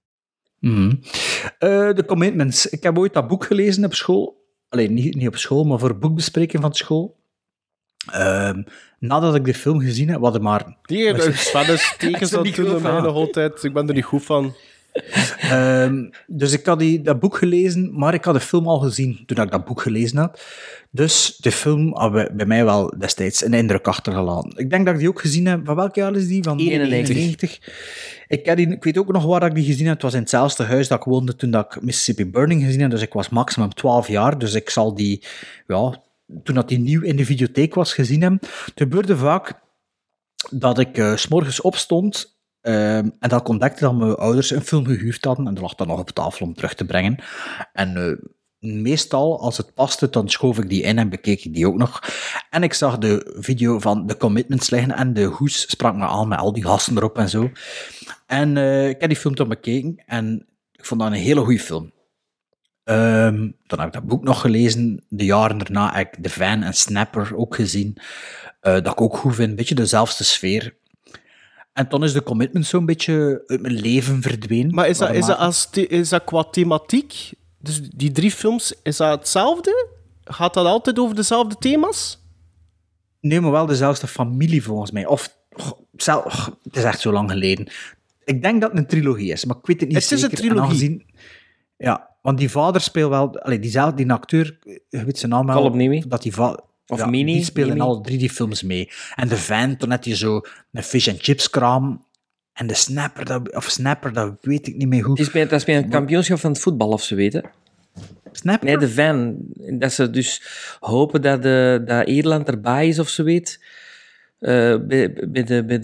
De Commitments. Ik heb ooit dat boek gelezen op school. Alleen niet op school, maar voor boekbespreking van school. Nadat ik de film gezien heb, wat er maar... Sven is tegen dat doen mij nog altijd. Ik ben er niet goed van. Dus ik had dat boek gelezen, maar ik had de film al gezien toen ik dat boek gelezen had. Dus de film had bij mij wel destijds een indruk achtergelaten. Ik denk dat ik die ook gezien heb. Van welk jaar is die? Van 91. Ik weet ook nog waar ik die gezien heb. Het was in hetzelfde huis dat ik woonde toen dat ik Mississippi Burning gezien heb. Dus ik was maximum 12 jaar. Dus ik zal die toen dat die nieuw in de videotheek was gezien heb, het gebeurde vaak dat ik 's morgens opstond en dat ik ontdekte dat mijn ouders een film gehuurd hadden en er lag dan nog op tafel om terug te brengen. En meestal, als het paste, dan schoof ik die in en bekeek ik die ook nog. En ik zag de video van The Commitments liggen en de hoes sprak me aan met al die gasten erop en zo. En ik heb die film toen bekeken en ik vond dat een hele goede film. Dan heb ik dat boek nog gelezen. De jaren daarna heb ik The Van en Snapper ook gezien. Dat ik ook goed vind, een beetje dezelfde sfeer. En toen is The Commitment zo'n beetje uit mijn leven verdwenen. Maar is dat qua thematiek? Dus die 3 films, is dat hetzelfde? Gaat dat altijd over dezelfde thema's? Nee, maar wel dezelfde familie volgens mij. Of, het is echt zo lang geleden. Ik denk dat het een trilogie is, maar ik weet het niet zeker. Het is een trilogie. Ja, want die vader speelt wel... die acteur, je weet zijn naam wel. Colm Meaney? Die speelt in alle 3 die films mee. En de Van, toen had je zo een fish and chips kraam. En de Snapper, dat weet ik niet meer goed. Dat is bij een kampioenschap van het voetbal of zo, weten. Snapper? Nee, de Van. Dat ze dus hopen dat Ierland erbij is of zo, weet. Bij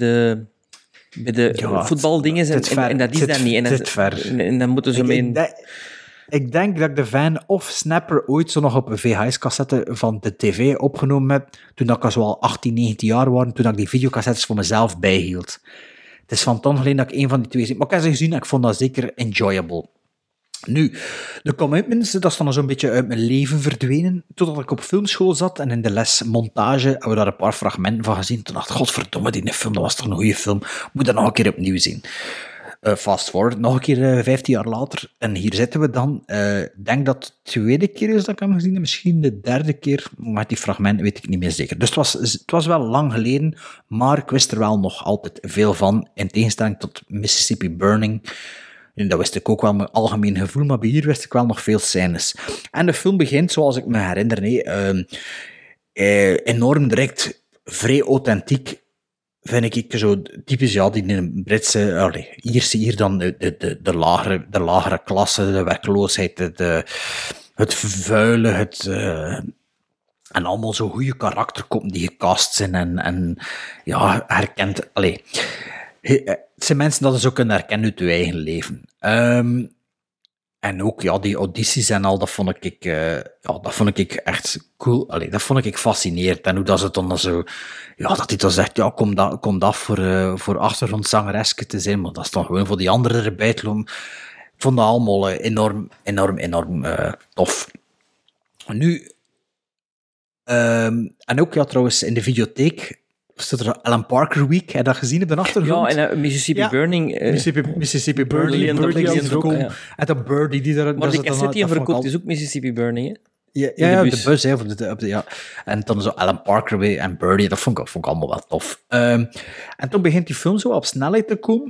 de voetbaldingen. En dat is dat niet. En dan moeten ze mee... Ik denk dat ik de Van of Snapper ooit zo nog op een VHS-cassette van de tv opgenomen heb, toen ik zo al 18, 19 jaar was, toen ik die videocassettes voor mezelf bijhield. Het is van toen geleden dat ik een van die 2 zie. Maar ik heb ze gezien en ik vond dat zeker enjoyable. Nu, The Commitments, dat is dan zo'n beetje uit mijn leven verdwenen. Totdat ik op filmschool zat en in de les montage hebben we daar een paar fragmenten van gezien. Toen dacht ik, godverdomme, die film, dat was toch een goede film. Moet dat nog een keer opnieuw zien. Fast forward, nog een keer 15 jaar later. En hier zitten we dan. Ik denk dat het de 2e keer is dat ik hem gezien heb. Misschien de 3e keer. Maar die fragmenten weet ik niet meer zeker. Dus het was wel lang geleden. Maar ik wist er wel nog altijd veel van. In tegenstelling tot Mississippi Burning. En dat wist ik ook wel mijn algemeen gevoel. Maar bij hier wist ik wel nog veel scènes. En de film begint, zoals ik me herinner, enorm direct, vrij authentiek. Vind ik zo typisch, ja, die in een Britse, hier dan de lagere klasse, de werkloosheid, het vuile, en allemaal zo goede karakterkoppen die gecast zijn en ja, herkend. Het zijn mensen dat ze zo kunnen herkennen uit hun eigen leven. En ook, ja, die audities en al, dat vond ik echt cool. Dat vond ik fascinerend. En hoe dat ze dan zo... Ja, dat hij dan zegt, ja, kom dat voor achtergrondzangereske te zijn, maar dat is dan gewoon voor die anderen erbij te lopen. Ik vond dat allemaal enorm tof. Nu... en ook, ja, trouwens, in de videotheek... Staat er Alan Parker Week, heb je dat gezien op de achtergrond? Ja, en Mississippi Burning. Mississippi Burning. En dat Birdie die daar... Maar die cassette die verkoopt is ook Mississippi Burning, hè? Ja, de bus, hè. Ja. En dan zo Alan Parker Week en Birdie, dat vond ik allemaal wel tof. En toen begint die film zo op snelheid te komen.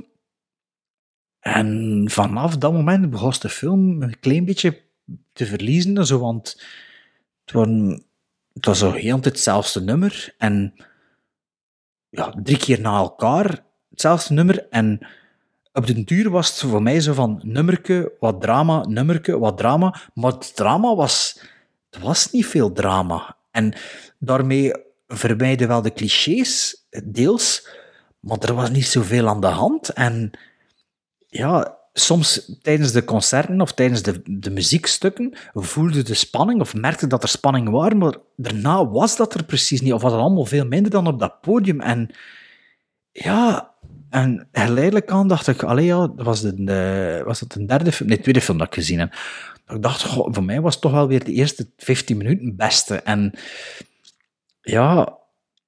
En vanaf dat moment begon de film een klein beetje te verliezen, zo, want het was zo heel hetzelfde nummer. En... ja, 3 keer na elkaar hetzelfde nummer. En op den duur was het voor mij zo van nummerke, wat drama. Maar het drama er was niet veel drama. En daarmee vermijden wel de clichés, deels, maar er was niet zoveel aan de hand. En ja, soms tijdens de concerten of tijdens de muziekstukken voelde de spanning of merkte dat er spanning was, maar daarna was dat er precies niet, of was het allemaal veel minder dan op dat podium. En ja, en geleidelijk aan dacht ik, was dat een tweede film dat ik gezien heb. Ik dacht, voor mij was het toch wel weer de eerste 15 minuten het beste. En ja,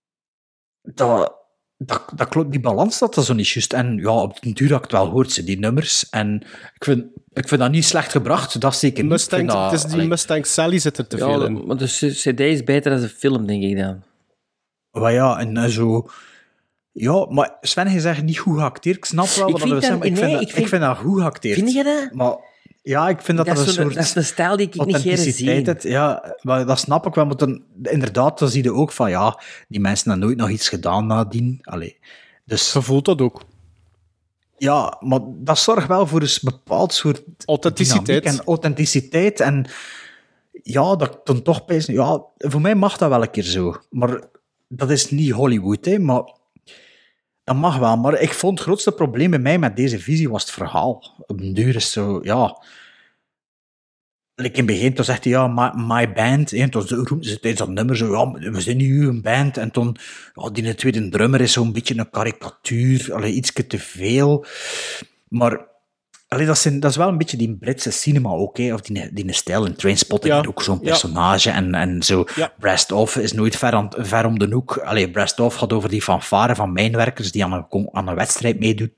dat klopt, die balans dat zo niet juist. En ja, op den duur had ik het wel hoort, die nummers. En ik vind dat niet slecht gebracht, dat zeker niet. Het is die Mustang Sally zit er te veel in. Maar de cd is beter dan de film, denk ik dan. Maar ja, en zo... Ja, maar Sven, je zegt niet goed geacteerd. Ik snap wel wat we zeggen, maar ik vind dat goed geacteerd. Vind je dat? Maar ja, ik vind dat een soort... Dat is een stijl die ik niet zie. Ja, maar dat snap ik wel. Maar inderdaad, dan zie je ook van, ja, die mensen hebben nooit nog iets gedaan nadien. Dus... Je voelt dat ook. Ja, maar dat zorgt wel voor een bepaald soort authenticiteit. En authenticiteit. En ja, dat ik dan toch bij... Ja, voor mij mag dat wel een keer zo. Maar dat is niet Hollywood, hè. Maar dat mag wel. Maar ik vond het grootste probleem bij mij met deze visie was het verhaal. Op een duur is zo, ja... In het begin toen zegt hij, ja, my band. En toen roepen ze tijdens dat nummer zo, ja, we zijn nu een band. En toen, ja, die tweede drummer is zo'n beetje een karikatuur. Ietske te veel. Maar... dat is wel een beetje die Britse cinema ook, hè? Of die stijl in Trainspotting, ja. Ook zo'n personage en zo. Ja. Brastoff is nooit ver om de hoek. Brastoff gaat over die fanfare van mijnwerkers die aan een wedstrijd meedoet.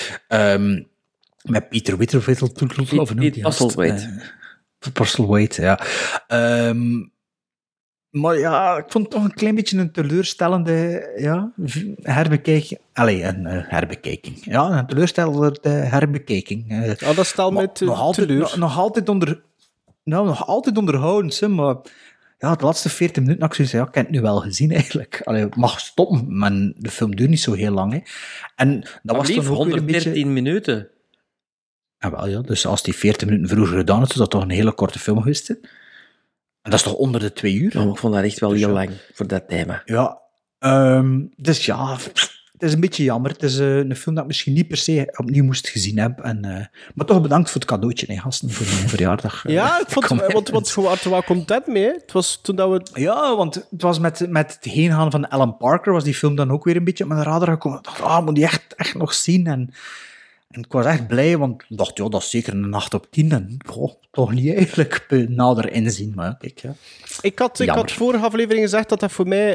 Met Peter Whittlefittle, of hoe noemt hij? Postlethwaite, ja. Maar ja, ik vond het toch een klein beetje een teleurstellende herbekijking. Een herbekijking. Ja, een teleurstellende herbekijking. Dat stelt mij teleur. Nog altijd onderhoudend, hè, maar ja, de laatste 40 minuten had ik zoiets, ik heb het nu wel gezien eigenlijk. Ik mag stoppen, maar de film duurt niet zo heel lang. Hè. En dat was dan ook 113 beetje... minuten. Ja, dus als die 40 minuten vroeger gedaan had, is dat toch een hele korte film geweest. Hè? En dat is toch onder de 2 uur? Ja, ik vond dat echt wel heel lang voor dat thema. Ja, dus ja, het is een beetje jammer. Het is een film dat ik misschien niet per se opnieuw moest gezien hebben. Maar toch bedankt voor het cadeautje, hè, gasten, voor mijn verjaardag. Ja, ik vond want we waren er wel content mee. Het was toen dat we... Ja, want het was met het heengaan van Alan Parker, was die film dan ook weer een beetje op mijn radar gekomen. Ik dacht, moet die echt nog zien. En ik was echt blij, want ik dacht, dat is zeker een 8 op 10. En toch niet eigenlijk nader inzien, maar kijk, ja. Ik had vorige aflevering gezegd dat dat voor mij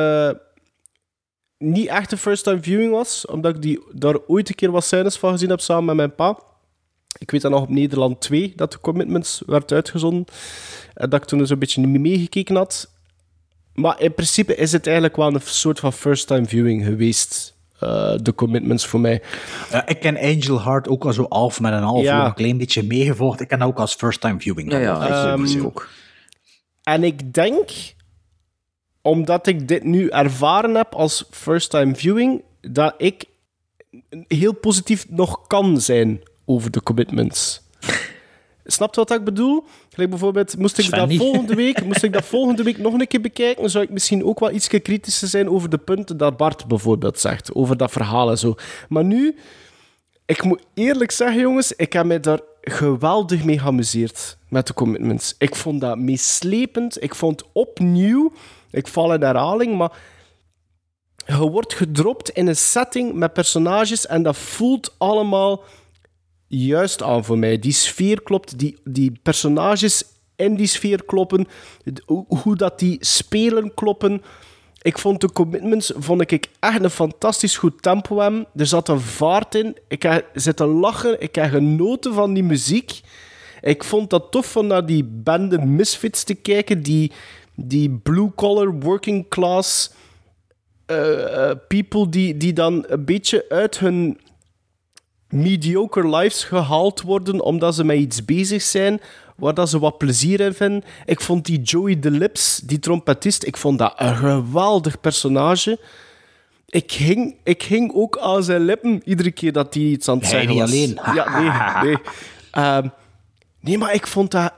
niet echt een first-time viewing was, omdat ik daar ooit een keer wat scènes van gezien heb samen met mijn pa. Ik weet dat nog op Nederland 2, dat de Commitments werd uitgezonden. En dat ik toen dus een beetje niet meegekeken had. Maar in principe is het eigenlijk wel een soort van first-time viewing geweest. De Commitments voor mij. Ik ken Angel Heart ook al zo half met een half een klein beetje meegevolgd. Ik ken dat ook als first-time viewing. Ja, ook. En ik denk, omdat ik dit nu ervaren heb als first-time viewing, dat ik heel positief nog kan zijn over de Commitments. Snap je wat ik bedoel? Gelijk bijvoorbeeld, moest ik dat volgende week nog een keer bekijken, zou ik misschien ook wel iets kritischer zijn over de punten dat Bart bijvoorbeeld zegt, over dat verhaal en zo. Maar nu, ik moet eerlijk zeggen, jongens, ik heb mij daar geweldig mee geamuseerd met de Commitments. Ik vond dat meeslepend, ik vond opnieuw, ik val in herhaling, maar je wordt gedropt in een setting met personages en dat voelt allemaal juist aan voor mij. Die sfeer klopt, die personages in die sfeer kloppen, hoe dat die spelen kloppen. Ik vond de Commitments echt een fantastisch goed tempo hebben. Er zat een vaart in. Ik heb zitten lachen. Ik heb genoten van die muziek. Ik vond dat tof om naar die bende Misfits te kijken, die blue-collar, working-class people die dan een beetje uit hun mediocre lives gehaald worden omdat ze met iets bezig zijn waar dat ze wat plezier in vinden. Ik vond die Joey de Lips, die trompetist, ik vond dat een geweldig personage. Ik hing ook aan zijn lippen iedere keer dat hij iets aan het zeggen was. Niet alleen. Ja, nee. Nee, maar ik vond dat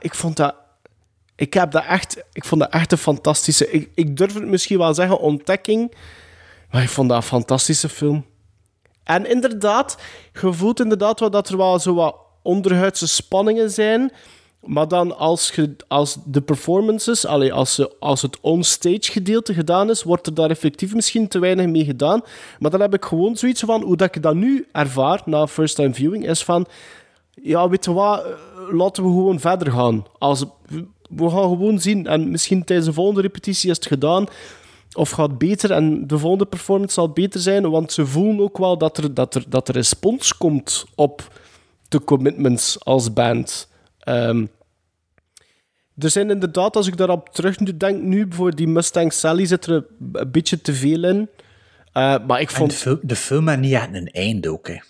echt een fantastische... Ik durf het misschien wel zeggen, ontdekking, maar ik vond dat een fantastische film. En inderdaad, je voelt inderdaad wel dat er wel zo wat onderhuidse spanningen zijn, maar dan als de performances, als het onstage gedeelte gedaan is, wordt er daar effectief misschien te weinig mee gedaan. Maar dan heb ik gewoon zoiets van, hoe dat ik dat nu ervaar, na first time viewing, is van, ja, weet je wat, laten we gewoon verder gaan. We gaan gewoon zien, en misschien tijdens de volgende repetitie is het gedaan, of gaat beter en de volgende performance zal beter zijn, want ze voelen ook wel dat er respons komt op de Commitments als band. Er zijn inderdaad, als ik daarop terugdenk nu, voor die Mustang Sally zit er een beetje te veel in. Maar ik vond... De film had niet echt een einde ook, hè.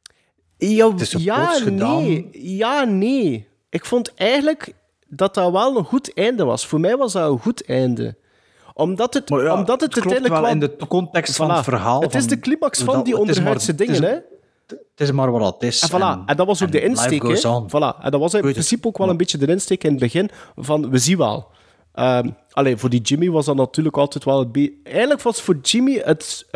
Nee. Ik vond eigenlijk dat wel een goed einde was. Voor mij was dat een goed einde. Omdat het uiteindelijk wel in de context van het verhaal. Het is de climax van die onderhuidse dingen, hè? is maar wat het is. En voilà, en dat was ook de insteek. Life goes hè. on. Voilà. En dat was in principe ook wel een beetje de insteek in het begin van, we zien wel. Voor die Jimmy was dat natuurlijk altijd wel eigenlijk was voor Jimmy het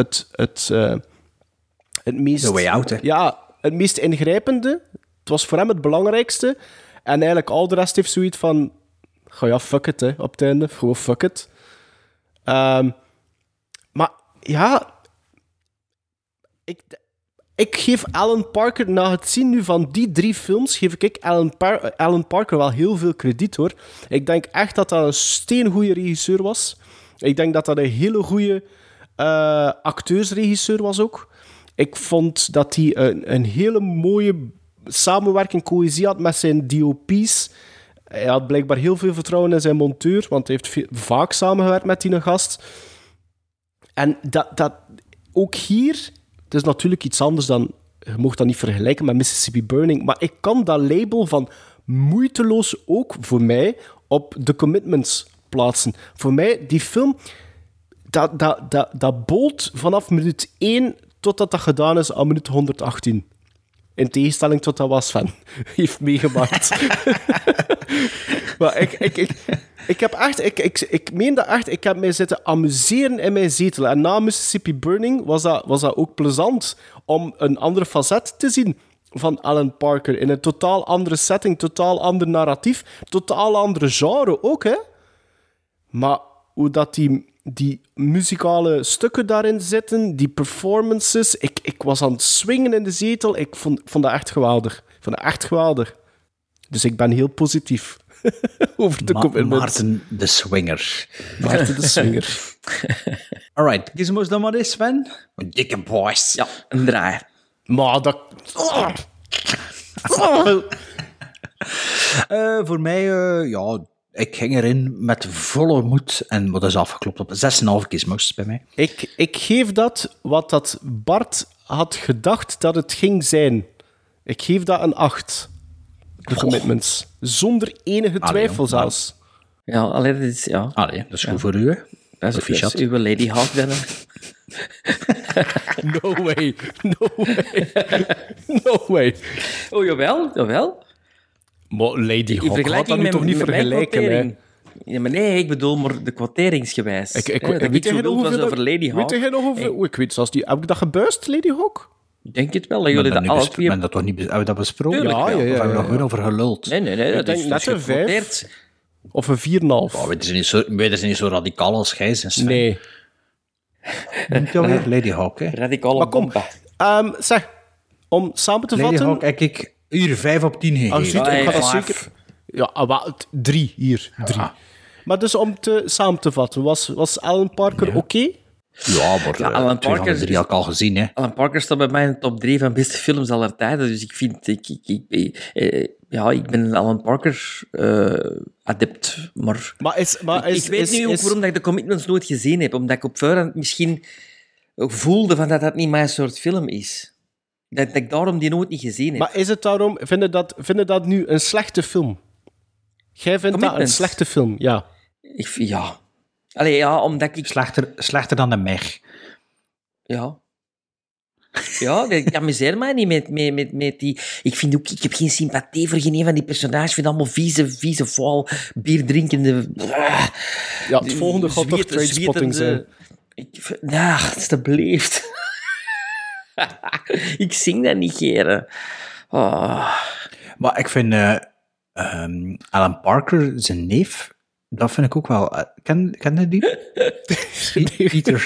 meest... The way out, hè. Ja, het meest ingrijpende. Het was voor hem het belangrijkste. En eigenlijk al de rest heeft zoiets van... ja, fuck it, hè, op het einde. Gewoon fuck it. Maar ja... Ik geef Alan Parker, na het zien nu van die 3 films, geef ik Alan Parker wel heel veel krediet, hoor. Ik denk echt dat dat een steengoeie regisseur was. Ik denk dat dat een hele goede acteursregisseur was ook. Ik vond dat hij een hele mooie samenwerking, cohesie had met zijn DOP's. Hij had blijkbaar heel veel vertrouwen in zijn monteur, want hij heeft vaak samengewerkt met die gast. En dat ook hier... Het is natuurlijk iets anders dan... Je mocht dat niet vergelijken met Mississippi Burning, maar ik kan dat label van moeiteloos ook voor mij op The Commitments plaatsen. Voor mij, die film, dat bolt vanaf minuut 1 totdat dat gedaan is aan minuut 118. In tegenstelling tot dat was Sven heeft meegemaakt. Maar ik heb echt... Ik meen dat echt. Ik heb mij zitten amuseren in mijn zetel. En na Mississippi Burning was dat ook plezant om een andere facet te zien van Alan Parker. In een totaal andere setting, totaal ander narratief, totaal andere genre ook, hè. Maar hoe dat die muzikale stukken daarin zitten, die performances... Ik was aan het swingen in de zetel. Ik vond dat echt geweldig. Dus ik ben heel positief over de commitment. Maarten de Swinger. Alright, kies hem eens dan maar eens, Sven. Een dikke boys. Ja, een draai. Maar dat... Voor mij, ja... Ik ging erin met volle moed en wat is afgeklopt op 6,5 gizmos bij mij. Ik geef dat wat dat Bart had gedacht dat het ging zijn. Ik geef dat een 8. De Commitments. Zonder enige twijfel zelfs. Ja, alleen dat is... Ja. Allee, dat is goed voor u, hè? Dat is uw Lady Hawk dan. No way. Oh, jawel. Maar Lady Hawk gaat dat nu toch niet vergelijken, hè? Ja, maar nee, ik bedoel maar de kwoteringsgewijs. Weet je nog hoeveel... Ik weet zelfs niet... Heb ik dat gebuist, Lady Hawk? Ik denk het wel. Jullie dat alle twee... dat toch niet... Hebben we dat besproken? Ja. Of hebben we nog weer over geluld? Nee. Ik denk net een 5 of een 4,5. Oh, wij zijn niet zo radicaal als gij, Sven. Nee. Noemt je alweer Lady Hawk, hè? Radicale bomba. Zeg, om samen te vatten... Lady Hawk, ik hier 5 op 10 gegeven. Ik ga dat zeker... Ja, 3 hier. 3. Maar dus om samen te vatten, was Alan Parker oké? Ja, maar Alan Parker 3 had ik al gezien, hè. Alan Parker staat bij mij in de top 3 van beste films aller tijden, dus ik vind... ik ben een Alan Parker adept, maar ik weet nu ook waarom dat ik de Commitments nooit gezien heb, omdat ik op voorhand misschien ook voelde van dat dat niet mijn soort film is. Dat ik daarom die nooit niet gezien heb. Maar is het daarom... Vinden dat nu een slechte film? Jij vindt dat een slechte film, ja. Ja. Allee, ja, omdat ik... Slechter dan de Meg. Ja. Ja, ik amuseer mij niet met die... Ik vind ook... Ik heb geen sympathie voor geen een van die personages. Ik vind allemaal vieze, vuil, bierdrinkende... Ja, het volgende gaat toch Trainspotting zijn. Ja, alsjeblieft. Ik zing dat niet, heren. Oh. Maar ik vind Alan Parker, zijn neef, dat vind ik ook wel... Ken je die? Peter.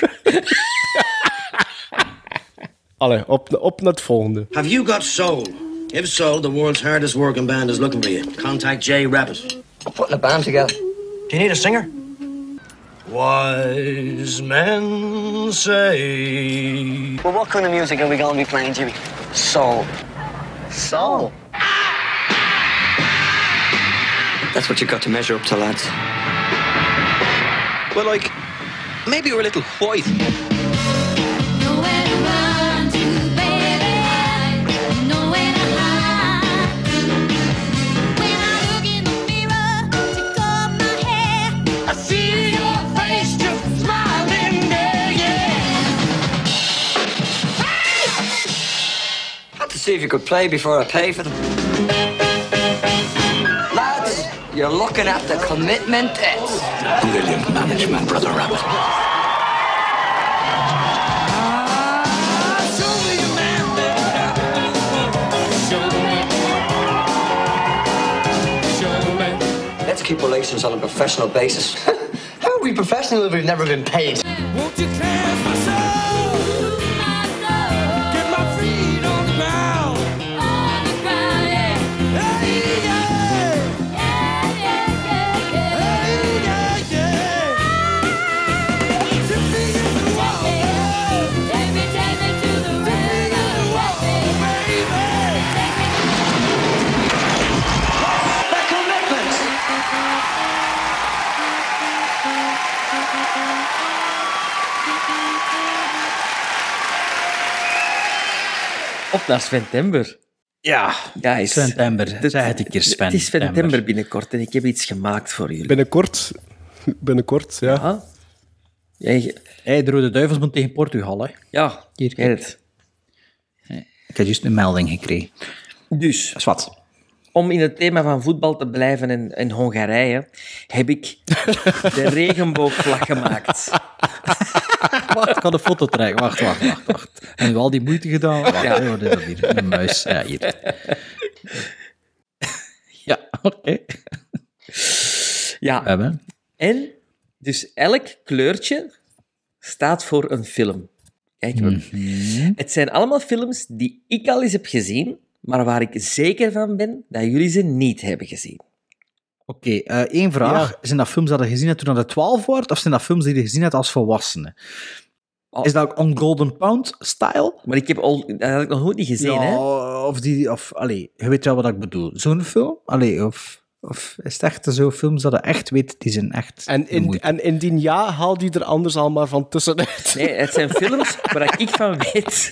Allee, op naar het volgende. Have you got soul? If so, the world's hardest working band is looking for you. Contact Jay Rabbit. I'm putting a band together. Do you need a singer? Wise men say... Well, what kind of music are we going to be playing, Jimmy? Soul. Soul? That's what you got to measure up to, lads. Well, like, maybe we're a little white. See if you could play before I pay for them. Lads, you're looking at the commitment it's. Brilliant management, Brother Rabbit. Let's keep relations on a professional basis. How are we professional if we've never been paid? Won't you cleanse my soul? Get my feet on the ground. Hey, yeah. Hey, yeah. Tip me in the water. Take me to the water, baby. The commitment. Op naar Sventember. Ja, Guys. Sventember. Zeg het een keer, Sven. Het is Sventember binnenkort en ik heb iets gemaakt voor jullie. Binnenkort, ja. Hey, de Rode Duivels moet tegen Portugal, hè. Ja, hier. Kijk. Ik heb juist een melding gekregen. Dus, dat is wat. Om in het thema van voetbal te blijven in Hongarije, heb ik de regenboogvlag gemaakt. Wacht, ik ga de foto trekken. Wacht. En nu al die moeite gedaan. Wacht, Ja. wat is dat hier? Een muis. Ja, hier. Ja, oké. Ja. We hebben. En dus elk kleurtje staat voor een film. Kijk, het zijn allemaal films die ik al eens heb gezien, maar waar ik zeker van ben dat jullie ze niet hebben gezien. Oké, één vraag. Ja. Zijn dat films dat je gezien hebt toen je 12 wordt, of zijn dat films die je gezien hebt als volwassene? Is dat ook On Golden Pound-style? Maar ik heb dat heb ik nog nooit niet gezien, ja, hè? Allee, je weet wel wat ik bedoel. Zo'n film? Allee, of is het echt zo'n films dat je echt weet, die zijn echt... En indien ja, haal die er anders al maar van tussenuit. Nee, het zijn films waar ik van weet...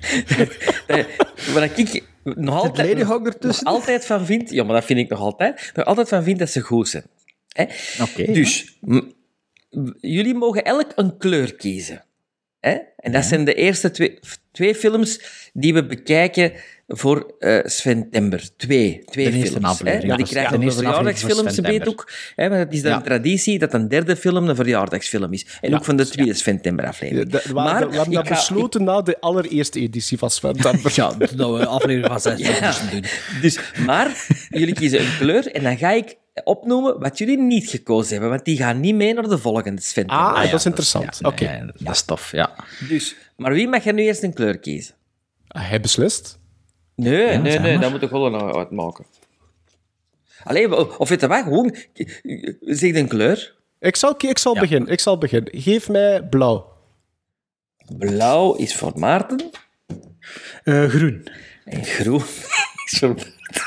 waar ik nog altijd van vind... Ja, maar dat vind ik nog altijd. Nog altijd van vind dat ze goed zijn. Oké. Dus, jullie mogen elk een kleur kiezen. En dat zijn de eerste twee films die we bekijken voor Sventember. Twee films. Want ik krijg een verjaardagsfilms, weet ook. Want het is dan een traditie dat een derde film een verjaardagsfilm is. En ook van de tweede Sventember-aflevering. We hebben dat besloten na de allereerste editie van Sventember. Ja, dat we een aflevering van 6 moesten doen. Dus, maar jullie kiezen een kleur en dan ga ik opnoemen wat jullie niet gekozen hebben, want die gaan niet mee naar de volgende Sventember. Dat is interessant. Oké. Dat is tof, ja. Dus, maar wie mag er nu eerst een kleur kiezen? Hij beslist? Nee, dat moet ik wel nog uitmaken. Allee, of weet je wat, gewoon, zeg een kleur. Ik zal beginnen. Geef mij blauw. Blauw is voor Maarten. Groen. En groen is voor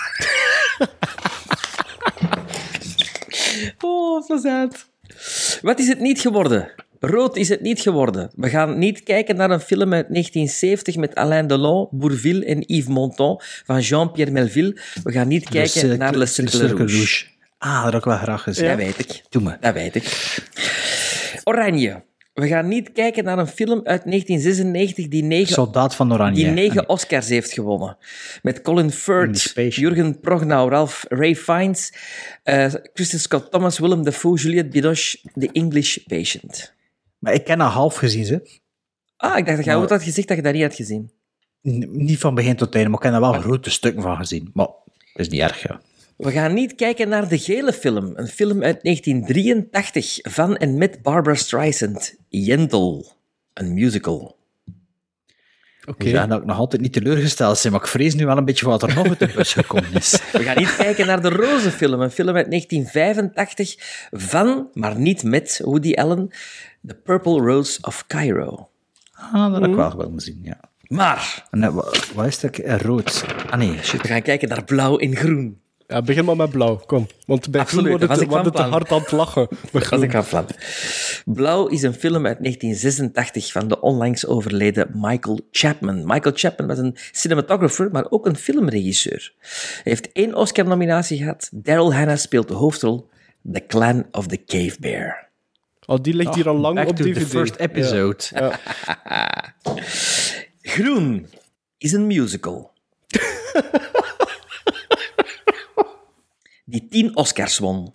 Oh, plezant. Wat is het niet geworden? Rood is het niet geworden. We gaan niet kijken naar een film uit 1970 met Alain Delon, Bourvil en Yves Montand van Jean-Pierre Melville. We gaan niet kijken naar Le Cercle Rouge. Dat had ik wel graag gezien. Dat weet ik. Doe me. Dat weet ik. Oranje. We gaan niet kijken naar een film uit 1996 die 9... Soldaat van Oranje. Die 9 Oscars heeft gewonnen. Met Colin Firth, Jurgen Prochnow, Ralph Ray Fiennes, Kristen Scott Thomas, Willem Dafoe, Juliette Binoche, The English Patient. Maar ik ken dat half gezien, ze. Ik dacht dat jij ook had gezegd dat je dat niet had gezien. Niet van begin tot einde, maar ik ken er wel grote stukken van gezien. Maar dat is niet erg, ja. We gaan niet kijken naar de gele film. Een film uit 1983 van en met Barbra Streisand. Yentl. Een musical. Oké. Ik ben ook nog altijd niet teleurgesteld, maar ik vrees nu wel een beetje wat er nog uit de bus gekomen is. We gaan niet kijken naar de roze film. Een film uit 1985 van, maar niet met, Woody Allen. The Purple Rose of Cairo. Dat had ik wel willen zien, ja. Maar... Wat is dat? Rood. Nee, shit. We gaan kijken naar blauw en groen. Ja, begin maar met blauw, kom. Want bij groen wordt het te hard aan het lachen. Was ik aan plan. Blauw is een film uit 1986 van de onlangs overleden Michael Chapman. Michael Chapman was een cinematographer, maar ook een filmregisseur. Hij heeft 1 Oscar-nominatie gehad. Daryl Hannah speelt de hoofdrol. The Clan of the Cave Bear. Die ligt hier al lang op DVD. The first episode. Ja. Groen is een musical. Die 10 Oscars won.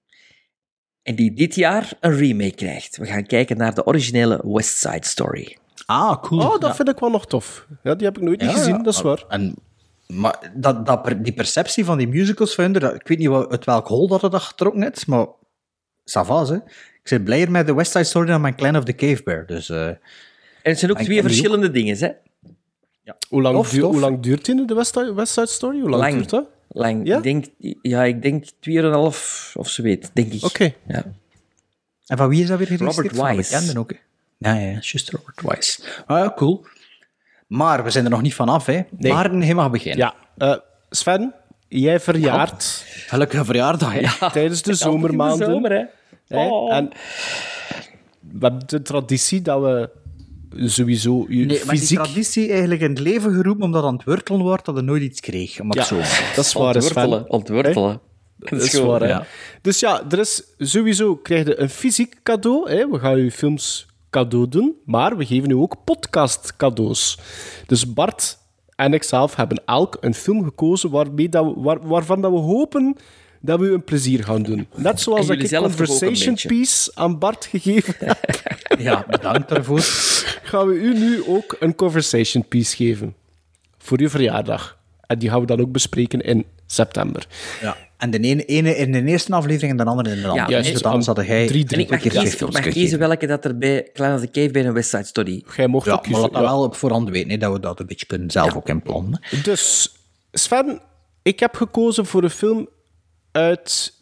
En die dit jaar een remake krijgt. We gaan kijken naar de originele West Side Story. Ah, cool. Oh, dat vind ik wel nog tof. Ja, die heb ik nooit niet gezien, dat is waar. Maar die perceptie van die musicals van hun, ik weet niet uit welk hol dat getrokken is, maar ça va, hè. Ik zit blijer met de West Side Story dan mijn Clan of the Cave Bear. Dus, en het zijn ook 2 verschillende dingen, hè? Ja. Hoe lang duurt die, de West Side Story? Hoe lang duurt dat? Lang. Ja? Ik denk 2,5 of zoiets, denk ik. Oké. Ja. En van wie is dat weer geregistreerd? Robert Wise. Van bekenden ook, hè? Ja, juist Robert Wise. Ah, ja, cool. Maar we zijn er nog niet vanaf, hè. Nee. Maar hij mag beginnen. Ja. Sven, jij verjaart. Gelukkige verjaardag, hè. Ja. Tijdens de zomermaanden. De zomer, hè. Oh. En we hebben de traditie dat we sowieso maar die fysiek... traditie eigenlijk in het leven geroepen omdat aan het wortelen wordt dat er nooit iets kreeg. Omdat Ja, zo. dat is waar, Sven. Ontwortelen. Dat is waar, hè. Ja. Dus ja, er is sowieso... Krijg je een fysiek cadeau. Hè. We gaan je films cadeau doen, maar we geven u ook podcast cadeaus. Dus Bart en ikzelf hebben elk een film gekozen waarvan dat we hopen dat we u een plezier gaan doen. Net zoals dat ik Conversation Piece aan Bart gegeven heb. Ja, bedankt daarvoor. Gaan we u nu ook een Conversation Piece geven. Voor uw verjaardag. En die gaan we dan ook bespreken in september. Ja. En de ene in de eerste aflevering en de andere in de andere. Ja, dus dan hadden jij 3 En ik mag kiezen welke dat er bij Clan of the Cave bij een West Side Story. Jij mocht ook kiezen. Maar laat dat wel op voorhand weten, hè, dat we dat een beetje kunnen zelf ook inplannen. Dus, Sven, ik heb gekozen voor een film uit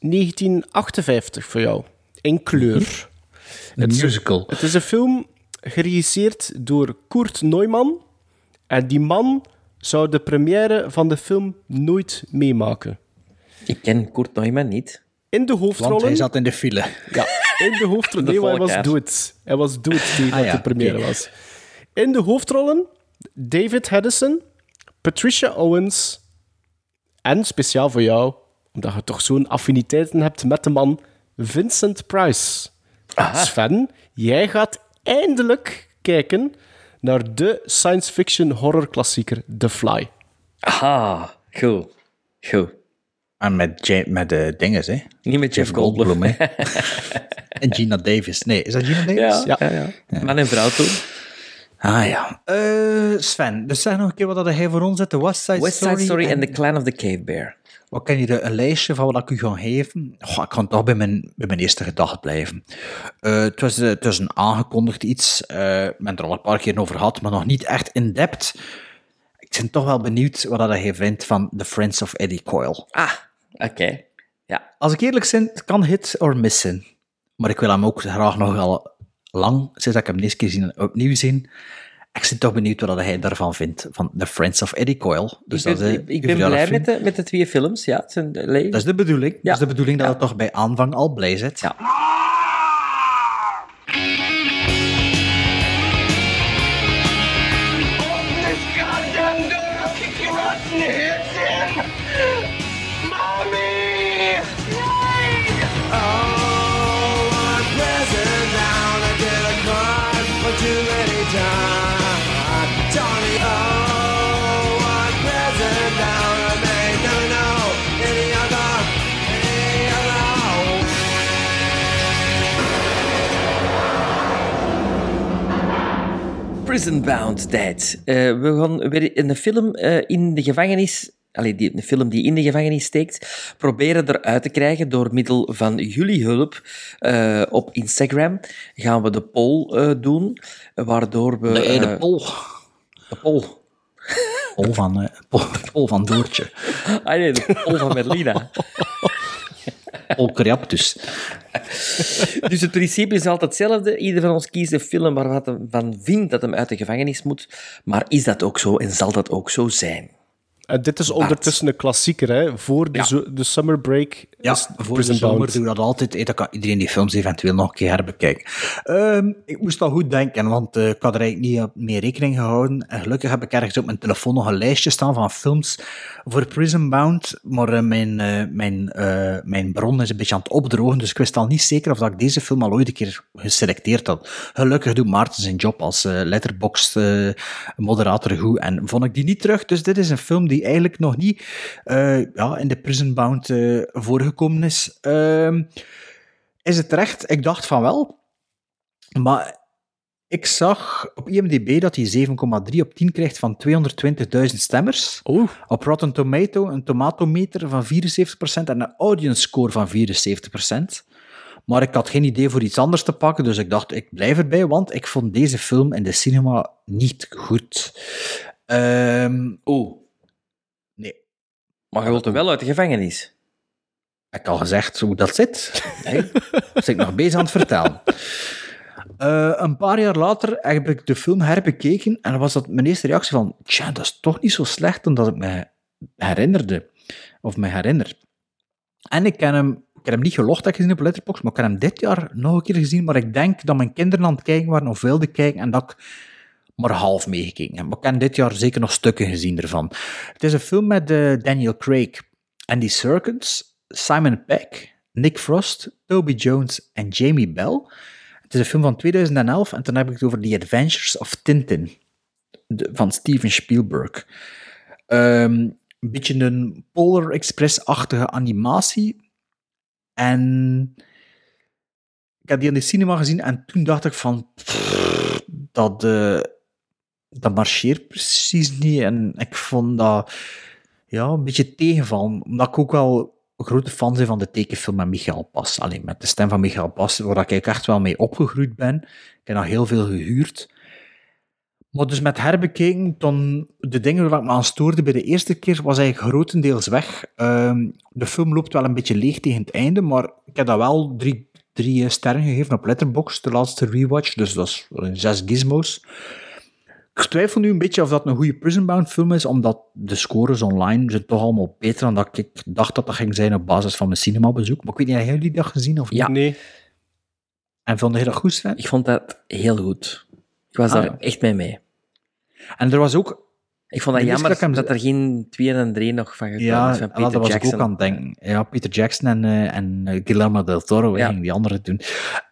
1958 voor jou. In kleur. Een musical. Het is een film geregisseerd door Kurt Neumann. En die man zou de première van de film nooit meemaken. Ik ken Kurt Neumann niet. In de hoofdrollen... Want hij zat in de file. Ja, in de hoofdrollen... Nee, hij was dood. Hij was dood toen de première was. In de hoofdrollen David Hedison, Patricia Owens en, speciaal voor jou, omdat je toch zo'n affiniteiten hebt met de man, Vincent Price. Aha. Sven, jij gaat eindelijk kijken naar de science fiction horror klassieker The Fly. Aha, goed. En met de dinges, hè? Niet met Jeff Goldblum, hè? En Gina Davis. Nee, is dat Gina Davis? Ja. Man en vrouw toen. Ah ja. Sven, dus zeg nog een keer wat hij voor ons zet. De West Side Story en The Clan of the Cave Bear. Wat ken je een lijstje van wat ik u ga geven? Ik kan toch bij mijn eerste gedachte blijven. Het was een aangekondigd iets. Ik ben er al een paar keer over gehad, maar nog niet echt in-depth. Ik ben toch wel benieuwd wat hij vindt van The Friends of Eddie Coyle. Ah, oké. Ja. Als ik eerlijk ben, het kan hit or miss zijn. Maar ik wil hem ook graag nog al lang, sinds ik hem de eerste keer zien, opnieuw zien. Ik ben toch benieuwd wat hij daarvan vindt, van The Friends of Eddie Coyle. Dus ik ben blij met de 2 films, ja. Het zijn dat is de bedoeling. Ja. Dat is de bedoeling dat het toch bij aanvang al blij zit. Ja. Prison Bound, tijd. We gaan weer in de film in de gevangenis... de film die in de gevangenis steekt, proberen eruit te krijgen door middel van jullie hulp. Op Instagram gaan we de poll doen, waardoor we... De poll. De poll. Poll van Doortje. Ah nee, de poll van Merlina. Polkeriaptus. Dus het principe is altijd hetzelfde. Ieder van ons kiest een film waar wat hij van vindt dat hem uit de gevangenis moet. Maar is dat ook zo en zal dat ook zo zijn? Dit is ondertussen een klassieker, hè? Voor de summer break. Ja, voor de zomer doen we dat altijd. Dan kan iedereen die films eventueel nog een keer herbekijken. Ik moest al goed denken, want ik had er eigenlijk niet mee rekening gehouden. En gelukkig heb ik ergens op mijn telefoon nog een lijstje staan van films voor Prison Bound. Maar mijn bron is een beetje aan het opdrogen, dus ik wist al niet zeker of dat ik deze film al ooit een keer geselecteerd had. Gelukkig doet Maarten zijn job als Letterboxd moderator goed en vond ik die niet terug. Dus dit is een film die die eigenlijk nog niet in de Prison Bound voorgekomen is. Is het terecht? Ik dacht van wel. Maar ik zag op IMDb dat hij 7,3 op 10 krijgt van 220.000 stemmers. Op Rotten Tomato een tomatometer van 74% en een audience score van 74%. Maar ik had geen idee voor iets anders te pakken, dus ik dacht, ik blijf erbij, want ik vond deze film in de cinema niet goed. Nee. Maar je wilt er wel uit de gevangenis. Ik had al gezegd hoe dat zit. Nee, dus ik nog bezig aan het vertellen. Een paar jaar later heb ik de film herbekeken en dan was dat mijn eerste reactie van, tja, dat is toch niet zo slecht dan dat ik me herinnerde. Of me herinner. En ik heb hem niet gelogd dat ik gezien op Letterboxd, maar ik heb hem dit jaar nog een keer gezien, maar ik denk dat mijn kinderen aan het kijken waren of wilden kijken en dat ik maar half meegekeken heb. Maar ik heb dit jaar zeker nog stukken gezien ervan. Het is een film met Daniel Craig, Andy Serkis, Simon Pegg, Nick Frost, Toby Jones en Jamie Bell. Het is een film van 2011 en dan heb ik het over The Adventures of Tintin van Steven Spielberg. Een beetje een Polar Express-achtige animatie. En ik heb die in de cinema gezien en toen dacht ik van dat marcheert precies niet. En ik vond dat een beetje tegenvallen, omdat ik ook wel een grote fan ben van de tekenfilm met Michael Pas. Alleen met de stem van Michael Pas, waar ik echt wel mee opgegroeid ben. Ik heb nog heel veel gehuurd. Maar dus met herbekeken, dan de dingen waar ik me aan stoorde bij de eerste keer, was eigenlijk grotendeels weg. De film loopt wel een beetje leeg tegen het einde, maar ik heb dat wel drie sterren gegeven op Letterboxd, de laatste rewatch, dus dat is 6 gizmos. Ik twijfel nu een beetje of dat een goede Prison Bound film is, omdat de scores online zijn toch allemaal beter dan dat ik dacht dat ging zijn op basis van mijn cinemabezoek. Maar ik weet niet, hebben jullie dat gezien of niet? Ja. Nee. En vond je dat goed, Sven? Ik vond dat heel goed. Ik was daar echt mee. En er was ook... Ik vond dat jammer dat er geen 2 en 3 nog van gekomen is van Peter dat was Jackson. ik ook aan het denken. Ja, Peter Jackson en Guillermo del Toro gingen die anderen doen.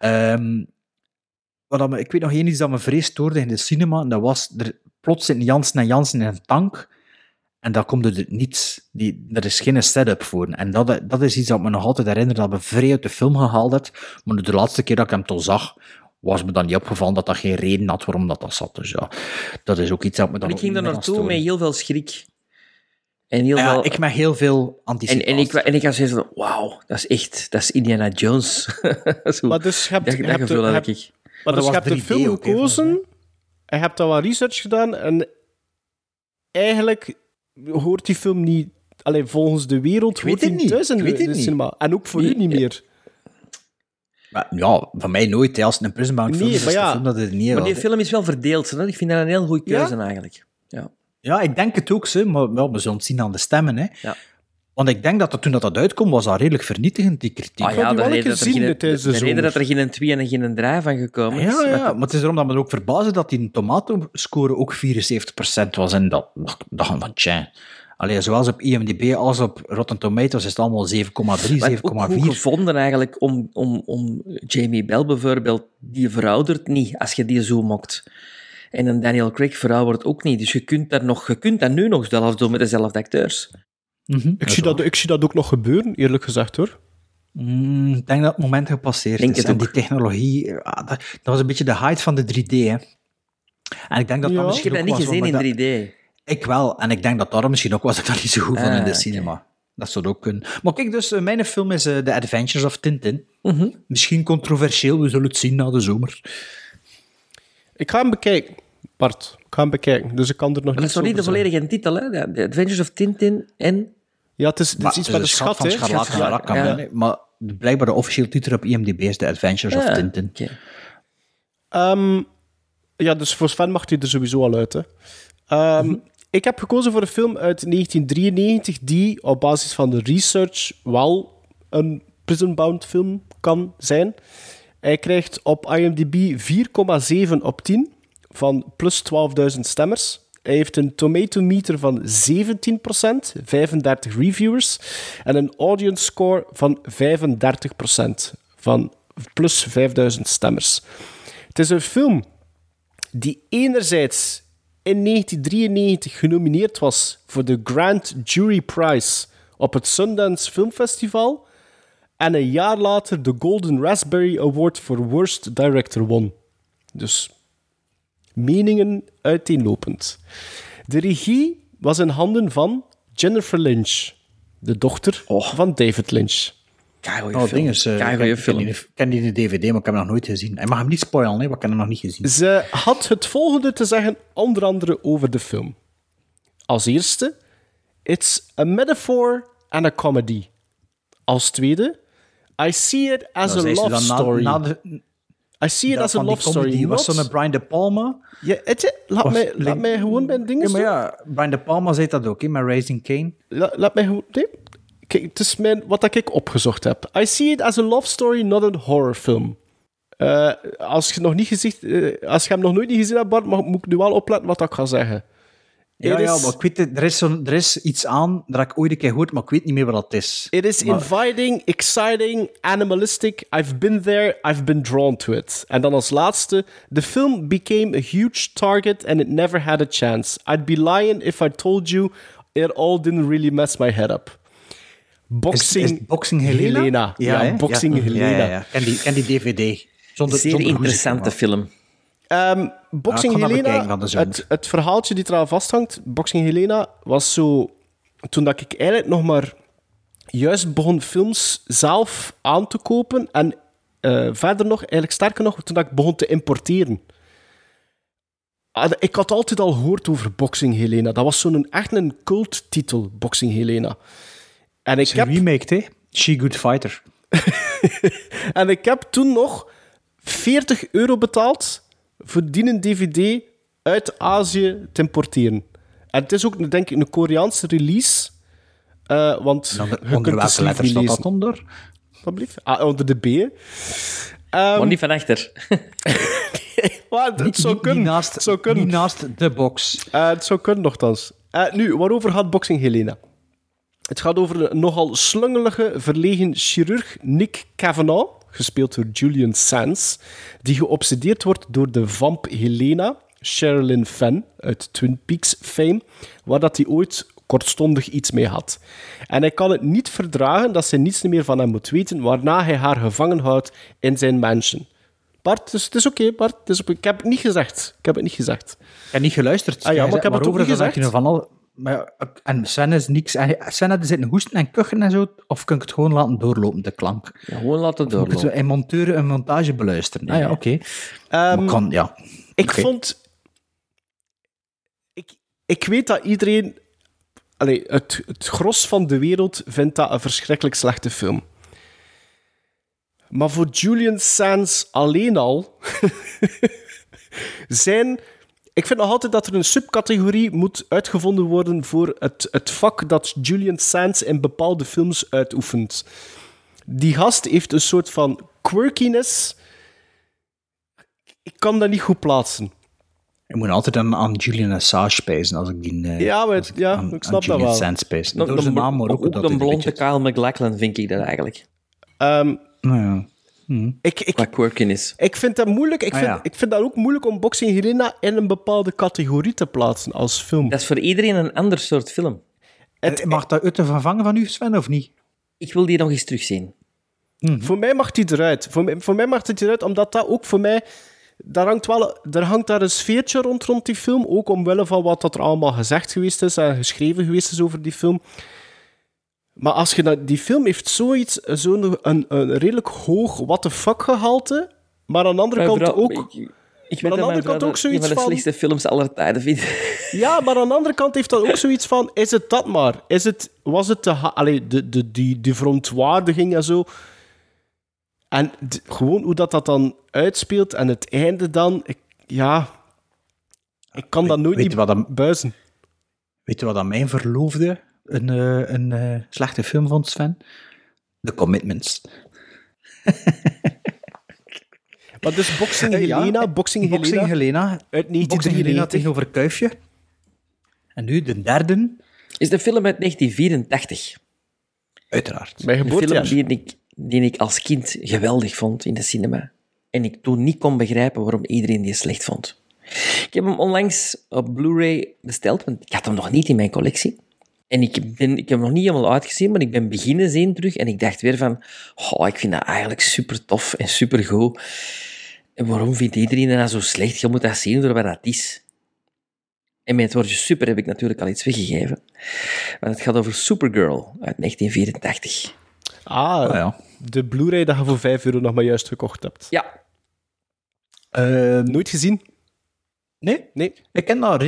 Ik weet nog één iets dat me vrees stoorde in de cinema, en dat was, plots zitten Jansen en Jansen in een tank, en daar komt er niets. Er is geen setup voor. En dat is iets dat me nog altijd herinnert, dat me vrij uit de film gehaald had, maar de laatste keer dat ik hem toch zag, was me dan niet opgevallen dat geen reden had waarom dat zat. Dus ja, dat is ook iets dat me dan... Ik ging er naartoe met heel veel schrik. En ik met heel veel anticipatie. En ik had zoiets van, wauw, dat is Indiana Jones. Zo, maar dus je hebt de film gekozen, je hebt daar wat research gedaan, en eigenlijk hoort die film niet... Alleen volgens de wereld hoort hij niet thuis in de cinema. En ook voor u niet meer. Maar, ja, van mij nooit. Als het een Prison Bound film is, film dat het niet... Maar die film is wel verdeeld. Hè? Ik vind dat een heel goede keuze eigenlijk. Ja, ik denk het ook, maar we zullen het zien aan de stemmen. Hè. Ja. Want ik denk dat toen dat uitkwam, was dat redelijk vernietigend, die kritiek. De reden dat er geen 2 en geen 3 van gekomen is. Ja, maar het is erom dat me ook verbaasde dat die tomatoscore ook 74% was. En dat van tja. Allee, zowel op IMDb als op Rotten Tomatoes is het allemaal 7,3, 7,4. Goed gevonden eigenlijk om Jamie Bell bijvoorbeeld, die veroudert niet als je die zo mokt. En een Daniel Craig veroudert ook niet. Dus je kunt dat nu nog zelfs doen met dezelfde acteurs. Mm-hmm. Ik zie dat ook nog gebeuren, eerlijk gezegd, hoor. Ik denk dat het moment gepasseerd is. En die technologie, dat was een beetje de height van de 3D. Hè. En ik denk dat dat misschien ik heb dat niet gezien in 3D. Ik wel. En ik denk dat daarom misschien ook was ik dat niet zo goed van in de cinema. Okay. Dat zou ook kunnen. Maar kijk, dus mijn film is The Adventures of Tintin. Mm-hmm. Misschien controversieel, we zullen het zien na de zomer. Ik ga hem bekijken, Bart. Dus ik kan er nog niet. Dat is nog niet de volledige titel, hè? The Adventures of Tintin en... Ja, het is iets met een schat, van Scharlak. Maar blijkbaar de officiële titel op IMDb is The Adventures of Tintin. Okay. Ja, dus voor Sven mag hij er sowieso al uit, hè. Ik heb gekozen voor een film uit 1993 die op basis van de research wel een Prison Bound film kan zijn. Hij krijgt op IMDb 4,7 op 10 van plus 12.000 stemmers. Hij heeft een tomatometer van 17%, 35 reviewers en een audience score van 35% van plus 5.000 stemmers. Het is een film die enerzijds in 1993 genomineerd was voor de Grand Jury Prize op het Sundance Film Festival en een jaar later de Golden Raspberry Award voor Worst Director won. Dus meningen uiteenlopend. De regie was in handen van Jennifer Lynch, de dochter van David Lynch. Ik ken die DVD, maar ik heb hem nog nooit gezien. Hij mag hem niet spoilen, want ik heb hem nog niet gezien. Ze had het volgende te zeggen, onder andere over de film. Als eerste, it's a metaphor and a comedy. Als tweede, I see it as a love story. I see it as a love story. Die was zo'n Brian De Palma. Ja, laat mij gewoon mijn dingen doen. Ja, Brian De Palma zei dat ook, met Raising Cain. Laat mij gewoon... Nee. Kijk, het is wat ik opgezocht heb. I see it as a love story, not a horror film. Als je hem nog nooit niet gezien hebt, Bart, moet ik nu wel opletten wat ik ga zeggen. Ja, maar ik weet, er is iets aan dat ik ooit een keer gehoord, maar ik weet niet meer wat dat is. It is inviting, exciting, animalistic. I've been there, I've been drawn to it. En dan als laatste, the film became a huge target and it never had a chance. I'd be lying if I told you it all didn't really mess my head up. Boxing Helena? Ja, Boxing Helena. Ja. Ken die DVD. Zeer interessante film. Boxing Helena, het verhaaltje die eraan vasthangt, Boxing Helena was zo... Toen dat ik eigenlijk nog maar juist begon films zelf aan te kopen en verder nog, eigenlijk sterker nog, toen dat ik begon te importeren. Ik had altijd al gehoord over Boxing Helena. Dat was echt een culttitel, Boxing Helena. En ik heb remake, hè? She Good Fighter. En ik heb toen nog €40 betaald voor die DVD uit Azië te importeren. En het is ook, denk ik, een Koreaanse release. Want onder welke letters staat dat onder? Wat blieft? Onder de B. Maar niet van achter. Het zou kunnen. Niet naast de box. Het zou kunnen, nogthans. Nu, waarover gaat Boxing Helena? Het gaat over een nogal slungelige, verlegen chirurg Nick Cavanaugh, gespeeld door Julian Sands, die geobsedeerd wordt door de vamp Helena, Sherilyn Fenn, uit Twin Peaks fame, waar dat hij ooit kortstondig iets mee had. En hij kan het niet verdragen dat ze niets meer van hem moet weten, waarna hij haar gevangen houdt in zijn mansion. Bart, het is oké, Bart. Ik heb het niet gezegd. Ik heb niet geluisterd. Ja, maar ik heb het ook niet gezegd. Maar, en Sven is niks... Sven had zitten hoesten en kuchen en zo, of kun ik het gewoon laten doorlopen, de klank? Ja, gewoon laten doorlopen. Moet ik het een montage beluisteren? Oké. Ik vond... Ik weet dat iedereen... Het gros van de wereld vindt dat een verschrikkelijk slechte film. Maar voor Julian Sands alleen al... Ik vind nog altijd dat er een subcategorie moet uitgevonden worden voor het vak dat Julian Sands in bepaalde films uitoefent. Die gast heeft een soort van quirkiness. Ik kan dat niet goed plaatsen. Ik moet altijd aan Julian Assange spijzen als ik die... ik snap dat wel. Sands spijs. Door zijn naam, maar ook een blonde Kyle MacLachlan vind ik dat eigenlijk. Qua quirkiness. Ik vind dat moeilijk. Ik vind dat ook moeilijk om Boxing Helena in een bepaalde categorie te plaatsen als film. Dat is voor iedereen een ander soort film. Mag dat uit te vervangen van u, Sven, of niet? Ik wil die nog eens terugzien. Voor mij mag die eruit. Voor mij mag het eruit, omdat dat ook voor mij... Daar hangt daar een sfeertje rond die film, ook omwille van wat er allemaal gezegd geweest is en geschreven geweest is over die film. Maar als je die film heeft zo'n redelijk hoog what the fuck gehalte, maar aan de andere kant ook... Ik weet dat ook zoiets van... de slechtste films aller tijden vind. Ja, maar aan de andere kant heeft dat ook zoiets van... Is het dat maar? Was het die verontwaardiging en zo... En gewoon hoe dat dan uitspeelt en het einde dan... Ik kan dat nooit niet buizen. Weet je wat aan mijn verloofde een slechte film vond, Sven? The Commitments. Maar dus Boxing Helena, Boxing Helena uit 1993 tegenover Kuifje. En nu de derde... Is de film uit 1984. Uiteraard. Mijn geboortejaar. Een film die ik als kind geweldig vond in de cinema. En ik toen niet kon begrijpen waarom iedereen die slecht vond. Ik heb hem onlangs op Blu-ray besteld, want ik had hem nog niet in mijn collectie. En ik heb hem nog niet helemaal uitgezien, maar ik ben beginnen zien terug. En ik dacht weer van, ik vind dat eigenlijk super tof en super goed. En waarom vindt iedereen dat zo slecht? Je moet dat zien voor wat dat is. En met het woordje super heb ik natuurlijk al iets weggegeven. Want het gaat over Supergirl uit 1984. De Blu-ray dat je voor €5 nog maar juist gekocht hebt. Ja. Nooit gezien? Nee. Ik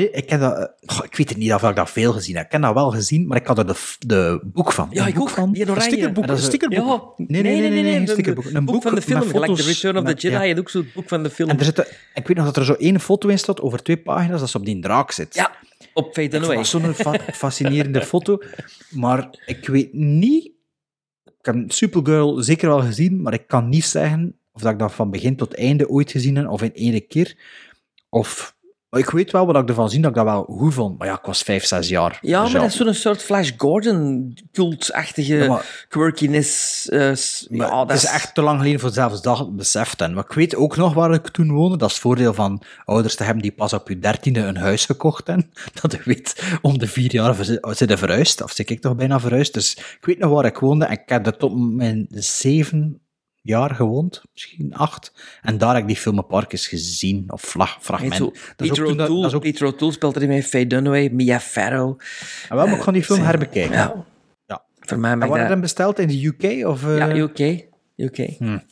weet het niet of ik dat veel gezien heb. Ik heb dat wel gezien, maar ik had er de boek van. Ja, ik ook. Die Een stickerboek. Ja. Nee. Een stickerboek. Een boek van de film, met foto's, The Return of the Jedi, en ook zo'n boek van de film. En ik weet nog dat er zo één foto in staat over 2 pagina's, dat ze op die draak zit. Ja, op Faye Dunaway. Dat was zo'n fascinerende foto, maar ik weet niet... Ik heb Supergirl zeker wel gezien, maar ik kan niet zeggen of dat ik dat van begin tot einde ooit gezien heb, of in één keer. Maar ik weet wel wat ik ervan zie, dat ik dat wel goed vond. Maar ja, ik was 5-6 jaar. Ja, maar dat is zo'n soort Flash Gordon-cultachtige quirkiness. Dat is echt te lang geleden voor zelfs dat beseft. Maar ik weet ook nog waar ik toen woonde. Dat is het voordeel van ouders te hebben die pas op je 13e een huis gekocht hebben. Dat je weet, om de 4 jaar zit verhuisd. Of zit ik toch bijna verhuisd. Dus ik weet nog waar ik woonde. En ik heb er tot mijn 7 jaar gewoond, misschien 8. En daar heb ik die film een paar keer gezien, of fragment. Peter O'Toole speelt erin mee, Faye Dunaway, Mia Farrow. Maar ik ga die film herbekijken. Ja. Voor mij mag dat... hem besteld in de UK? Of, Ja, UK.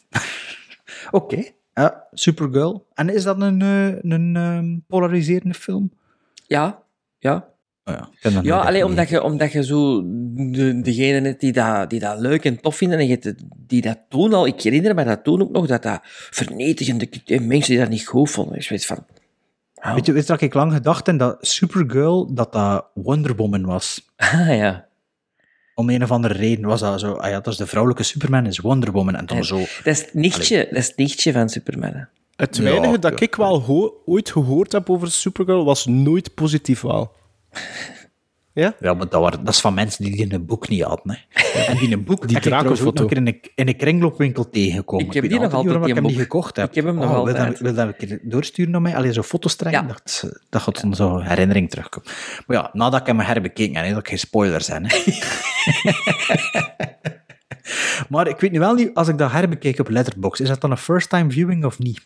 Oké. Supergirl. En is dat een polariserende film? Ja. Alleen omdat je zo degene hebt die dat leuk en tof vinden, en die dat toen al... Ik herinner me dat toen ook nog, dat vernietigende mensen die dat niet goed vonden. Ik weet van... Weet je dat ik lang gedacht heb dat Supergirl, dat Wonder Woman was? Ja. Om een of andere reden was dat zo... dat is de vrouwelijke Superman, is Wonder Woman. En dan zo... Dat is het nichtje van Superman. Het weinige dat ik wel ooit gehoord heb over Supergirl was nooit positief wel. Ja? Ja, maar dat is van mensen die in een boek niet hadden. Hè. En die een boek die drakenfoto ook in een kringloopwinkel tegengekomen. Ik heb die nog altijd ik hem niet gekocht heb. Ik heb hem nog altijd. Wil dat een keer doorsturen naar mij? Alleen zo'n foto's trekken, dat gaat dan zo'n herinnering terugkomen. Maar ja, nadat ik hem herbekeken heb, dat ik geen spoilers zijn. Maar ik weet nu wel niet, als ik dat herbekijk op Letterboxd, is dat dan een first-time viewing of niet?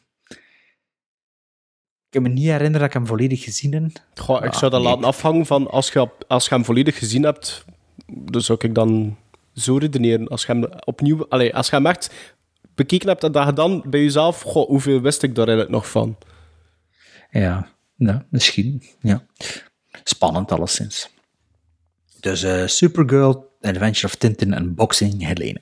Ik kan me niet herinneren dat ik hem volledig gezien heb. Ik zou dat laten afhangen van als je hem volledig gezien hebt, dus zou ik dan zo redeneren. Als je hem opnieuw... als je hem echt bekeken hebt en dat je dan bij jezelf... hoeveel wist ik daar eigenlijk nog van? Ja, misschien. Ja. Spannend alleszins. Dus Supergirl, Adventure of Tintin en Boxing Helena.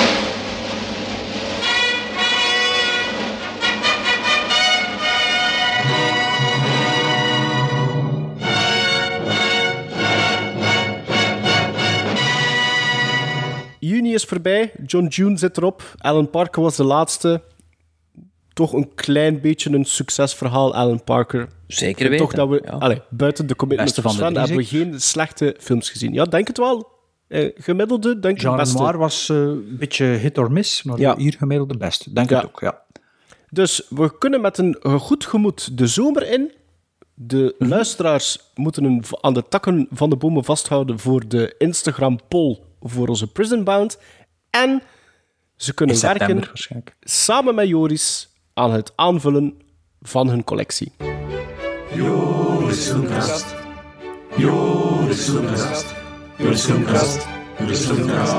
Juni is voorbij, John June zit erop, Alan Parker was de laatste. Toch een klein beetje een succesverhaal, Alan Parker. Zeker weten. Toch dat we, buiten de commitment van Sven, hebben we geen slechte films gezien. Ja, denk het wel. Gemiddelde, denk ik het beste. Jean Renoir was een beetje hit or miss, maar hier gemiddelde best. Denk het ook, ja. Dus we kunnen met een goed gemoed de zomer in. De luisteraars moeten aan de takken van de bomen vasthouden voor de Instagram-poll voor onze Prison Bound. En ze kunnen werken samen met Joris aan het aanvullen van hun collectie. Joris Filmkast. Joris Filmkast. Joris Filmkast. Joris Filmkast.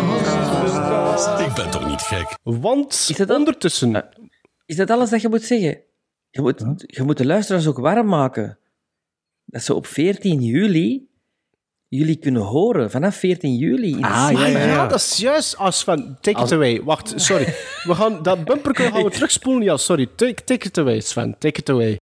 Ik ben toch niet gek? Want ondertussen... Is dat alles dat je moet zeggen? Je moet de luisteraars ook warm maken. Dat ze op 14 juli... jullie kunnen horen, vanaf 14 juli. In de ja, dat is juist. Sven, take it away. Wacht, sorry. We gaan dat bumperke gaan we terugspoelen. Ja, sorry. Take it away, Sven. Take it away.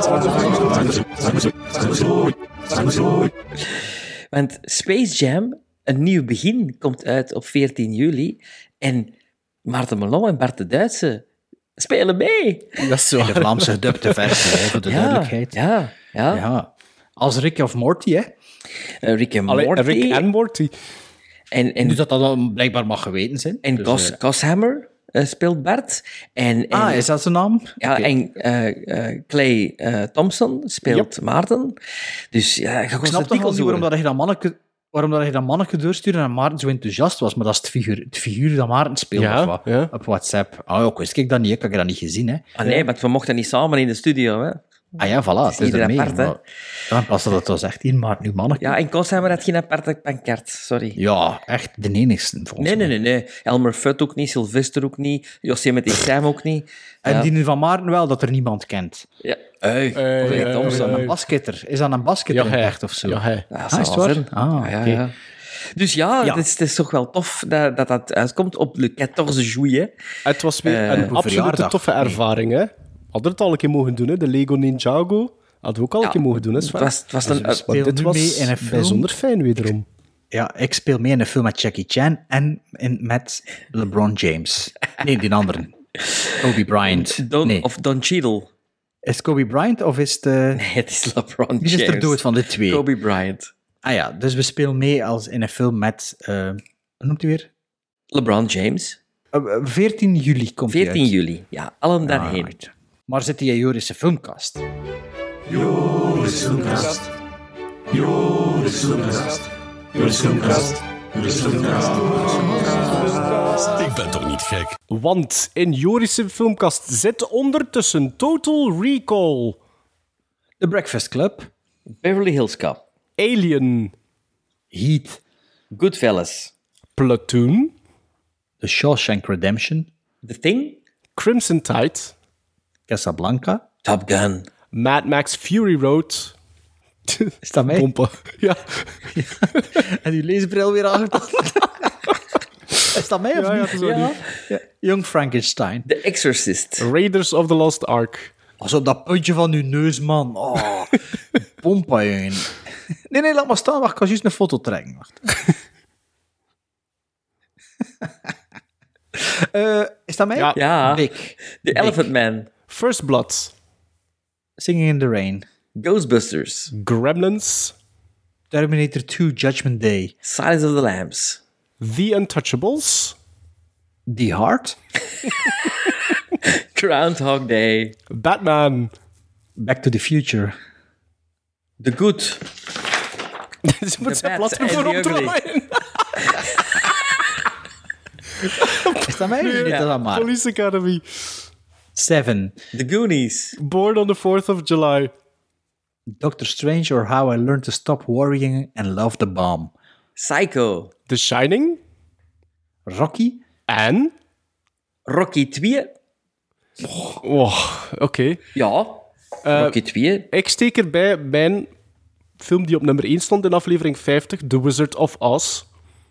Want Space Jam, een nieuw begin, komt uit op 14 juli. En Maarten Melon en Bart de Duitse spelen mee. Dat is zo. De Vlaamse gedubte versie, voor de duidelijkheid. Ja. Als Rick of Morty, hè? Rick en Morty. Rick en Morty. En dus dat dan blijkbaar mag geweten zijn. En dus, Goshammer. speelt Bart. En, is dat zijn naam? Ja, Okay. En Clay Thompson speelt Maarten. Dus ja, ik snap toch wel niet waarom dat je dat manneke doorstuurde en Maarten zo enthousiast was, maar dat is het figuur dat Maarten speelde op WhatsApp. Ik wist dat niet, ik had dat niet gezien. Hè. Nee, maar we mochten niet samen in de studio. Hè. Ah ja, voilà, het is ermee. Apart, hè. Dan past dat wel zegt, hier Maarten, nu manneke. Ja, en Cossheimer had geen aparte pancart, sorry. Ja, echt de enigste, volgens mij. Nee. Elmer Fudd ook niet, Sylvester ook niet, Yosemite Sam ook niet. En die van Maarten wel, dat er niemand kent. Ja. Is dat een basketter? Is dat een basketter in echt of zo? Ja, is het waar? Ja. Dus het is toch wel tof dat uitkomt op le 14 juillet. Het was weer een absolute toffe ervaring, hè? Hadden het al een keer mogen doen, hè? De Lego Ninjago hadden we ook al een keer mogen doen, hè? Dit was dit was bijzonder fijn, wederom. Ik speel mee in een film met Jackie Chan en met LeBron James. Nee, die andere. Kobe Bryant. Of Don Cheadle. Is het Kobe Bryant of is het... Nee, het is LeBron James. Wie is er dood van de twee? Kobe Bryant. Ah ja, dus we spelen mee in een film met... hoe noemt hij weer? LeBron James. 14 juli komt hij 14 juli, ja. Allen daarheen. Right. Maar zit hij in Joris' filmkast? Joris' filmkast. Joris' filmkast. Joris' filmkast. Joris' filmkast. Ik ben toch niet gek? Want in Joris' filmkast zit ondertussen Total Recall, The Breakfast Club, Beverly Hills Cop, Alien, Heat, Goodfellas, Platoon, The Shawshank Redemption, The Thing, Crimson Tide, Casablanca, Top Gun, Mad Max Fury Road. Is dat mij? Pompen. Ja. En die leesbril weer aan. Is dat mij of niet? Ja. Young Frankenstein. The Exorcist. Raiders of the Lost Ark. Als op dat puntje van uw neus, man. Oh, pompa, jongen. Nee, laat maar staan. Wacht, ik kan juist een foto trekken. Wacht. Is dat mij? Ja. Big. The Elephant Man. First Blood. Singing in the Rain. Ghostbusters. Gremlins. Terminator 2 Judgment Day. Silence of the Lambs. The Untouchables. The Heart. Groundhog Day. Batman. Back to the Future. The Good. Ze moet zijn platform voor opdraaien. Is dat mij? Nee, dat maar. Police Academy. 7. The Goonies. Born on the 4th of July. Doctor Strange or How I Learned to Stop Worrying and Love the Bomb. Psycho. The Shining. Rocky. En? Rocky 2. Oké. Ja. Rocky 2. Ik steek erbij mijn film die op nummer 1 stond in aflevering 50, The Wizard of Oz.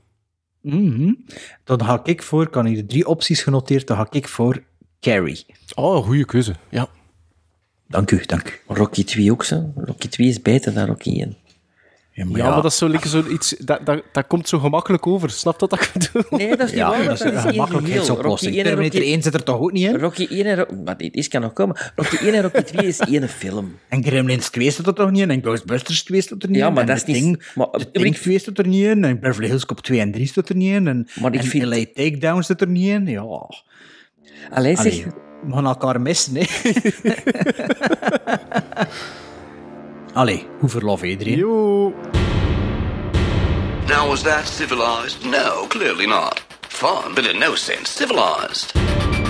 Dan ga ik voor, ik kan hier 3 opties genoteerd, dan ga ik voor Carrie. Oh, goede keuze, ja. Dank u. Rocky 2 ook zo. Rocky 2 is beter dan Rocky 1. Ja, maar dat is zo zoiets... Dat komt zo gemakkelijk over. Snap dat ik bedoel? Nee, dat is niet waar. Dat is een gemakkelijkheidsoplossing. Terminator 1 zit er toch ook niet in? Rocky 1 en... Maar dit kan nog komen. Rocky 1 en Rocky 2 is één film. En Gremlins 2 staat er toch niet in? En Ghostbusters 2 staat er niet in? Ja, maar en dat is niet... The Thing 2 staat er niet in. En Beverly Hills Cop 2 en 3 staat er niet in. En LA Takedown staat er niet in. Ja. Allee, zeg... We gaan elkaar missen, hè. Allee, hoe verlof iedereen? Yo. Now, was that civilized? No, clearly not. Fun, but in no sense civilized.